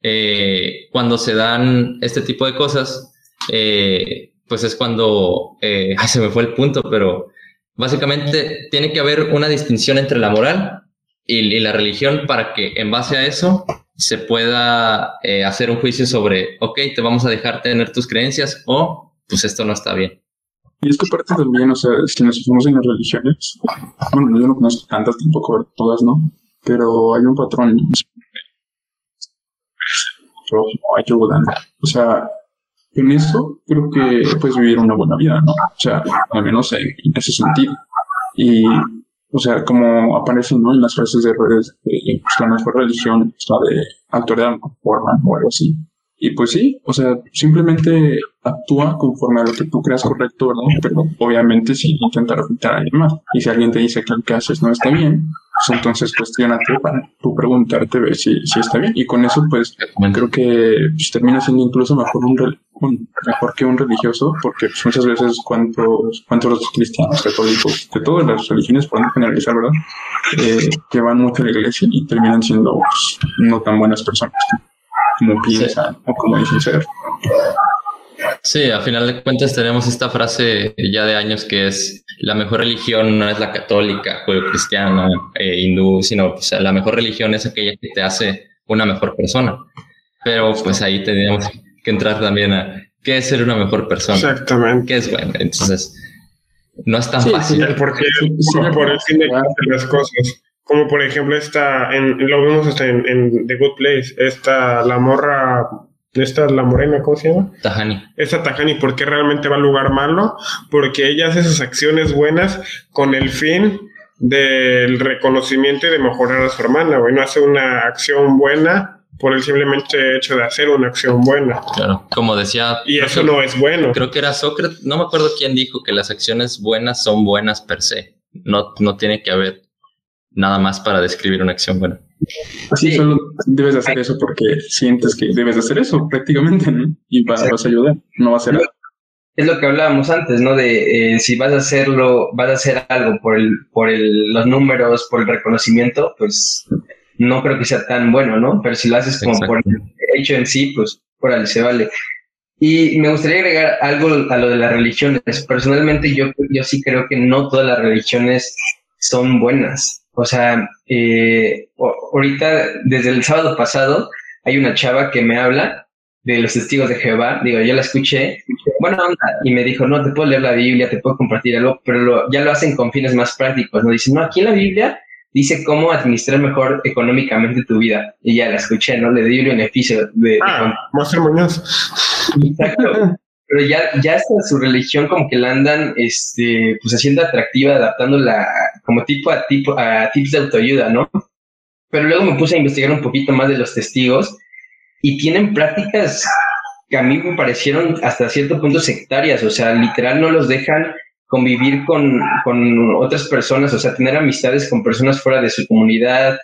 eh, cuando se dan este tipo de cosas, eh, pues es cuando, eh, ay, se me fue el punto, pero básicamente tiene que haber una distinción entre la moral y, y la religión para que en base a eso se pueda eh, hacer un juicio sobre, ok, te vamos a dejar tener tus creencias o pues esto no está bien. Y es que aparte también, o sea, si nos fijamos en las religiones, bueno, yo no conozco tantas tampoco, todas, ¿no? Pero hay un patrón, ayudan. O sea, en eso creo que puedes vivir una buena vida, ¿no? O sea, al menos en ese sentido. Y, o sea, como aparecen, ¿no? En las frases de redes, eh, pues la mejor religión es la de autoridad no forma o algo así. Y pues sí, o sea, simplemente actúa conforme a lo que tú creas correcto, ¿verdad? Pero obviamente sin intentar afectar a alguien más. Y si alguien te dice que lo que haces no está bien, pues entonces cuestionate para tú preguntarte ver si, si está bien. Y con eso, pues, creo que pues, termina siendo incluso mejor un, re- un mejor que un religioso, porque pues, muchas veces cuantos, cuantos los cristianos, católicos, de todas las religiones, podemos generalizar, ¿verdad? Eh, que van mucho a la iglesia y terminan siendo pues, no tan buenas personas como piensan sí. o como dicen ser. Sí, a final de cuentas tenemos esta frase ya de años que es la mejor religión no es la católica, judeocristiana, eh, hindú, sino o sea, la mejor religión es aquella que te hace una mejor persona. Pero pues ahí tenemos que entrar también a qué es ser una mejor persona. Exactamente. ¿Qué es bueno? Entonces, no es tan sí, fácil. Sí, porque sí, sí, por el fin de las cosas. Como por ejemplo esta, en, lo vemos hasta en, en The Good Place, esta, la morra, esta, la morena, ¿cómo se llama? Tahani. Esta Tahani, ¿por qué realmente va al lugar malo? Porque ella hace sus acciones buenas con el fin del reconocimiento y de mejorar a su hermana, güey. No hace una acción buena por el simplemente hecho de hacer una acción buena. Claro, como decía... Y eso que, no es bueno. Creo que era Sócrates, no me acuerdo quién dijo que las acciones buenas son buenas per se. No, no tiene que haber nada más para describir una acción buena. Así sí. Solo debes de hacer eso porque sientes que debes de hacer eso prácticamente, ¿no? Y vas, vas a ayudar, no va a ser es algo. Es lo que hablábamos antes, ¿no? De eh, si vas a hacerlo, vas a hacer algo por el, por el, los números, por el reconocimiento, pues no creo que sea tan bueno, ¿no? Pero si lo haces como Exacto. por el hecho en sí, pues órale, se vale. Y me gustaría agregar algo a lo de las religiones. Personalmente yo, yo sí creo que no todas las religiones son buenas. O sea, eh, ahorita, desde el sábado pasado, hay una chava que me habla de los testigos de Jehová. Digo, yo la escuché, bueno, y me dijo, no, te puedo leer la Biblia, te puedo compartir algo, pero lo, ya lo hacen con fines más prácticos, ¿no? Dicen, no, aquí en la Biblia dice cómo administrar mejor económicamente tu vida. Y ya la escuché, ¿no? Le di el beneficio de... Ah, Monster Muñoz. Exacto. Pero ya, ya hasta su religión como que la andan este, pues haciendo atractiva, adaptándola como tipo a, tipo a tips de autoayuda, ¿no? Pero luego me puse a investigar un poquito más de los testigos y tienen prácticas que a mí me parecieron hasta cierto punto sectarias, o sea, literal no los dejan convivir con, con otras personas, o sea, tener amistades con personas fuera de su comunidad.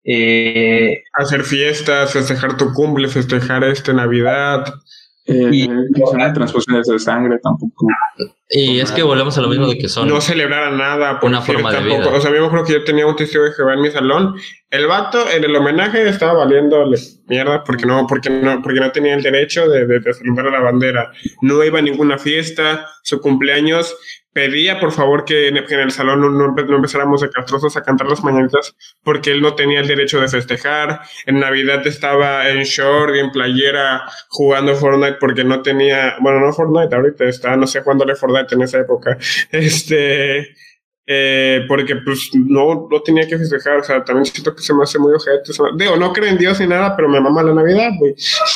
Eh, Hacer fiestas, festejar tu cumple, festejar este Navidad. Eh, y no, transfusiones de sangre tampoco. Y es que volvemos a lo mismo de que son... No celebrar nada. Por una forma de vida. O sea, a mí me acuerdo que yo tenía un testigo de Jehová en mi salón. El vato en el homenaje estaba valiéndole mierda porque no, porque no, porque no tenía el derecho de, de, de celebrar la bandera. No iba a ninguna fiesta, su cumpleaños... Pedía, por favor, que en, que en el salón no, no, no empezáramos de castrosos a cantar las mañanitas porque él no tenía el derecho de festejar. En Navidad estaba en short y en playera jugando Fortnite porque no tenía... Bueno, no Fortnite, ahorita está, no sé, jugándole Fortnite en esa época. Este... Eh, porque pues no, no tenía que festejar. O sea, también siento que se me hace muy ojete. Digo, no creo en Dios ni nada, pero me mama la Navidad, güey.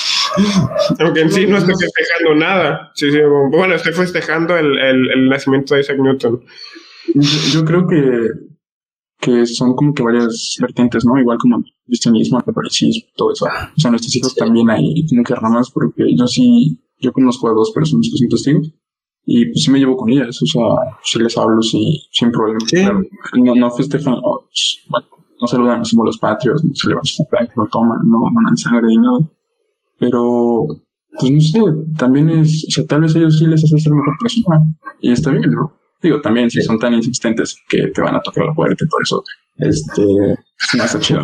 Aunque en sí no estoy festejando nada. Sí, sí, bueno, estoy festejando el, el, el nacimiento de Isaac Newton. Yo, yo creo que, que son como que varias vertientes, ¿no? Igual como el cristianismo, el catolicismo, todo eso. O sea, nuestros hijos sí. También hay como que ramas, porque yo sí, yo conozco a dos personas que son testigos y pues sí me llevo con ellas. O sea, sí les hablo sí, sin problema. Sí. Claro, no, no festejan, no, bueno, no saludan los símbolos patrios, no celebran su cumpleaños, no toman, no donan sangre ni nada. Pero, pues no sé, también es, o sea, tal vez ellos sí les hace ser mejor persona. Y está bien, ¿no? Digo, también si son tan insistentes que te van a tocar la puerta y todo eso, este, no está chido.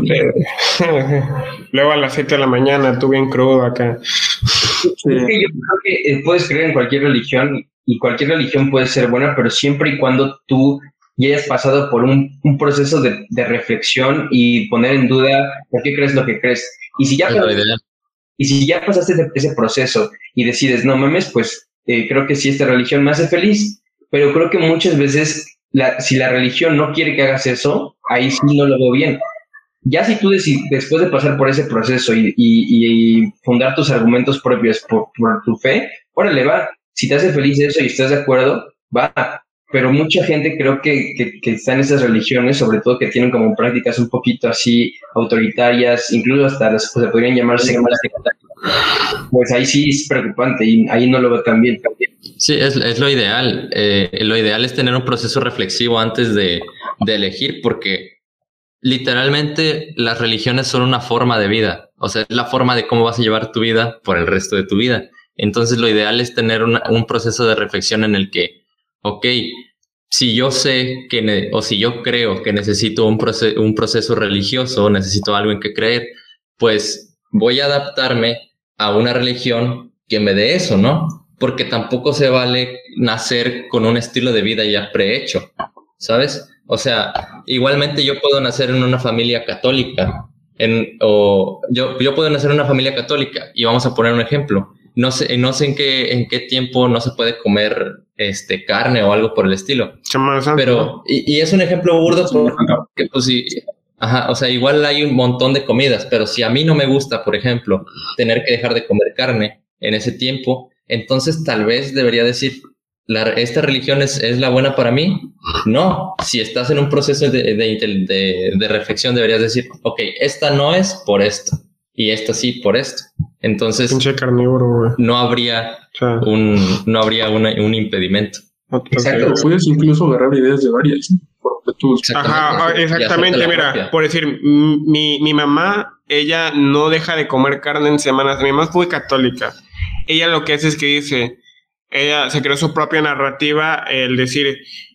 Luego a las siete de la mañana, tú bien crudo acá. Sí. Es que yo creo que eh, puedes creer en cualquier religión y cualquier religión puede ser buena, pero siempre y cuando tú ya hayas pasado por un, un proceso de, de reflexión y poner en duda por qué crees lo que crees. Y si ya Y si ya pasaste ese, ese proceso y decides, no mames, pues eh, creo que sí, esta religión me hace feliz, pero creo que muchas veces, la, si la religión no quiere que hagas eso, ahí sí no lo veo bien. Ya si tú decides, después de pasar por ese proceso y, y, y fundar tus argumentos propios por, por tu fe, órale, va. Si te hace feliz eso y estás de acuerdo, va. Pero mucha gente creo que, que, que está en esas religiones, sobre todo que tienen como prácticas un poquito así autoritarias, incluso hasta las pues, se podrían llamar sectas, pues ahí sí es preocupante y ahí no lo veo tan bien. Sí, es, es lo ideal. Eh, lo ideal es tener un proceso reflexivo antes de, de elegir, porque literalmente las religiones son una forma de vida. O sea, es la forma de cómo vas a llevar tu vida por el resto de tu vida. Entonces lo ideal es tener una, un proceso de reflexión en el que ok, si yo sé que ne- o si yo creo que necesito un, proce- un proceso religioso, necesito algo en que creer, pues voy a adaptarme a una religión que me dé eso, ¿no? Porque tampoco se vale nacer con un estilo de vida ya prehecho, ¿sabes? O sea, igualmente yo puedo nacer en una familia católica, en, o yo, yo puedo nacer en una familia católica, y vamos a poner un ejemplo. No sé, no sé en qué, en qué tiempo no se puede comer este carne o algo por el estilo. Pero, y, y es un ejemplo burdo porque, pues sí, ajá, o sea, igual hay un montón de comidas, pero si a mí no me gusta, por ejemplo, tener que dejar de comer carne en ese tiempo, entonces tal vez debería decir, ¿la, ¿esta religión es, es la buena para mí? No, si estás en un proceso de, de, de, de reflexión deberías decir, ok, esta no es por esto, y esta sí por esto. Entonces, pinche carnívoro, güey. No habría o sea, un, no habría una, un impedimento. Exacto. Puedes incluso agarrar ideas de varias. Porque tú, Ajá, exactamente. Mira, propia. Por decir, mi, mi mamá, ella no deja de comer carne en semanas. Mi mamá es muy católica. Ella lo que hace es que dice, ella se creó su propia narrativa, el decir,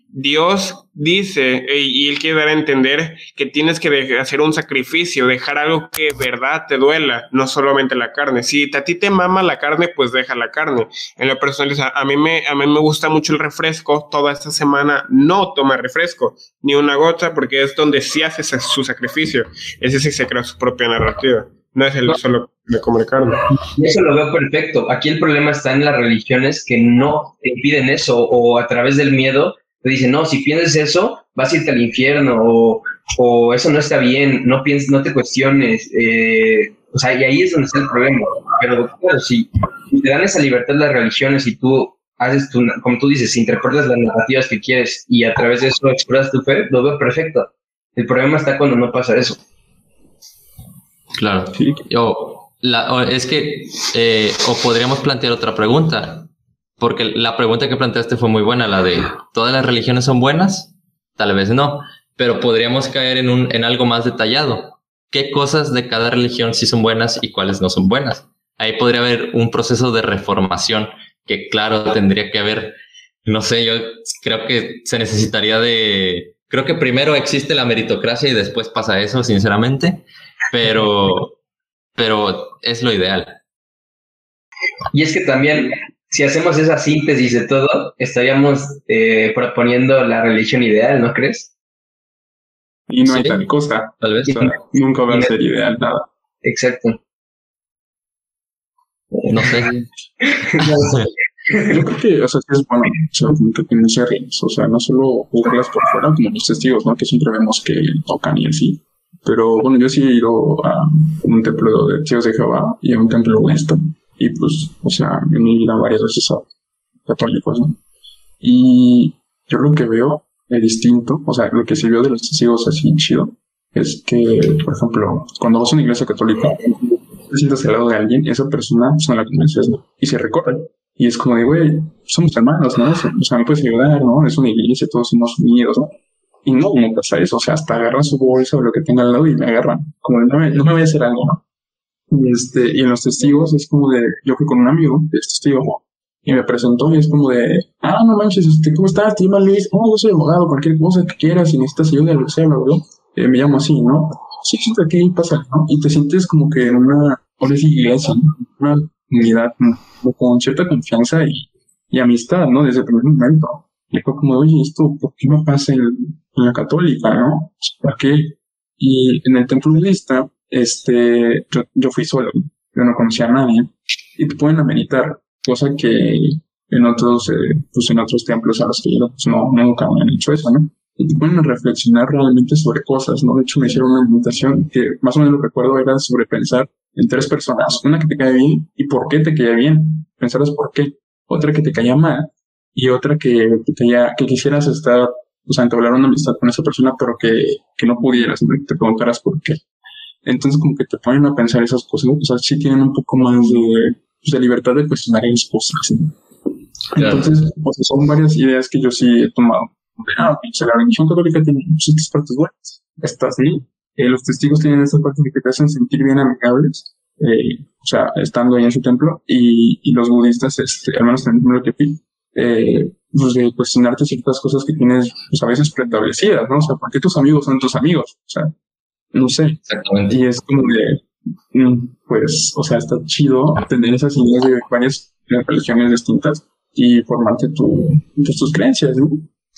Dios dice, y él quiere dar a entender que tienes que hacer un sacrificio, dejar algo que de verdad te duela, no solamente la carne. Si a ti te mama la carne, pues deja la carne. En lo personal, a mí me, a mí me gusta mucho el refresco. Toda esta semana no toma refresco, ni una gota, porque es donde sí hace su sacrificio. Ese sí se crea su propia narrativa. No es el solo de comer carne. Eso lo veo perfecto. Aquí el problema está en las religiones que no te impiden eso, o a través del miedo te dicen, no, si piensas eso, vas a irte al infierno, o o eso no está bien, no pienses, no te cuestiones, eh, o sea, y ahí es donde está el problema. Pero claro, si, si te dan esa libertad las religiones y tú haces tu, como tú dices, interpretas las narrativas que quieres y a través de eso expresas tu fe, lo veo perfecto. El problema está cuando no pasa eso. Claro. Sí. O, la, o es que, eh, o podríamos plantear otra pregunta, porque la pregunta que planteaste fue muy buena, la de ¿todas las religiones son buenas? Tal vez no, pero podríamos caer en, un, en algo más detallado. ¿Qué cosas de cada religión sí son buenas y cuáles no son buenas? Ahí podría haber un proceso de reformación que, claro, tendría que haber, no sé, yo creo que se necesitaría de... Creo que primero existe la meritocracia y después pasa eso, sinceramente, pero, pero es lo ideal. Y es que también, si hacemos esa síntesis de todo, estaríamos eh, proponiendo la religión ideal, ¿no crees? Y no hay Sí, tal cosa. Tal vez. O sea, nunca va a ser ideal nada. Exacto. No sé. Yo creo que, o sea, sí es bueno, o sea, que tienen reglas, o sea, no solo juzgarlas por fuera, como los testigos, ¿no? Que siempre vemos que tocan y así. Pero bueno, yo sí he ido a un templo de Testigos de Jehová y a un templo budista. Y pues, o sea, en mi vida varias veces a católicos, ¿no? Y yo lo que veo es distinto, o sea, lo que sí veo de los testigos así chido, es que, por ejemplo, cuando vas a una iglesia católica, te sientas al lado de alguien, esa persona pues, no la conoces, ¿no? Y se recorre. Y es como de, güey, somos hermanos, ¿no? O sea, me puedes ayudar, ¿no? Es una iglesia, todos somos unidos, ¿no? Y no, no pasa eso. O sea, hasta agarran su bolsa o lo que tenga al lado y me agarran. Como de, no me, no me voy a hacer algo, ¿no? Y, este, y en los testigos es como de, yo fui con un amigo, es testigo, y me presentó y es como de, ah, no manches, este, ¿cómo estás? Te llamas Luis. Oh, yo soy abogado, cualquier cosa que quieras, si necesitas ayuda, lo que sea, bla, bla, eh, me llamo así, ¿no? Sí, siento aquí pasa, ¿no? Y te sientes como que en una, ahora sí, iglesia, ¿no? Una unidad, ¿no? Con cierta confianza y, y amistad, ¿no? Desde el primer momento. Y fue como, oye, ¿esto por qué me pasa en, en la católica, no? ¿Por qué? Y en el templo budista, este, yo, yo fui solo, yo no conocía a nadie, y te pueden amenitar, cosa que en otros, eh, pues en otros templos a los que yo, pues no, nunca me han hecho eso, ¿no? Y te ponen a reflexionar realmente sobre cosas, ¿no? De hecho, me hicieron una meditación que más o menos lo recuerdo era sobre pensar en tres personas, una que te cae bien y por qué te cae bien, pensarás por qué, otra que te caía mal y otra que, que, te, que quisieras estar, o sea, entablar una amistad con esa persona, pero que, que no pudieras, ¿no? Te preguntaras por qué. Entonces, como que te ponen a pensar esas cosas, ¿no? O sea, sí tienen un poco más de, pues, de libertad de cuestionar esas cosas, ¿no? Claro. Entonces, pues, son varias ideas que yo sí he tomado. Ah, o sea, la religión católica tiene muchas partes buenas. Estas sí. Eh, los testigos tienen esta parte que te hacen sentir bien amigables, eh, o sea, estando ahí en su templo, y, y los budistas, este, al menos en el número que vi, eh, pues de cuestionarte ciertas cosas que tienes, pues a veces preestablecidas, ¿no? O sea, ¿por qué tus amigos son tus amigos? O sea, no sé. Exactamente. Y es como de, pues, o sea, está chido tener esas ideas de varias religiones distintas y formarte tu, pues, tus creencias, ¿no?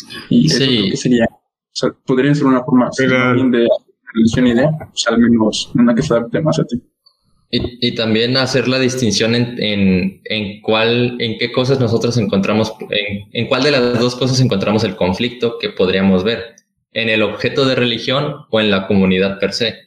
Y sí. Eso creo que sería, o sea, podría ser una forma bien de religión idea, pues al menos una que se adapte más a ti. Y, y también hacer la distinción en, en, en cuál, en qué cosas nosotros encontramos, en, en cuál de las dos cosas encontramos el conflicto que podríamos ver, en el objeto de religión o en la comunidad per se,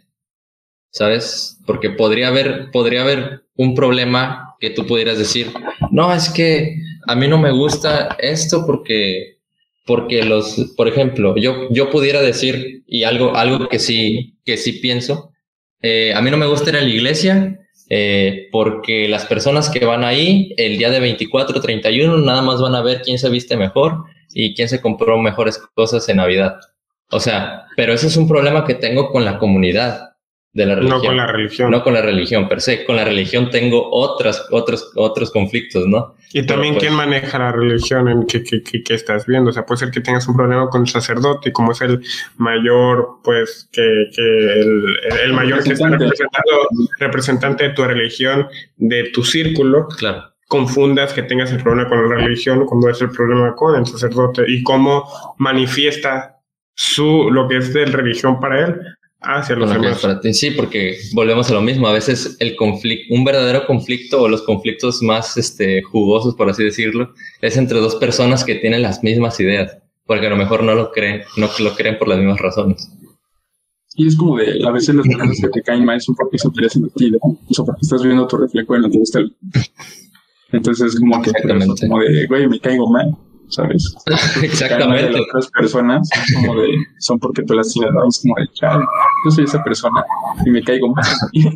¿sabes? Porque podría haber, podría haber un problema que tú pudieras decir, no, es que a mí no me gusta esto porque... Porque los, por ejemplo, yo, yo pudiera decir, y algo, algo que sí, que sí pienso, eh, a mí no me gusta ir a la iglesia, eh, porque las personas que van ahí, el día de veinticuatro, treinta y uno, nada más van a ver quién se viste mejor y quién se compró mejores cosas en Navidad. O sea, pero ese es un problema que tengo con la comunidad de la religión. No con la religión. No con la religión per se. Con la religión tengo otras, otros, otros conflictos, ¿no? Y también, pues, ¿quién maneja la religión en que, que, que, que estás viendo? O sea, puede ser que tengas un problema con el sacerdote, como es el mayor, pues, que, que el, el mayor que está representando, representante de tu religión, de tu círculo. Claro. Confundas que tengas el problema con la religión cuando es el problema con el sacerdote y cómo manifiesta su, lo que es de religión para él hacia los demás. Para ti. Sí, porque volvemos a lo mismo. A veces el conflicto, un verdadero conflicto o los conflictos más este, jugosos, por así decirlo, es entre dos personas que tienen las mismas ideas, porque a lo mejor no lo creen, no lo creen por las mismas razones. Y es como de, a veces las personas que te caen mal son porque se parecen a ti, ¿no? O sea, porque estás viendo tu reflejo y no te gusta el... Entonces es como que eso, como de, güey, me caigo mal, ¿sabes? Exactamente. De las otras personas es como de, son porque tú las tienes, ¿no? Es como de, chale, yo soy esa persona y me caigo mal.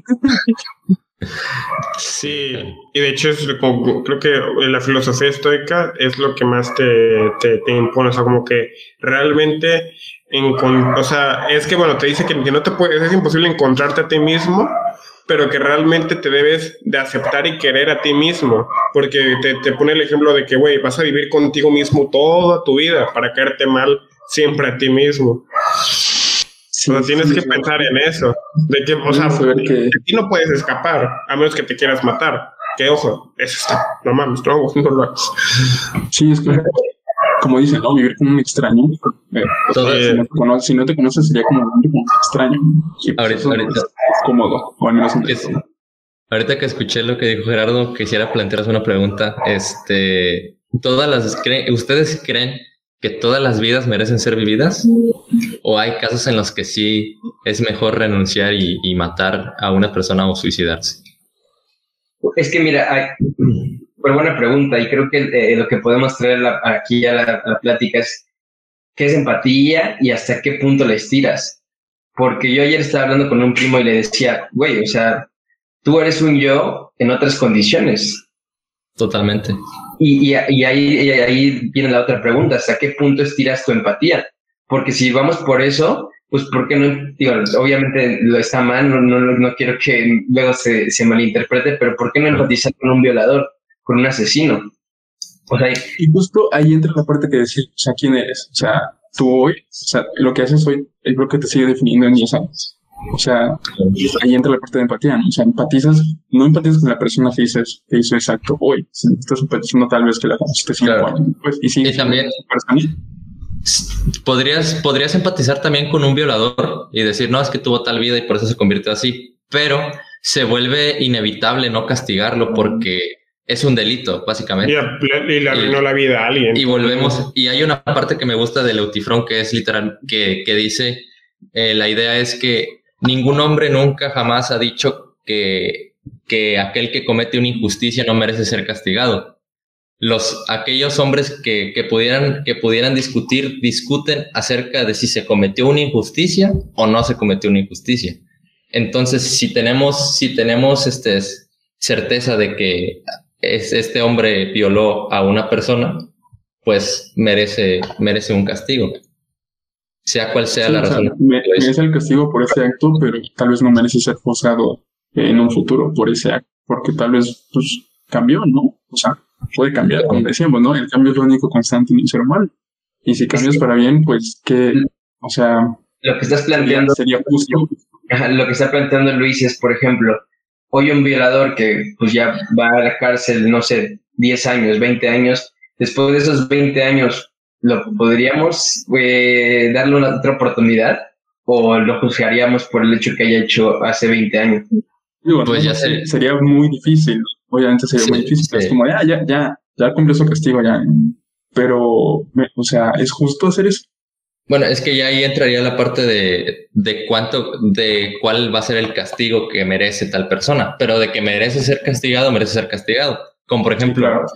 Sí, y de hecho es como, creo que la filosofía estoica es lo que más te, te, te impone, o sea, como que realmente, en, o sea, es que bueno, te dice que, que no te puedes, es imposible encontrarte a ti mismo, pero que realmente te debes de aceptar y querer a ti mismo, porque te, te pone el ejemplo de que, güey, vas a vivir contigo mismo toda tu vida para caerte mal siempre a ti mismo. Sí, o sea, tienes sí, que sí, pensar sí. en eso, de que, o sea, que... de ti no puedes escapar, a menos que te quieras matar, que ojo, eso está, no mames, no, no lo hagas. Sí, es que, como dicen, ¿no? Vivir como un extraño. Eh, Todo si, no te conoces, si no te conoces, sería como un extraño. Y pues ahorita, eso ahorita. No es cómodo, o al menos un es, ahorita que escuché lo que dijo Gerardo, quisiera plantearos una pregunta. Este, ¿todas las creen, ustedes creen que todas las vidas merecen ser vividas? ¿O hay casos en los que sí es mejor renunciar y, y matar a una persona o suicidarse? Es que mira, hay, pues buena pregunta, y creo que eh, lo que podemos traer la, aquí a la, a la plática es qué es empatía y hasta qué punto la estiras. Porque yo ayer estaba hablando con un primo y le decía, güey, o sea, tú eres un yo en otras condiciones. Totalmente. Y, y, y, ahí, y ahí viene la otra pregunta, ¿hasta qué punto estiras tu empatía? Porque si vamos por eso, pues ¿por qué no? Digo, obviamente lo está mal, no, no, no quiero que luego se, se malinterprete, pero ¿por qué no empatizar con un violador, con un asesino? O sea, y justo ahí entra la parte que decir, o sea, ¿quién eres? O sea, tú hoy, o sea, lo que haces hoy es lo que te sigue definiendo en diez años. O sea, ahí entra la parte de empatía, ¿no? O sea, empatizas, no empatizas con la persona que dices, que hizo exacto hoy. Estás empatizando tal vez que la conociste cinco claro. años después. Y, sí, y también podrías, podrías empatizar también con un violador y decir, no, es que tuvo tal vida y por eso se convirtió así. Pero se vuelve inevitable no castigarlo porque es un delito, básicamente. Y le arruinó la vida a alguien. Y volvemos, y hay una parte que me gusta de Leutifrón que es literal, que, que dice, eh, la idea es que ningún hombre nunca jamás ha dicho que, que aquel que comete una injusticia no merece ser castigado. Los, aquellos hombres que, que, pudieran, que pudieran discutir, discuten acerca de si se cometió una injusticia o no se cometió una injusticia. Entonces, si tenemos, si tenemos este, certeza de que es, este hombre violó a una persona, pues merece, merece un castigo. Sea cual sea sí, la razón. O sea, me, merece el castigo por ese acto, pero tal vez no merece ser juzgado en un futuro por ese acto, porque tal vez pues, cambió, ¿no? O sea, puede cambiar, como decíamos, ¿no? El cambio es lo único constante en un ser humano. Y si cambias sí. para bien, pues que, o sea, lo que estás planteando sería, sería justo. Ajá, lo que está planteando Luis es, por ejemplo, hoy un violador que pues ya va a la cárcel, no sé, diez años, veinte años, después de esos veinte años, ¿lo podríamos eh, darle una otra oportunidad o lo juzgaríamos por el hecho que haya hecho hace veinte años? Digo, pues ya sé. Sería muy difícil, obviamente sería sí, muy difícil, sí. Es como, ya, ya, ya, ya cumplió su castigo, ya, pero, o sea, ¿es justo hacer eso? Bueno, es que ya ahí entraría la parte de, de cuánto, de cuál va a ser el castigo que merece tal persona, pero de que merece ser castigado, merece ser castigado. Como por ejemplo, sí, claro.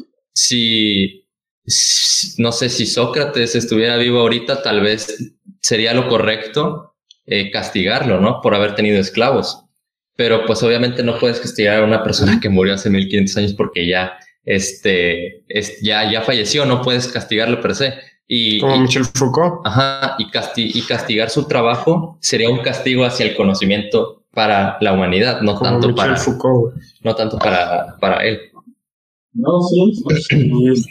si, si, no sé, si Sócrates estuviera vivo ahorita, tal vez sería lo correcto eh, castigarlo, ¿no? Por haber tenido esclavos. Pero pues obviamente no puedes castigar a una persona que murió hace mil quinientos años porque ya, este, es, ya, ya falleció, no puedes castigarlo per se. Y, como y, Michel Foucault. Ajá, y, casti y castigar su trabajo sería un castigo hacia el conocimiento para la humanidad, no como tanto Michel para Foucault. no tanto para, para él. No, sí, sí.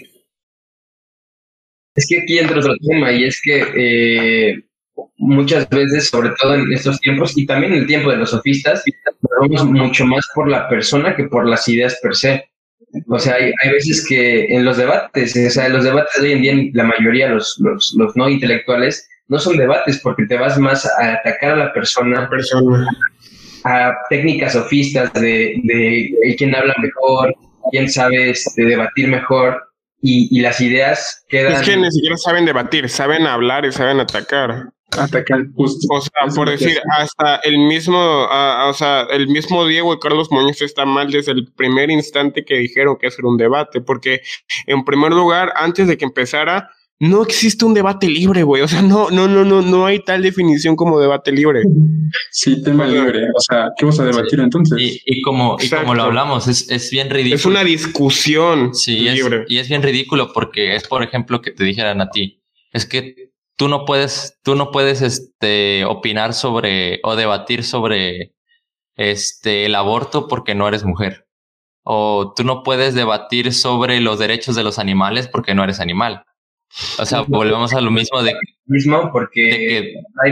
Es que aquí entra otro tema y es que eh, muchas veces, sobre todo en estos tiempos y también en el tiempo de los sofistas, vamos mucho más por la persona que por las ideas per se. O sea, hay, hay veces que en los debates, o sea, en los debates de hoy en día, la mayoría, los, los, los no intelectuales, no son debates porque te vas más a atacar a la persona, la persona. a técnicas sofistas de, de, de quién habla mejor, quién sabe este, debatir mejor, y, y las ideas quedan... Es que ni siquiera saben debatir, saben hablar y saben atacar. Atacar justo. O sea, por decir, hasta el mismo, uh, o sea, el mismo Diego y Carlos Muñoz está mal desde el primer instante que dijeron que eso era un debate, porque en primer lugar, antes de que empezara, no existe un debate libre, güey. O sea, no, no, no, no, no hay tal definición como debate libre. Sí, tema bueno, libre. O sea, ¿qué vas a debatir sí. entonces? Y, y como, y como lo hablamos, es, es bien ridículo. Es una discusión sí, libre. Es, y es bien ridículo porque es, por ejemplo, que te dijeran a ti, es que tú no puedes, tú no puedes, este, opinar sobre o debatir sobre, este, el aborto porque no eres mujer. O tú no puedes debatir sobre los derechos de los animales porque no eres animal. O sea, volvemos a lo mismo de, mismo porque de que,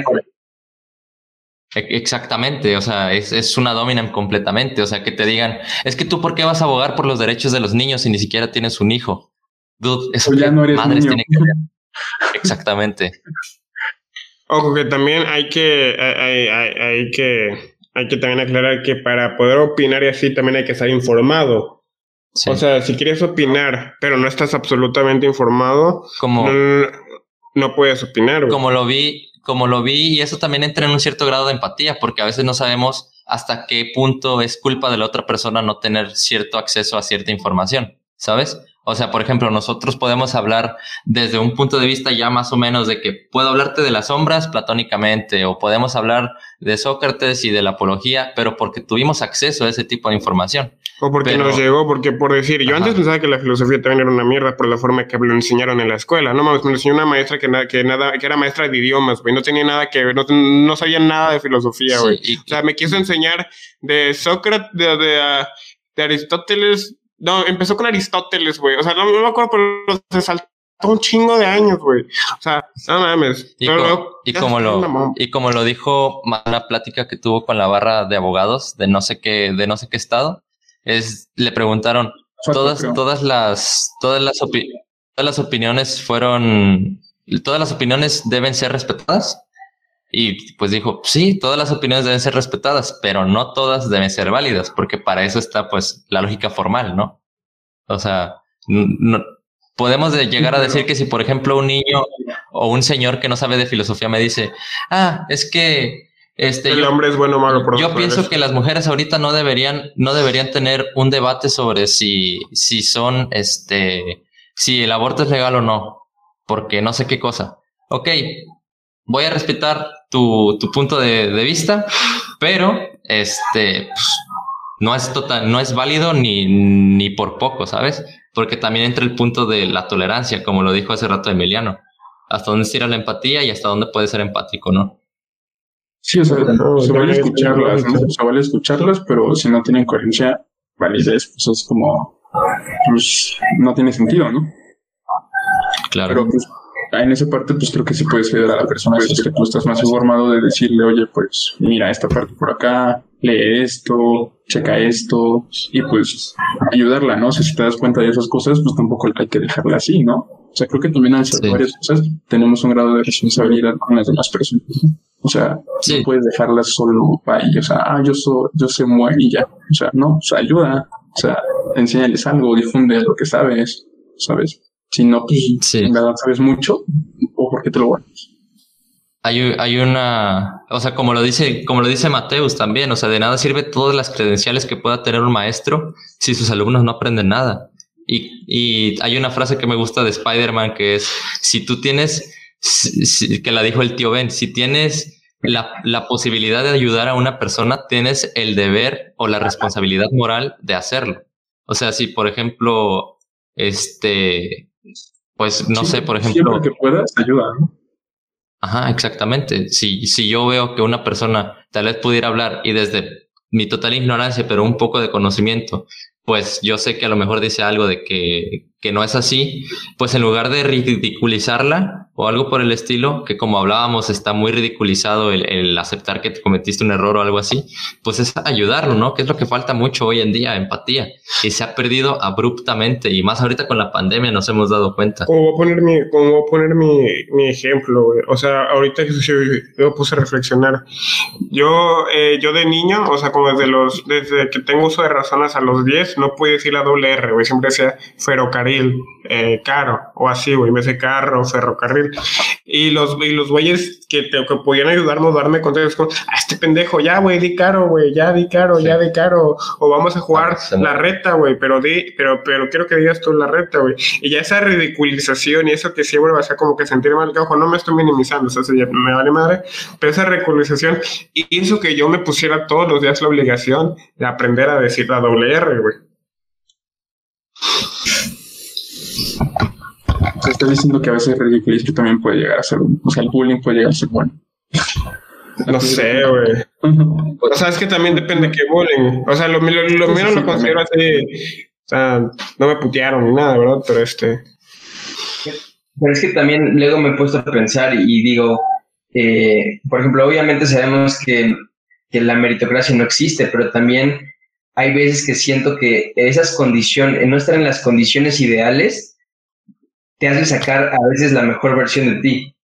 exactamente, o sea, es, es una dominant completamente. O sea, que te digan, es que tú ¿por qué vas a abogar por los derechos de los niños si ni siquiera tienes un hijo? Dude, eso pues ya no eres madres niño. Tienen que ver. Exactamente. Ojo que también hay que hay, hay, hay que hay que también aclarar que para poder opinar y así también hay que estar informado. Sí. O sea, si quieres opinar pero no estás absolutamente informado, como no, no puedes opinar, güey. Como lo vi, como lo vi y eso también entra en un cierto grado de empatía porque a veces no sabemos hasta qué punto es culpa de la otra persona no tener cierto acceso a cierta información, ¿sabes? O sea, por ejemplo, nosotros podemos hablar desde un punto de vista ya más o menos de que puedo hablarte de las sombras platónicamente o podemos hablar de Sócrates y de la apología, pero porque tuvimos acceso a ese tipo de información. O porque pero, nos llegó, porque por decir, yo ajá. antes pensaba que la filosofía también era una mierda por la forma que lo enseñaron en la escuela. No mames, me lo enseñó una maestra que, na- que, nada, que era maestra de idiomas, güey. No tenía nada que ver, no, no sabía nada de filosofía, güey. Sí, o sea, me quiso enseñar de Sócrates, de, de, uh, de Aristóteles. No, empezó con Aristóteles, güey. O sea, no, no me acuerdo, pero se saltó un chingo de años, güey. O sea, no mames. Y, pero, co- y, como lo, y como lo dijo una plática que tuvo con la barra de abogados de no sé qué, de no sé qué estado, es, le preguntaron, todas, todas las, todas las, opi- todas las opiniones fueron, todas las opiniones deben ser respetadas. Y pues dijo, sí, todas las opiniones deben ser respetadas, pero no todas deben ser válidas, porque para eso está pues la lógica formal, ¿no? O sea, no, podemos de llegar a decir que si por ejemplo un niño o un señor que no sabe de filosofía me dice, ah, es que este el yo, hombre es bueno o malo por yo pienso eso. Que las mujeres ahorita no deberían, no deberían tener un debate sobre si, si son, este, si el aborto es legal o no, porque no sé qué cosa. Ok. Voy a respetar tu, tu punto de, de vista, pero este pues, no es total, no es válido ni, ni por poco, ¿sabes? Porque también entra el punto de la tolerancia, como lo dijo hace rato Emiliano. Hasta dónde estira la empatía y hasta dónde puede ser empático, ¿no? Sí, o sea, no, se vale escucharlas, ¿no? Se vale escucharlas, pero si no tienen coherencia, validez, pues es como, pues no tiene sentido, ¿no? Claro. Pero, pues, en esa parte, pues creo que sí puedes ayudar a la persona si es que tú estás más informado de decirle, oye, pues mira esta parte por acá, lee esto, checa esto, y pues ayudarla, ¿no? O sea, si te das cuenta de esas cosas, pues tampoco hay que dejarla así, ¿no? O sea, creo que también al hacer sí. varias cosas tenemos un grado de responsabilidad con las demás personas. O sea, sí. no puedes dejarlas solo ahí, o sea, ah, yo, soy, yo sé muy y ya. O sea, no, o sea, ayuda, o sea, enséñales algo, difunde lo que sabes, ¿sabes? Si no, pues sí. en verdad sabes mucho, o por qué te lo guardas. Hay, hay una, o sea, como lo dice, como lo dice Mateus también, o sea, de nada sirve todas las credenciales que pueda tener un maestro si sus alumnos no aprenden nada. Y, y hay una frase que me gusta de Spider-Man que es, si tú tienes, si, que la dijo el tío Ben, si tienes la, la posibilidad de ayudar a una persona, tienes el deber o la responsabilidad moral de hacerlo. O sea, si por ejemplo, este... Pues no sí, sé, por ejemplo... Siempre que puedas, ayuda, ¿no? Ajá, exactamente. Si, si yo veo que una persona tal vez pudiera hablar y desde mi total ignorancia, pero un poco de conocimiento, pues yo sé que a lo mejor dice algo de que, que no es así, pues en lugar de ridiculizarla o algo por el estilo, que como hablábamos está muy ridiculizado el, el aceptar que te cometiste un error o algo así, pues es ayudarlo, ¿no? Que es lo que falta mucho hoy en día, empatía, y se ha perdido abruptamente y más ahorita con la pandemia nos hemos dado cuenta. Como voy a poner mi, como voy a poner mi, mi ejemplo, güey. O sea, ahorita que yo puse a reflexionar, yo, eh, yo de niño, o sea, como desde los, desde que tengo uso de razón hasta los diez, no podía decir la doble R, güey, siempre decía ferrocarril, eh, caro, o así, güey, me decía carro, ferrocarril. horrible. Y los, y los güeyes que, te, que podían ayudarme o darme consejos, como, ah, este pendejo, ya, güey, di caro, güey, ya, di caro, sí. ya, di caro. O vamos a jugar ah, la reta, güey, pero, di, pero, pero quiero que digas tú la reta, güey. Y ya esa ridiculización y eso que siempre vas a como que sentir mal, que ojo, no me estoy minimizando, o sea, ya me vale madre, pero esa ridiculización hizo que yo me pusiera todos los días la obligación de aprender a decir la doble R, güey. Se está diciendo que a veces el ridiculismo también puede llegar a ser un... O sea, el bullying puede llegar a ser bueno. No sé, güey. Uh-huh. O sea, es que también depende de qué bullying. O sea, lo, lo, lo, lo mío no lo considero así... O sea, no me putearon ni nada, ¿verdad? Pero este... Pero es que también luego me he puesto a pensar y, y digo... Eh, por ejemplo, obviamente sabemos que, que la meritocracia no existe, pero también hay veces que siento que esas condiciones, no estar en las condiciones ideales, te hace sacar a veces la mejor versión de ti.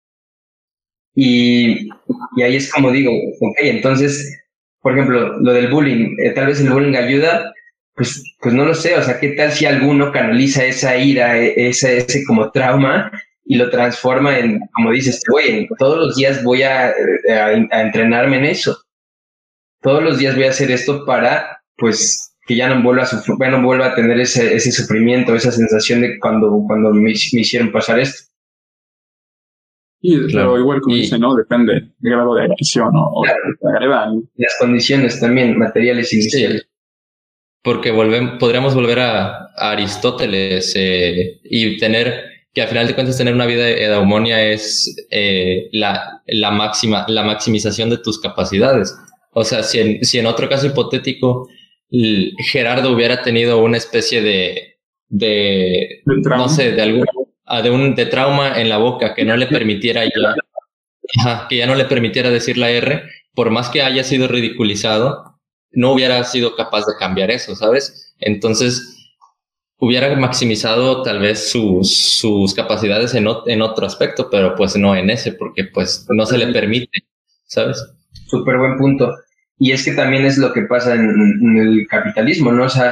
Y, y ahí es como digo, ok, entonces, por ejemplo, lo del bullying, eh, tal vez el bullying ayuda, pues, pues no lo sé, o sea, ¿qué tal si alguno canaliza esa ira, ese, ese como trauma y lo transforma en, como dices, güey, todos los días voy a, a, a entrenarme en eso? Todos los días voy a hacer esto para, pues, que ya no vuelva a sufrir, ya no vuelva a tener ese, ese sufrimiento, esa sensación de cuando, cuando me, me hicieron pasar esto. Y claro, pero igual como y, dice, ¿no? Depende del grado de agresión o claro, de gravedad. Las condiciones también, materiales iniciales. Sí. Porque volvemos, podríamos volver a, a Aristóteles eh, y tener, que al final de cuentas tener una vida eudaimonia es eh, la, la máxima, la maximización de tus capacidades. O sea, si en, si en otro caso hipotético Gerardo hubiera tenido una especie de, de, de no sé, de algún, de un de trauma en la boca que no le permitiera ya, ajá, que ya no le permitiera decir la R, por más que haya sido ridiculizado, no hubiera sido capaz de cambiar eso, ¿sabes? Entonces, hubiera maximizado tal vez sus, sus capacidades en, o, en otro aspecto, pero pues no en ese, porque pues no se le permite, ¿sabes? Súper buen punto. Y es que también es lo que pasa en, en el capitalismo, ¿no? O sea,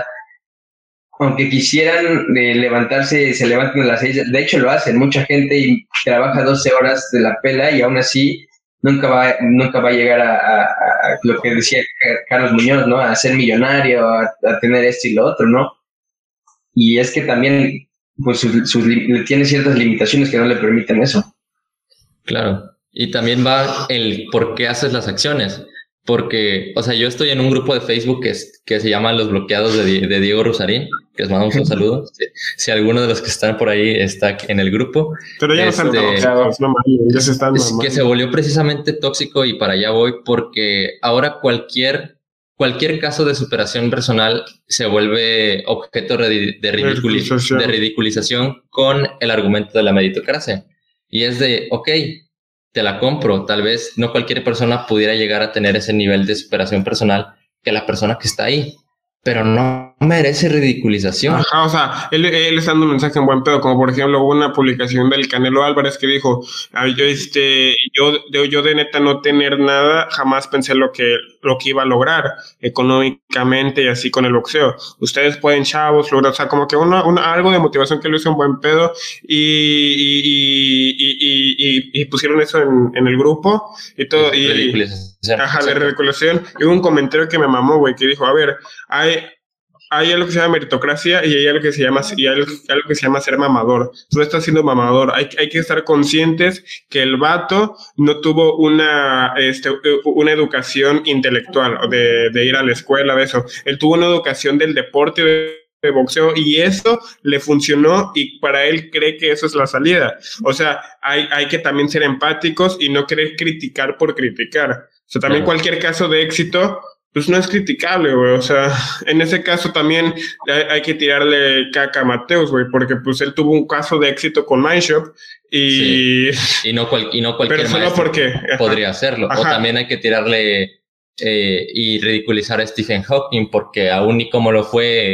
aunque quisieran eh, levantarse, se levantan a las seis, de hecho lo hacen, mucha gente y trabaja doce horas de la pela y aún así nunca va, nunca va a llegar a, a, a lo que decía Carlos Muñoz, ¿no? A ser millonario, a, a tener esto y lo otro, ¿no? Y es que también, pues, sus, sus, tiene ciertas limitaciones que no le permiten eso. Claro, y también va el por qué haces las acciones. Porque, o sea, yo estoy en un grupo de Facebook que, es, que se llama Los Bloqueados de, de Diego Rusarín, que les mandamos un saludo. Si, si alguno de los que están por ahí está en el grupo. Pero ya este, no están bloqueados, no mames, ya se están es que se volvió precisamente tóxico y para allá voy porque ahora cualquier, cualquier caso de superación personal se vuelve objeto de, de, ridiculización. de ridiculización con el argumento de la meritocracia. Y es de, ok, te la compro, tal vez no cualquier persona pudiera llegar a tener ese nivel de superación personal que la persona que está ahí, pero no merece ridiculización. Ajá, o sea, él, él está dando un mensaje en buen pedo, como por ejemplo hubo una publicación del Canelo Álvarez que dijo, yo, este, yo, de, yo de neta no tener nada, jamás pensé lo que, lo que iba a lograr económicamente y así con el boxeo. Ustedes pueden, chavos, lograr, o sea, como que una, una, algo de motivación que lo hizo en buen pedo y, y, y, y, y, y, y pusieron eso en, en el grupo y todo. Y, ridiculización. Ajá, la ridiculización. Y hubo un comentario que me mamó, güey, que dijo, a ver, hay... hay algo que se llama meritocracia y hay algo que se llama, y hay algo que se llama ser mamador. Tú estás siendo mamador. Hay, hay que estar conscientes que el vato no tuvo una, este, una educación intelectual de, de ir a la escuela, de eso. Él tuvo una educación del deporte, de, de boxeo, y eso le funcionó y para él cree que eso es la salida. O sea, hay, hay que también ser empáticos y no querer criticar por criticar. O sea, también claro. Cualquier caso de éxito pues no es criticable, güey, o sea, en ese caso también hay, hay que tirarle caca a Mateus, güey, porque pues él tuvo un caso de éxito con Mindshop y... Sí. Y, no cual, y no cualquier pero solo maestro porque, podría hacerlo, ajá. O también hay que tirarle eh, y ridiculizar a Stephen Hawking, porque aún y como lo fue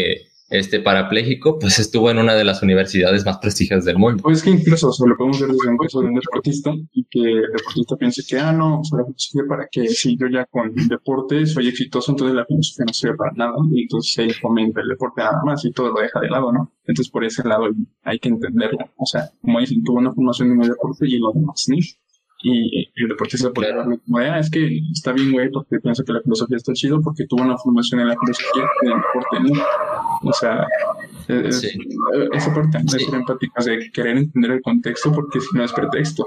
este parapléjico, pues estuvo en una de las universidades más prestigiosas del mundo. Pues que incluso, o sea, lo podemos ver desde un caso de un deportista y que el deportista piense que, ah, no, o sea, la filosofía para qué, si yo ya con el deporte soy exitoso, entonces la filosofía no sirve para nada, y entonces él fomenta el deporte nada más y todo lo deja de lado, ¿no? Entonces por ese lado hay que entenderlo, o sea, como dicen, tuvo una formación en el deporte y lo demás, ¿no? Y el deportista puede darle como de, ah, es que está bien, güey, porque pienso que la filosofía está chido porque tuvo una formación en la filosofía y en el deporte, ¿no? O sea, es, sí. esa parte de ser empáticos, de querer entender el contexto, porque si no es pretexto.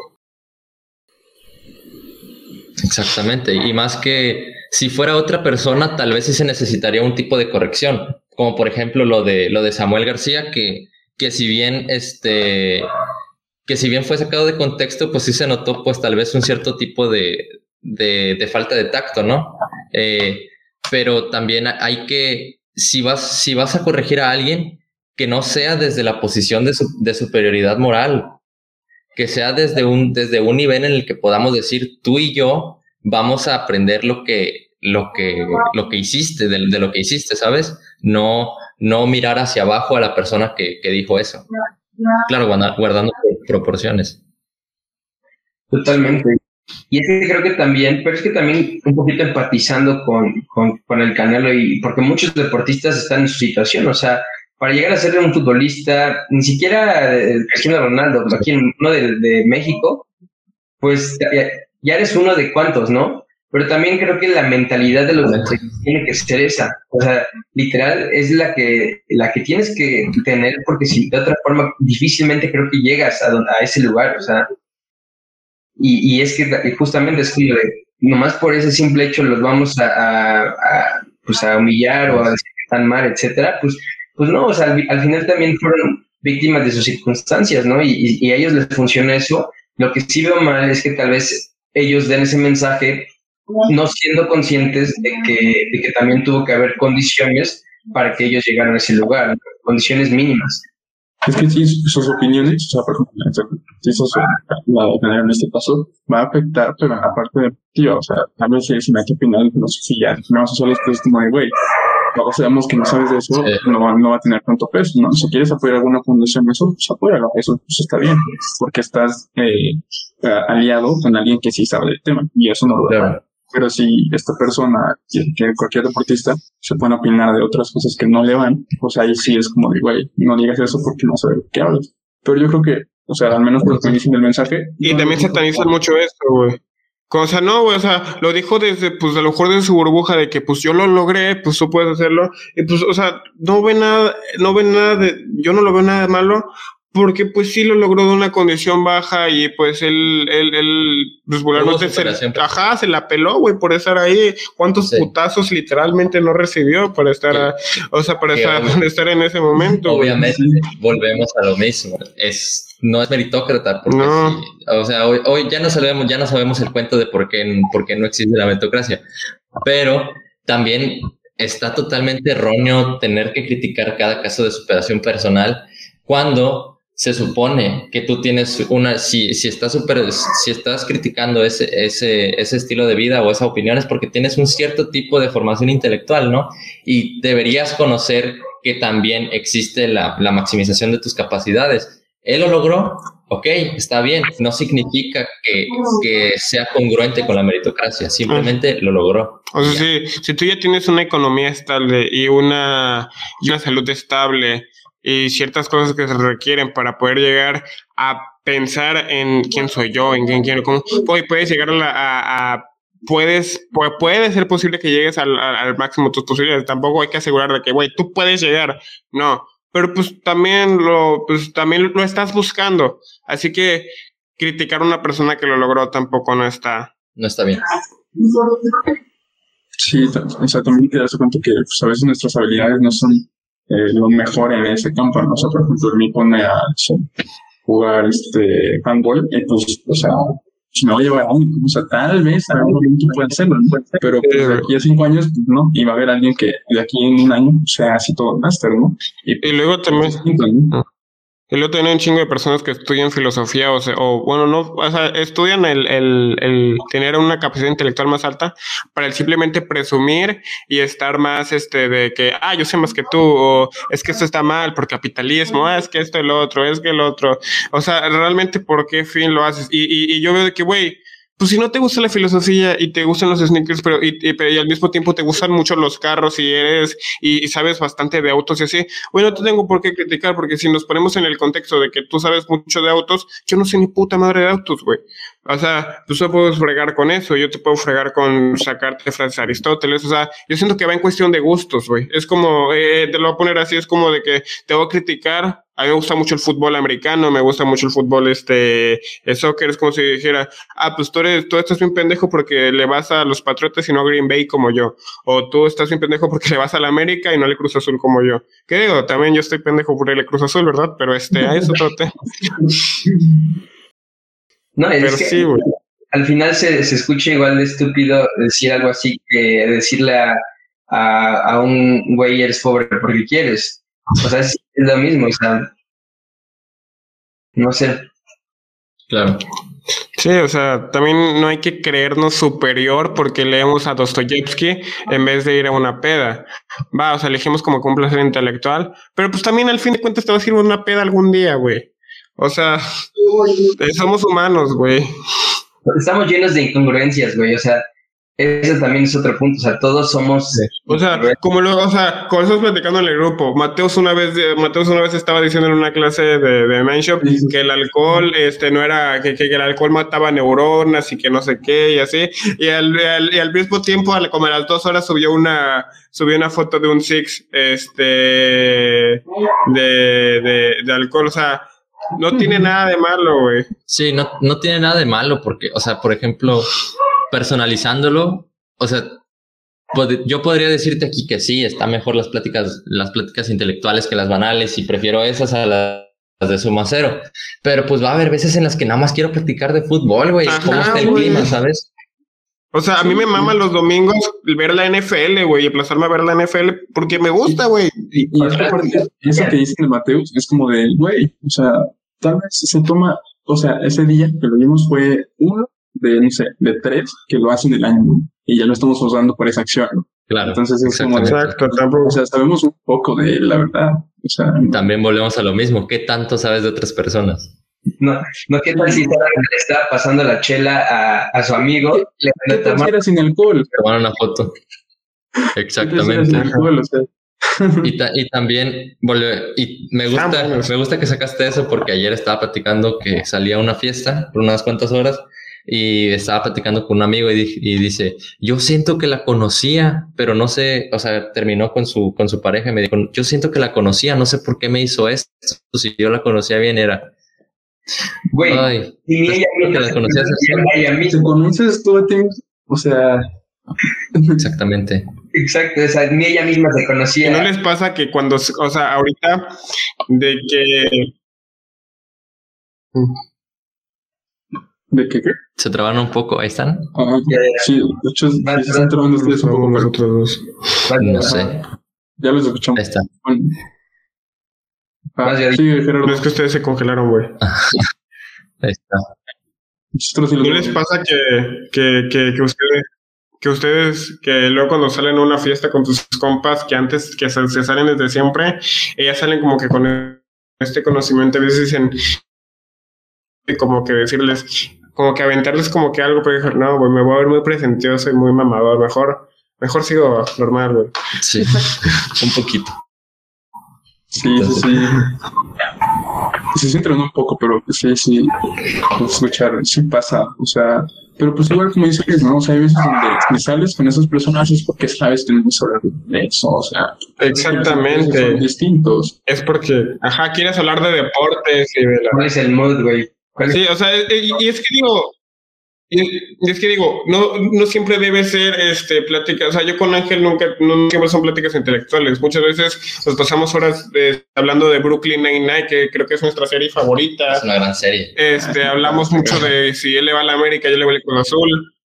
Exactamente, y más que si fuera otra persona, tal vez sí se necesitaría un tipo de corrección, como por ejemplo lo de lo de Samuel García, que, que si bien este que si bien fue sacado de contexto, pues sí se notó pues tal vez un cierto tipo de, de, de falta de tacto, ¿no? Eh, pero también hay que, si vas, si vas a corregir a alguien, que no sea desde la posición de, su, de superioridad moral, que sea desde un, desde un nivel en el que podamos decir, tú y yo vamos a aprender lo que, lo que, lo que hiciste, de, de lo que hiciste, ¿sabes? No, no mirar hacia abajo a la persona que, que dijo eso. Claro, guardando proporciones. Totalmente. Y es que creo que también, pero es que también un poquito empatizando con, con, con el Canelo, y porque muchos deportistas están en su situación, o sea, para llegar a ser un futbolista, ni siquiera el Cristiano Ronaldo, aquí en uno de, de México, pues ya, ya eres uno de cuantos, ¿no? Pero también creo que la mentalidad de los deportistas tiene que ser esa, o sea, literal es la que la que tienes que tener, porque si de otra forma difícilmente creo que llegas a, a ese lugar, o sea, y, y es que justamente es como de, nomás por ese simple hecho los vamos a, a, a pues a humillar o a decir que están mal, etcétera, pues, pues no, o sea, al, al final también fueron víctimas de sus circunstancias, ¿no? Y, y, y a ellos les funciona eso. Lo que sí veo mal es que tal vez ellos den ese mensaje no siendo conscientes de que, de que también tuvo que haber condiciones para que ellos llegaran a ese lugar, condiciones mínimas. Es que sí, sus opiniones, o sea, por ejemplo, si sos la opinión en este caso, va a afectar, pero en la parte deportiva, o sea, a veces si me hay que opinar de filosofía, no solo es como de, güey, luego sabemos que no sabes de eso, sí. no, va, no va a tener tanto peso, ¿no? Si quieres apoyar alguna fundación, eso, pues apóyalo, eso pues, está bien, porque estás eh, aliado con alguien que sí sabe del tema, y eso no lo va a hacer. Pero si esta persona, que cualquier deportista, se puede opinar de otras cosas que no le van, pues ahí sí es como de, güey, no digas eso porque no sabes de qué hablas. Pero yo creo que, o sea, al menos por lo que dicen del mensaje. Y no, también no, satanizan no, mucho esto, güey. O sea, no, güey, o sea, lo dijo desde, pues, a lo mejor desde su burbuja de que, pues, yo lo logré, pues, tú puedes hacerlo. Y, pues, o sea, no ve nada, no ve nada de, yo no lo veo nada de malo, porque, pues, sí lo logró de una condición baja y, pues, él, él, él, pues, vulgarmente se, ajá, se la peló, güey, por estar ahí. ¿Cuántos sí. putazos literalmente no recibió para estar, a, o sea, para estar, para estar en ese momento? Obviamente, güey. Volvemos a lo mismo. Es, no es meritócrata, porque no. Sí, o sea, hoy, hoy ya no sabemos, ya no sabemos el cuento de por qué, por qué no existe la meritocracia, pero también está totalmente erróneo tener que criticar cada caso de superación personal cuando se supone que tú tienes una, si, si estás super, si estás criticando ese, ese, ese estilo de vida o esa opinión es porque tienes un cierto tipo de formación intelectual, ¿no? Y deberías conocer que también existe la, la maximización de tus capacidades. Él lo logró, ok, está bien, no significa que, que sea congruente con la meritocracia, simplemente lo logró. O sea, si, si tú ya tienes una economía estable y una, y una salud estable y ciertas cosas que se requieren para poder llegar a pensar en quién soy yo, en quién quiero, cómo, hoy puedes llegar a, la, a, a puedes, puede, puede ser posible que llegues al, al máximo de tus posibilidades, tampoco hay que asegurar de que, güey, tú puedes llegar, no, pero pues también lo, pues también lo estás buscando, así que criticar a una persona que lo logró tampoco no está, no está bien. Sí, exactamente, das cuenta que pues, a veces nuestras habilidades no son Eh, lo mejor en ese campo, ¿no? O sea, por ejemplo, a mí pone a so, jugar este handball, y pues, o sea, si me voy a llevar a un, o sea, tal vez a algún momento puede hacerlo, ¿no? Pero pues, de aquí a cinco años, pues, no, y va a haber alguien que de aquí en un año sea así todo máster, ¿no? Y, y luego también, distinto, ¿no? Y luego tiene un chingo de personas que estudian filosofía, o sea, o bueno, no, o sea, estudian el, el, el tener una capacidad intelectual más alta para el simplemente presumir y estar más, este, de que, ah, yo sé más que tú, o es que esto está mal por capitalismo, ah, es que esto y lo otro, es que el otro. O sea, realmente, ¿por qué fin lo haces? Y, y, y yo veo de que, güey, pues si no te gusta la filosofía y te gustan los sneakers, pero y, y, y al mismo tiempo te gustan mucho los carros y eres y, y sabes bastante de autos y así, bueno, no te tengo por qué criticar, porque si nos ponemos en el contexto de que tú sabes mucho de autos, yo no sé ni puta madre de autos, güey. O sea, tú solo puedes fregar con eso, yo te puedo fregar con sacarte frases de Aristóteles, o sea, yo siento que va en cuestión de gustos, güey. Es como, eh, te lo voy a poner así, es como de que te voy a criticar. A mí me gusta mucho el fútbol americano, me gusta mucho el fútbol, este, el soccer, es como si dijera, ah, pues tú eres, tú estás bien pendejo porque le vas a los Patriotas y no a Green Bay como yo. O tú estás bien pendejo porque le vas a la América y no al Cruz Azul como yo. ¿Qué digo? También yo estoy pendejo por el Cruz Azul, ¿verdad? Pero este, a eso trote. No, es Pero que sí, güey. Al final se, se escucha igual de estúpido decir algo así que decirle a, a, a un güey eres pobre porque quieres. O sea, es, es lo mismo, o sea, no sé. Claro. Sí, o sea, también no hay que creernos superior porque leemos a Dostoyevsky en vez de ir a una peda. Va, o sea, elegimos como que un placer intelectual, pero pues también al fin de cuentas te vas a ir a una peda algún día, güey. O sea, somos humanos, güey. Estamos llenos de incongruencias, güey, o sea, ese también es otro punto, o sea, todos somos... O sea, como lo, o sea, como estamos platicando en el grupo, Mateus una vez, Mateus una vez estaba diciendo en una clase de, de Mindshop que el alcohol, este, no era, que, que el alcohol mataba neuronas y que no sé qué y así, y al, al, y al mismo tiempo, como a las dos horas subió una, subió una foto de un Six, este, de, de, de alcohol, o sea, no tiene nada de malo, güey. Sí, no, no tiene nada de malo porque, o sea, por ejemplo, personalizándolo, o sea, pod- yo podría decirte aquí que sí, está mejor las pláticas, las pláticas intelectuales que las banales y prefiero esas a las de suma cero. Pero pues va a haber veces en las que nada más quiero platicar de fútbol, güey. Ajá, ¿Cómo está el güey. clima, sabes? O sea, a mí me mama los domingos ver la N F L, güey, y aplazarme a ver la N F L porque me gusta, güey. Y, y esta parte, eso que dice el Mateus es como de, güey, o sea, tal vez se toma, o sea, ese día que lo vimos fue uno de, no sé, de tres que lo hacen el año, ¿no? Y ya lo estamos usando por esa acción, ¿no? Claro. Entonces es como de, Exacto, tampoco. o sea, sabemos un poco de él, la verdad. O sea, También volvemos a lo mismo. ¿Qué tanto sabes de otras personas? No, no, ¿qué tal si estaba, le estaba pasando la chela a, a su amigo? Le ¿qué tal si era sin alcohol? Tomar una foto. ¿Qué tal si era Exactamente. sin alcohol? O sea, Y, ta- y también volve- y me gusta, Ah, bueno. me gusta que sacaste eso porque ayer estaba platicando que salía a una fiesta por unas cuantas horas y estaba platicando con un amigo y, di- y dice, yo siento que la conocía, pero no sé, o sea, terminó con su, con su pareja y me dijo, yo siento que la conocía, no sé por qué me hizo esto, si yo la conocía bien era, Güey, ay, y ni pues, ella creo que misma la se conocías conocía así. a ella ¿te misma. conoces tú a ti? O sea, Exactamente. Exacto, o sea, ni ella misma se ¿Y conocía. no les pasa que cuando, o sea, ahorita, de que... ¿de qué qué? Se trabaron un poco, ahí están, Ah, Ya, ya. sí, de hecho, sí se están trabando ustedes un poco, pero nosotros dos. no sé, ya los escuchamos. ahí está. Bueno. Ah, Más ya sí, Gerardo. No es que ustedes se congelaron, güey. Ahí está. Nosotros sí los ¿No les pasa que, que, que, que ustedes... Que ustedes, que luego cuando salen a una fiesta con tus compas, que antes, que se, se salen desde siempre, ellas salen como que con este conocimiento, a veces dicen, como que decirles, como que aventarles como que algo, pero dije, no, güey, me voy a ver muy presentioso y muy mamador, mejor, mejor sigo normal, güey. Sí, un poquito. Sí, sí, sí. Se siente un poco, pero sí, sí. Escuchar, sí pasa. O sea, pero pues igual como dice Chris, ¿no? O sea, hay veces donde me sales con esos personajes porque sabes que no es hablar de eso. O sea, Exactamente. son distintos. Es porque, ajá, quieres hablar de deportes y de la... ¿Cuál es el mood, güey? ¿Cuál es- Sí, o sea, y, y es que digo, y y es que digo, no, no siempre debe ser este plática, o sea, yo con Ángel nunca, no siempre son pláticas intelectuales, muchas veces nos pasamos horas de- hablando de Brooklyn Nine-Nine, que creo que es nuestra serie favorita, Es una gran serie. este, hablamos mucho de si él le va a la América, yo le voy al Cruz Azul,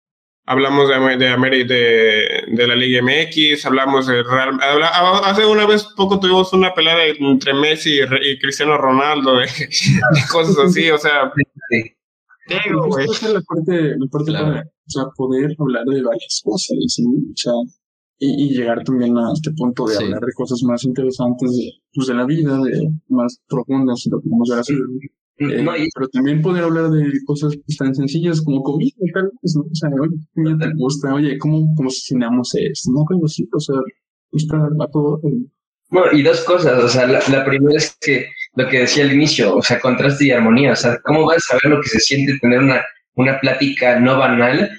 hablamos de, de, Ameri- de, de la Liga M X, hablamos de Real... Habla, hace una vez poco tuvimos una pelea entre Messi y, y Cristiano Ronaldo, de, de cosas así, o sea... Sí. Digo, güey. Esa es la parte, la parte Claro. para, o sea, poder hablar de varias cosas, ¿sí? O sea, y, y llegar también a este punto de Sí. hablar de cosas más interesantes de, pues, de la vida, de más profundas, si lo podemos ver así. Eh, No, y pero también poder hablar de cosas pues, tan sencillas como comida, tal vez, ¿no? O sea, oye, ¿qué comida te gusta? Oye, ¿cómo, cómo cocinamos esto? No, algo así, o sea, gusta a todo. Bueno, y dos cosas, o sea, la, la primera es que lo que decía al inicio, o sea, contraste y armonía, o sea, ¿cómo vas a saber lo que se siente tener una, una plática no banal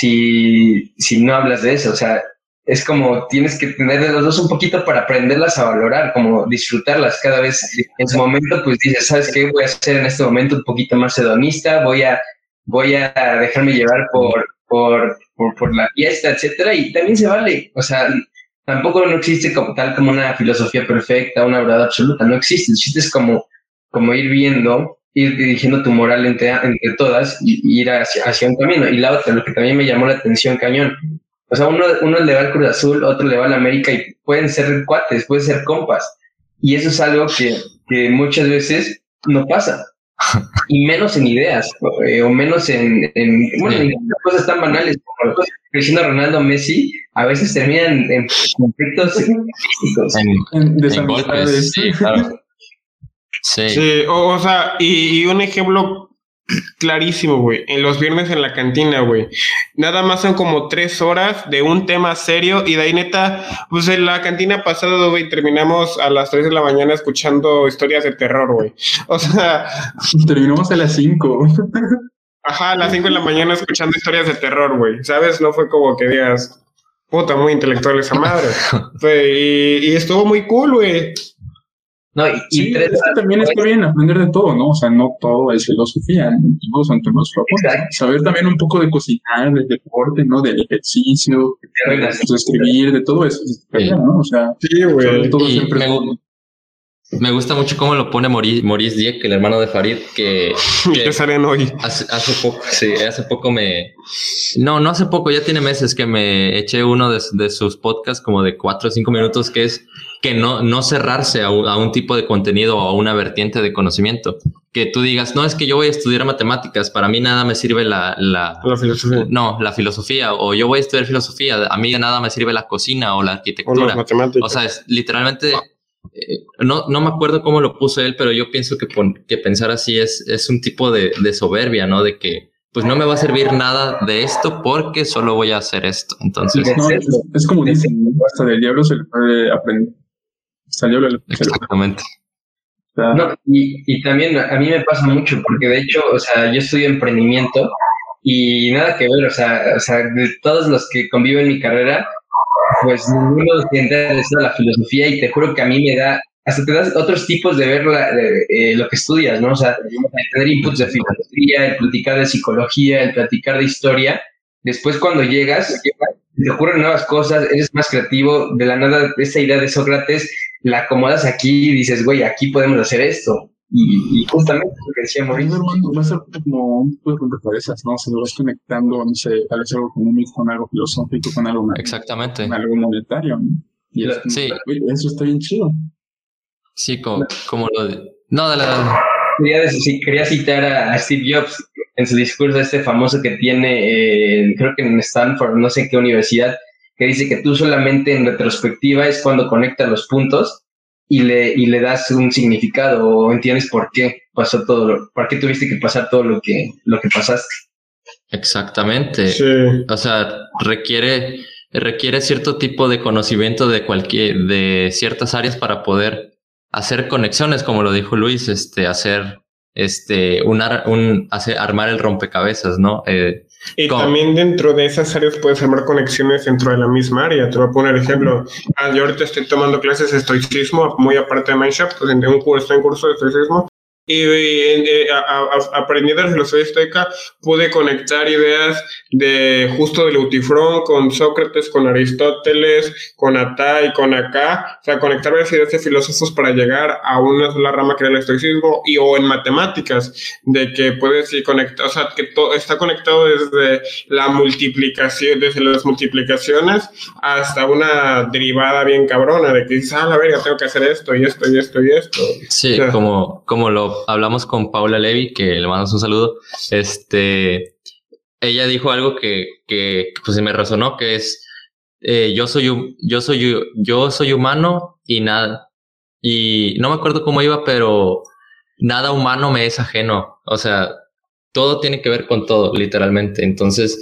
si, si no hablas de eso? O sea, es como tienes que tener de los dos un poquito para aprenderlas a valorar, como disfrutarlas cada vez en su momento, pues dices, ¿sabes qué? Voy a ser en este momento un poquito más hedonista, voy a, voy a dejarme llevar por, por, por, por la fiesta, etcétera, y también se vale, o sea, tampoco no existe como tal como una filosofía perfecta, una verdad absoluta, no existe. El chiste es como, como ir viendo, ir dirigiendo tu moral entre, entre todas y, y ir hacia, hacia un camino. Y la otra, lo que también me llamó la atención, cañón. O sea, uno, uno le va al Cruz Azul, otro le va al América y pueden ser cuates, pueden ser compas. Y eso es algo que, que muchas veces no pasa. Y menos en ideas, eh, o menos en, en bueno, Sí. en cosas tan banales como las cosas que Cristiano Ronaldo, Messi, a veces terminan en conflictos físicos. En, En en desamistades. golpes, sí, claro. Sí. Sí, o, o sea, y, y un ejemplo clarísimo, güey, en los viernes en la cantina, güey, nada más son como tres horas de un tema serio y de ahí neta, pues en la cantina pasada, güey, terminamos a las tres de la mañana escuchando historias de terror, güey, o sea, Terminamos a las cinco. ajá, a las cinco de la mañana escuchando historias de terror, güey, ¿sabes? No fue como que digas, puta, muy intelectual esa madre, fue, y, y estuvo muy cool, güey. No, y, y Sí, tres es que también está bien aprender de todo, ¿no? O sea, no todo es filosofía, ¿no? Todos son temas profundos. Exacto. Saber también un poco de cocinar, del deporte, ¿no? Del ejercicio, de, de escribir, de todo eso. Sí. ¿No? O sea, Sí, sobre güey. todo Y siempre me, es gu- bueno. me gusta mucho cómo lo pone Maurice, Maurice Dieck, el hermano de Farid, que, Y que que salen hoy. hace, hace poco, sí, hace poco me... No, no hace poco, ya tiene meses que me eché uno de, de sus podcasts como de cuatro o cinco minutos, que es que no, no cerrarse a un, a un tipo de contenido o a una vertiente de conocimiento. Que tú digas, no, es que yo voy a estudiar matemáticas, para mí nada me sirve la... la La filosofía. no, la filosofía, o yo voy a estudiar filosofía, a mí de nada me sirve la cocina o la O arquitectura. las matemáticas. O sea, es literalmente, eh, no, no me acuerdo cómo lo puso él, pero yo pienso que, pon- que pensar así es, es un tipo de, de soberbia, ¿no? De que, pues no me va a servir nada de esto porque solo voy a hacer esto. Entonces, No, es, es como dicen, ¿no? Hasta del diablo se le puede aprender. Hasta el diablo se le puede exactamente. aprender. No, y, y también a mí me pasa mucho, porque de hecho, o sea, yo estudio emprendimiento y nada que ver, o sea, o sea, de todos los que conviven en mi carrera, pues ninguno se interesa la filosofía y te juro que a mí me da, hasta te das otros tipos de ver la, de, eh, lo que estudias, ¿no? O sea, el tener inputs de filosofía, el platicar de psicología, el platicar de historia. Después cuando llegas, te ocurren nuevas cosas, eres más creativo, de la nada esa idea de Sócrates la acomodas aquí y dices, güey, aquí podemos hacer esto. Y, y justamente lo que decía Ahí Mauricio. va a ser como un poco de rompecabezas, ¿no? Se lo vas conectando, no sé, tal vez algo económico con algo filosófico, con algo, Exactamente. con algo monetario, ¿no? Y es, Sí. oye, eso está bien chido. Sí, como, como lo de... No, de la... Quería, sí, quería citar a, a Steve Jobs en su discurso este famoso que tiene, eh, creo que en Stanford, no sé en qué universidad, que dice que tú solamente en retrospectiva es cuando conectas los puntos y le, y le das un significado o entiendes por qué pasó todo, lo, por qué tuviste que pasar todo lo que, lo que pasaste. Exactamente. Sí. O sea, requiere, requiere cierto tipo de conocimiento de cualquier, de ciertas áreas para poder hacer conexiones, como lo dijo Luis, este, hacer, este, un, ar- un hacer, armar el rompecabezas, ¿no? Eh, Y ¿cómo? también dentro de esas áreas puedes armar conexiones dentro de la misma área. Te voy a poner ejemplo. Ah, yo ahorita estoy tomando clases de estoicismo, muy aparte de Mindshop, pues en un curso, estoy en curso de estoicismo. Y eh, a, a, aprendiendo la filosofía estoica pude conectar ideas de justo de Leutifrón con Sócrates, con Aristóteles, con Atay, con Acá, o sea, conectar varias ideas de filósofos para llegar a una sola rama que era el estoicismo, y o en matemáticas, de que puedes ir conectar, o sea, que todo está conectado desde la multiplicación, desde las multiplicaciones hasta una derivada bien cabrona, de que dices, ah, la verga, tengo que hacer esto y esto y esto y esto. Sí, o sea, como, como lo hablamos con Paula Levy, que le mandamos un saludo. Este, ella dijo algo que, que pues me resonó, que es eh, yo soy yo soy yo soy humano y nada, y no me acuerdo cómo iba, pero nada humano me es ajeno. O sea, todo tiene que ver con todo, literalmente. Entonces,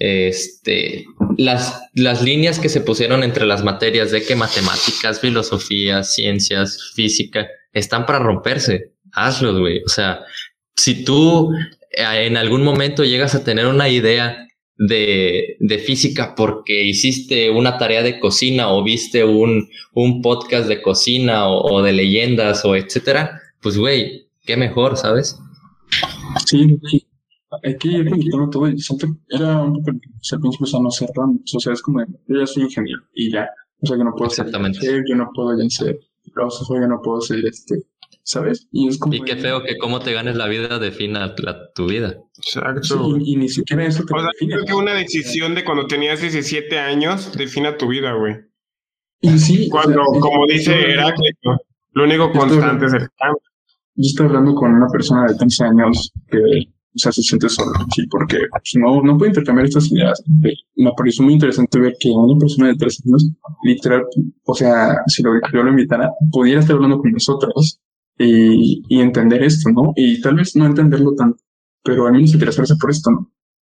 este, las, las líneas que se pusieron entre las materias de que matemáticas, filosofía, ciencias, física, están para romperse. Hazlos, güey. O sea, si tú eh, en algún momento llegas a tener una idea de, de física porque hiciste una tarea de cocina o viste un, un podcast de cocina o, o de leyendas o etcétera, pues, güey, qué mejor, ¿sabes? Sí, sí. Aquí yo conectaba todo y siempre era un poco, o sea, al principio, o sea, no ser random, o sea, es como, yo ya soy ingeniero y ya, o sea, que no puedo ser chef, yo no puedo ya ser filósofo, yo no puedo ser este, ¿sabes? Y es como... Y qué feo que cómo te ganes la vida defina la, tu vida. Exacto. Sí, y, y ni siquiera eso te o sea, define. Creo que una decisión de cuando tenías diecisiete años defina tu vida, güey. Y sí. Cuando, o sea, como dice Heráclito, lo único constante es el cambio. Yo estoy hablando con una persona de treinta años que, o sea, se siente solo, sí, porque pues, no, no puede intercambiar estas ideas. Me pareció muy interesante ver que una persona de treinta años, literal, o sea, si lo, yo lo invitara, pudiera estar hablando con nosotros y, y entender esto, ¿no? Y tal vez no entenderlo tanto, pero al menos interesarse por esto, ¿no?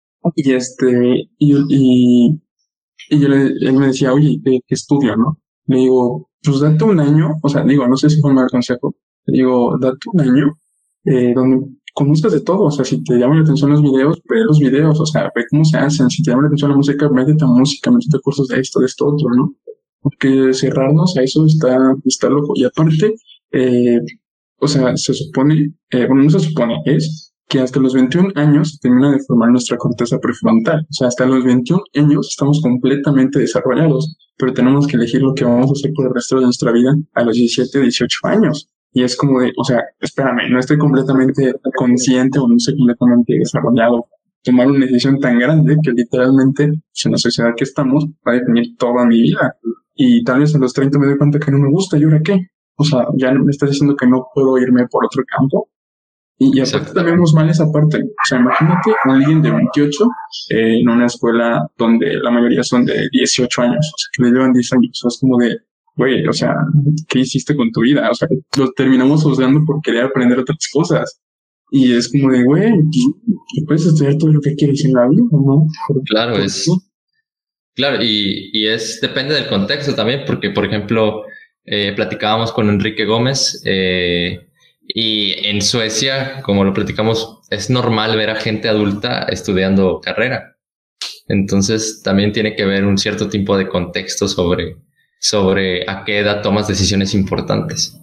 Y este, y, y, y yo le, él me decía, oye, ¿qué, qué estudio, no? Le digo, pues date un año, o sea, digo, no sé si fue un mal consejo, le digo, date un año eh, donde conozcas de todo, o sea, si te llaman la atención los videos, ve los videos, o sea, ve cómo se hacen, si te llama la atención la música, métete a música, métete a cursos de esto, de esto, otro, ¿no? Porque cerrarnos a eso está, está loco. Y aparte, eh, o sea, se supone, eh, bueno, no se supone, es que hasta los veintiún años se termina de formar nuestra corteza prefrontal. O sea, hasta los veintiún años estamos completamente desarrollados, pero tenemos que elegir lo que vamos a hacer por el resto de nuestra vida a los diecisiete, dieciocho años. Y es como de, o sea, espérame, no estoy completamente consciente o no estoy completamente desarrollado. Tomar una decisión tan grande que literalmente, en la sociedad que estamos, va a definir toda mi vida. Y tal vez a los treinta me doy cuenta que no me gusta, ¿y ahora qué? O sea, ya me estás diciendo que no puedo irme por otro campo. Y, y aparte también vemos mal esa parte. O sea, imagínate a alguien de veintiocho eh, en una escuela donde la mayoría son de dieciocho años, o sea, que le llevan diez años. O sea, es como de, güey, o sea, ¿qué hiciste con tu vida? O sea, lo terminamos juzgando por querer aprender otras cosas. Y es como de, güey, puedes estudiar todo lo que quieres en la vida, ¿no? Porque, claro, es... Claro, y, y es depende del contexto también, porque, por ejemplo, eh, platicábamos con Enrique Gómez, eh, y en Suecia, como lo platicamos, es normal ver a gente adulta estudiando carrera. Entonces, también tiene que ver un cierto tipo de contexto sobre, sobre a qué edad tomas decisiones importantes.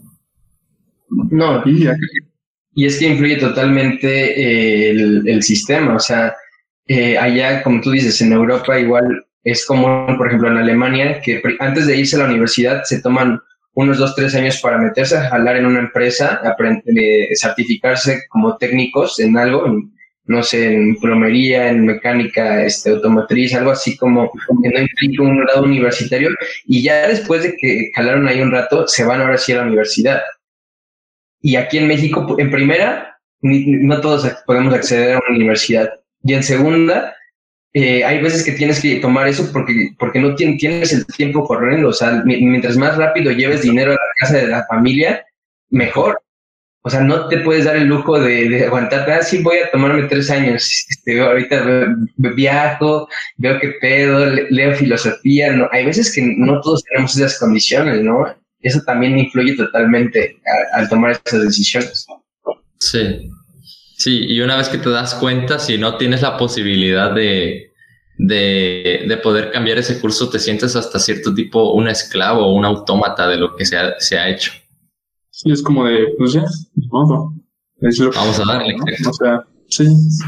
No, y, y es que influye totalmente eh, el, el sistema. O sea, eh, allá, como tú dices, en Europa igual es común, por ejemplo, en Alemania, que antes de irse a la universidad se toman unos dos, tres años para meterse a jalar en una empresa, aprender, eh, certificarse como técnicos en algo, en, no sé, en plomería, en mecánica, este, automotriz, algo así como que no implica un grado universitario, y ya después de que jalaron ahí un rato, se van ahora sí a la universidad. Y aquí en México, en primera, no todos podemos acceder a una universidad, y en segunda, Eh, hay veces que tienes que tomar eso porque, porque no tien, tienes el tiempo corriendo. O sea, mientras más rápido lleves dinero a la casa de la familia, mejor. O sea, no te puedes dar el lujo de, de aguantar. Ah, sí, voy a tomarme tres años. Este, ahorita viajo, veo qué pedo, leo filosofía. No, hay veces que no todos tenemos esas condiciones, ¿no? Eso también influye totalmente a, al tomar esas decisiones. Sí. Sí, y una vez que te das cuenta, si no tienes la posibilidad de, de, de poder cambiar ese curso, te sientes hasta cierto tipo un esclavo o un autómata de lo que se ha, se ha hecho. Sí, es como de, pues ya, de modo. Es lo que Vamos a darle, ¿no? O sea, sí.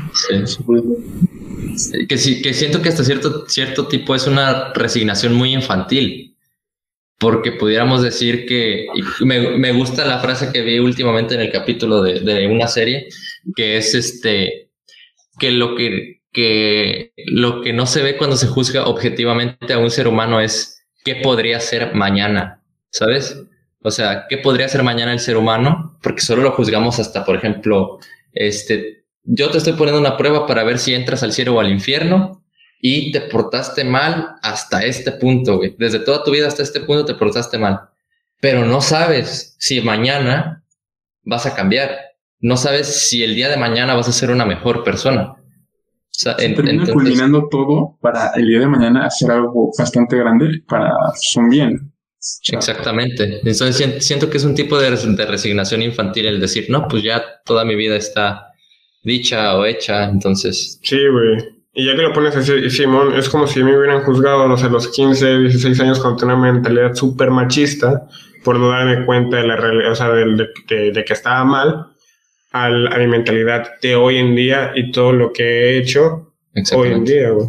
sí. Que sí, que siento que hasta cierto, cierto tipo es una resignación muy infantil. Porque pudiéramos decir que... y me, me gusta la frase que vi últimamente en el capítulo de, de una serie, que es este... que lo que, que lo que no se ve cuando se juzga objetivamente a un ser humano es qué podría ser mañana, ¿sabes? O sea, ¿qué podría ser mañana el ser humano? Porque solo lo juzgamos hasta, por ejemplo, este, yo te estoy poniendo una prueba para ver si entras al cielo o al infierno y te portaste mal hasta este punto, güey. Desde toda tu vida hasta este punto te portaste mal. Pero no sabes si mañana vas a cambiar. No sabes si el día de mañana vas a ser una mejor persona. O sea, Se en, termina entonces, culminando todo para el día de mañana hacer algo bastante grande para su bien. exactamente. Entonces sien- siento que es un tipo de, res- de resignación infantil el decir, no, pues ya toda mi vida está dicha o hecha, entonces... Sí, güey. Y ya que lo pones así, Simón, es como si me hubieran juzgado, no sé, los quince, dieciséis años con una mentalidad súper machista por no darme cuenta de la realidad, o sea, de, de, de, de que estaba mal, al, a mi mentalidad de hoy en día y todo lo que he hecho hoy en día, güey.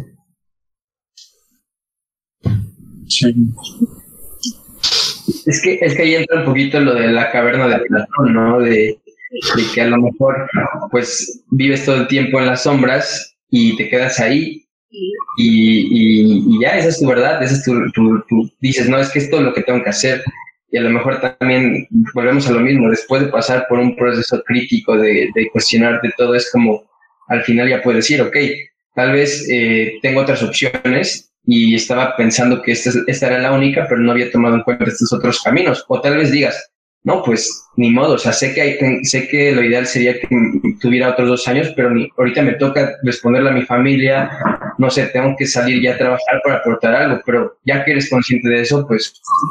Sí. Es que, es que ahí entra un poquito lo de la caverna de Platón, ¿no? De, de que a lo mejor, pues, vives todo el tiempo en las sombras y te quedas ahí y, y, y ya, esa es tu verdad, esa es tu, tu, tu, dices, no, es que esto es lo que tengo que hacer. Y a lo mejor también volvemos a lo mismo, después de pasar por un proceso crítico de, de cuestionarte todo, es como, al final ya puedes decir, ok, tal vez eh, tengo otras opciones y estaba pensando que esta, esta era la única, pero no había tomado en cuenta estos otros caminos. O tal vez digas, no, pues ni modo, o sea, sé que, hay, sé que lo ideal sería que tuviera otros dos años, pero ni, ahorita me toca responderle a mi familia, no sé, tengo que salir ya a trabajar para aportar algo, pero ya que eres consciente de eso, pues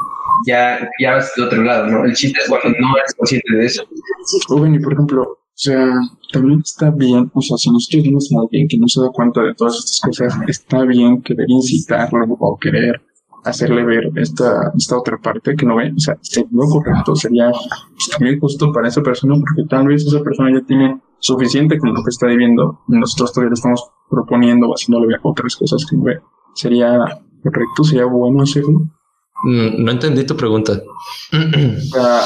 ya, ya vas del otro lado, ¿no? El chiste es cuando no eres consciente de eso. Bueno, y por ejemplo, o sea, también está bien, o sea, si nosotros vemos a alguien que no se da cuenta de todas estas cosas, está bien querer incitarlo o querer hacerle ver esta, esta otra parte que no ve, o sea, sería correcto, sería pues, también justo para esa persona, porque tal vez esa persona ya tiene suficiente con lo que está viviendo, y nosotros todavía le estamos proponiendo o haciéndole ver otras cosas que no ve. Sería correcto, sería bueno hacerlo. No entendí tu pregunta. O sea,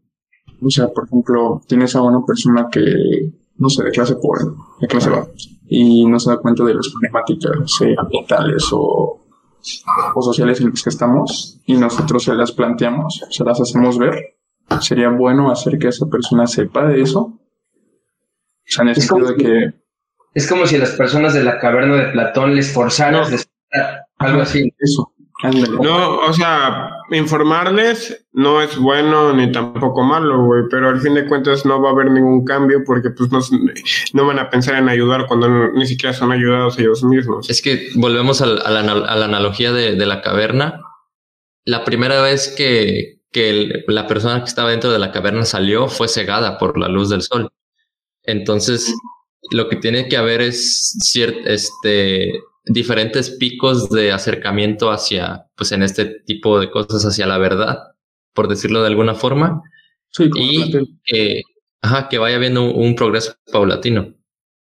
o sea, por ejemplo, tienes a una persona que, no sé, de clase pobre, de clase baja, y no se da cuenta de las problemáticas, no sé, ambientales o, o sociales en las que estamos, y nosotros se las planteamos, se las hacemos ver. Sería bueno hacer que esa persona sepa de eso. O sea, en el Es sentido de que... Es como si a las personas de la caverna de Platón les forzaras No. despertar, algo así. Eso, ándale. No, o sea, informarles no es bueno ni tampoco malo, güey, pero al fin de cuentas no va a haber ningún cambio porque pues no, no van a pensar en ayudar cuando no, ni siquiera son ayudados ellos mismos. Es que volvemos a la, a la, a la analogía de, de la caverna. La primera vez que, que el, la persona que estaba dentro de la caverna salió fue cegada por la luz del sol. Entonces, lo que tiene que haber es ciert, este, diferentes picos de acercamiento hacia, pues en este tipo de cosas, hacia la verdad, por decirlo de alguna forma, Sí, como y plantel. que, ajá, que vaya habiendo un, un progreso paulatino.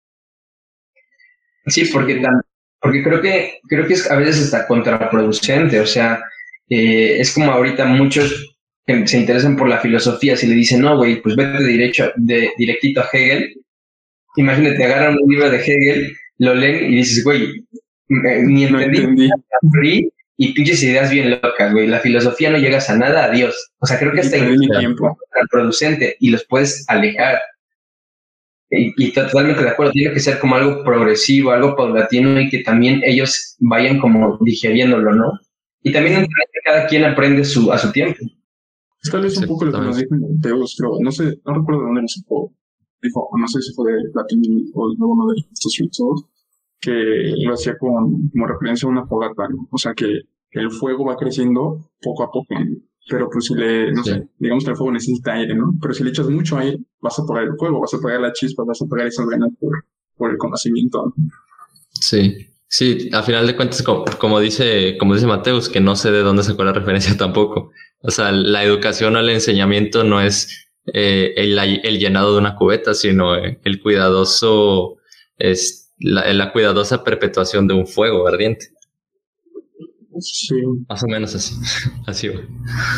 Sí, porque, tam- porque creo que creo que es a veces hasta contraproducente, o sea, eh, es como ahorita muchos que se interesan por la filosofía, si le dicen, no, güey, pues vete derecho, de, directito a Hegel, imagínate, agarran un libro de Hegel, lo leen y dices, güey, eh, ni No entendí, entendí. aprendí, y pinches ideas bien locas, güey, la filosofía no llegas a nada, adiós. O sea, creo que Y hasta perdí mi Claro. tiempo. contraproducente y los puedes alejar. Y, y totalmente de acuerdo, tiene que ser como algo progresivo, algo paulatino y que también ellos vayan como digeriéndolo, ¿no? Y también entender que cada quien aprende su, a su tiempo. Es tal vez un poco lo que nos dijo en Teos, creo, no sé, no recuerdo de dónde lo supo, dijo, no sé si fue de Platón o de uno de estos filósofos, que lo hacía con, como referencia a una fogata, ¿no? O sea, que, que el fuego va creciendo poco a poco, ¿no? Pero pues si le, no Sí. sé, digamos que el fuego necesita aire, ¿no? Pero si le echas mucho aire, vas a apagar el fuego, vas a apagar la chispa, vas a apagar esas ganas por, por el conocimiento, ¿no? Sí, sí, a final de cuentas, como, como dice, como dice Mateus, que no sé de dónde sacó la referencia tampoco. O sea, la educación o el enseñamiento no es eh, el, el llenado de una cubeta, sino eh, el cuidadoso, es la, la cuidadosa perpetuación de un fuego ardiente. Sí. Más o menos así. Así va.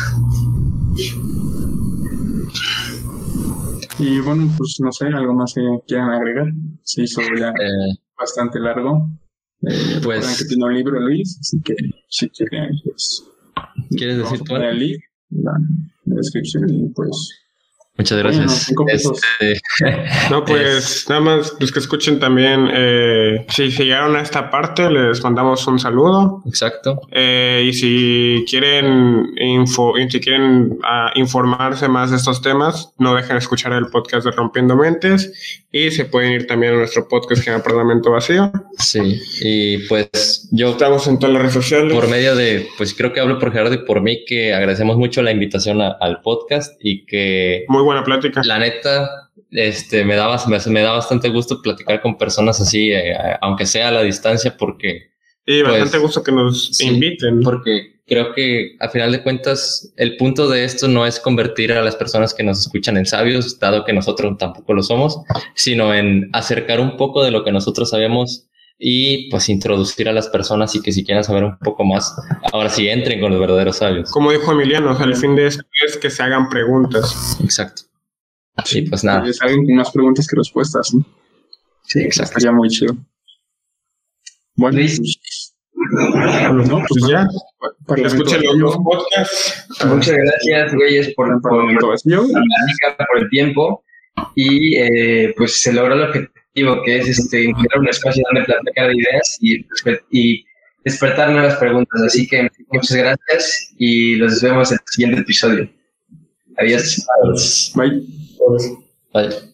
Y bueno, pues no sé, algo más que quieran agregar. Se hizo ya Eh, bastante largo. Eh, Pues- recuerden que tiene un libro, Luis, así que si quieren, pues ¿Quieres vamos decir a tú poner algo? el link en la, en la descripción y pues Muchas Bueno, gracias. cinco pesos. Este, No, pues nada más los que escuchen también, eh, si llegaron a esta parte, les mandamos un saludo. exacto. Eh, y si quieren info, y si quieren ah, informarse más de estos temas, no dejen de escuchar el podcast de Rompiendo Mentes y se pueden ir también a nuestro podcast que se llama Parlamento Vacío. Sí. Y pues yo, Estamos en todas las redes sociales. por medio de, pues creo que hablo por Gerardo y por mí, que agradecemos mucho la invitación a- al podcast y que Muy buena plática. la neta, este, me da, bas- me, me da bastante gusto platicar con personas así, eh, aunque sea a la distancia, porque, Y pues, bastante gusto que nos sí, inviten. porque creo que a final de cuentas el punto de esto no es convertir a las personas que nos escuchan en sabios, dado que nosotros tampoco lo somos, sino en acercar un poco de lo que nosotros sabemos y pues introducir a las personas y que si quieren saber un poco más, ahora sí entren con los verdaderos sabios. Como dijo Emiliano, o sea, el fin de esto es que se hagan preguntas. Exacto. Y pues nada. es alguien con más preguntas que respuestas, ¿no? Sí, Exacto. Estaría muy chido. Bueno, Luis. pues, No, pues ya. Parlamento Escuchen los Vacío, dos podcasts. Muchas gracias, güeyes, por, por, Parlamento Vacío. la plática, por el tiempo. Y eh, pues se logró el objetivo, que es este, encontrar un espacio donde platicar de ideas y, y despertar nuevas preguntas. Así que muchas gracias y los vemos en el siguiente episodio. Adiós. Bye. Bye.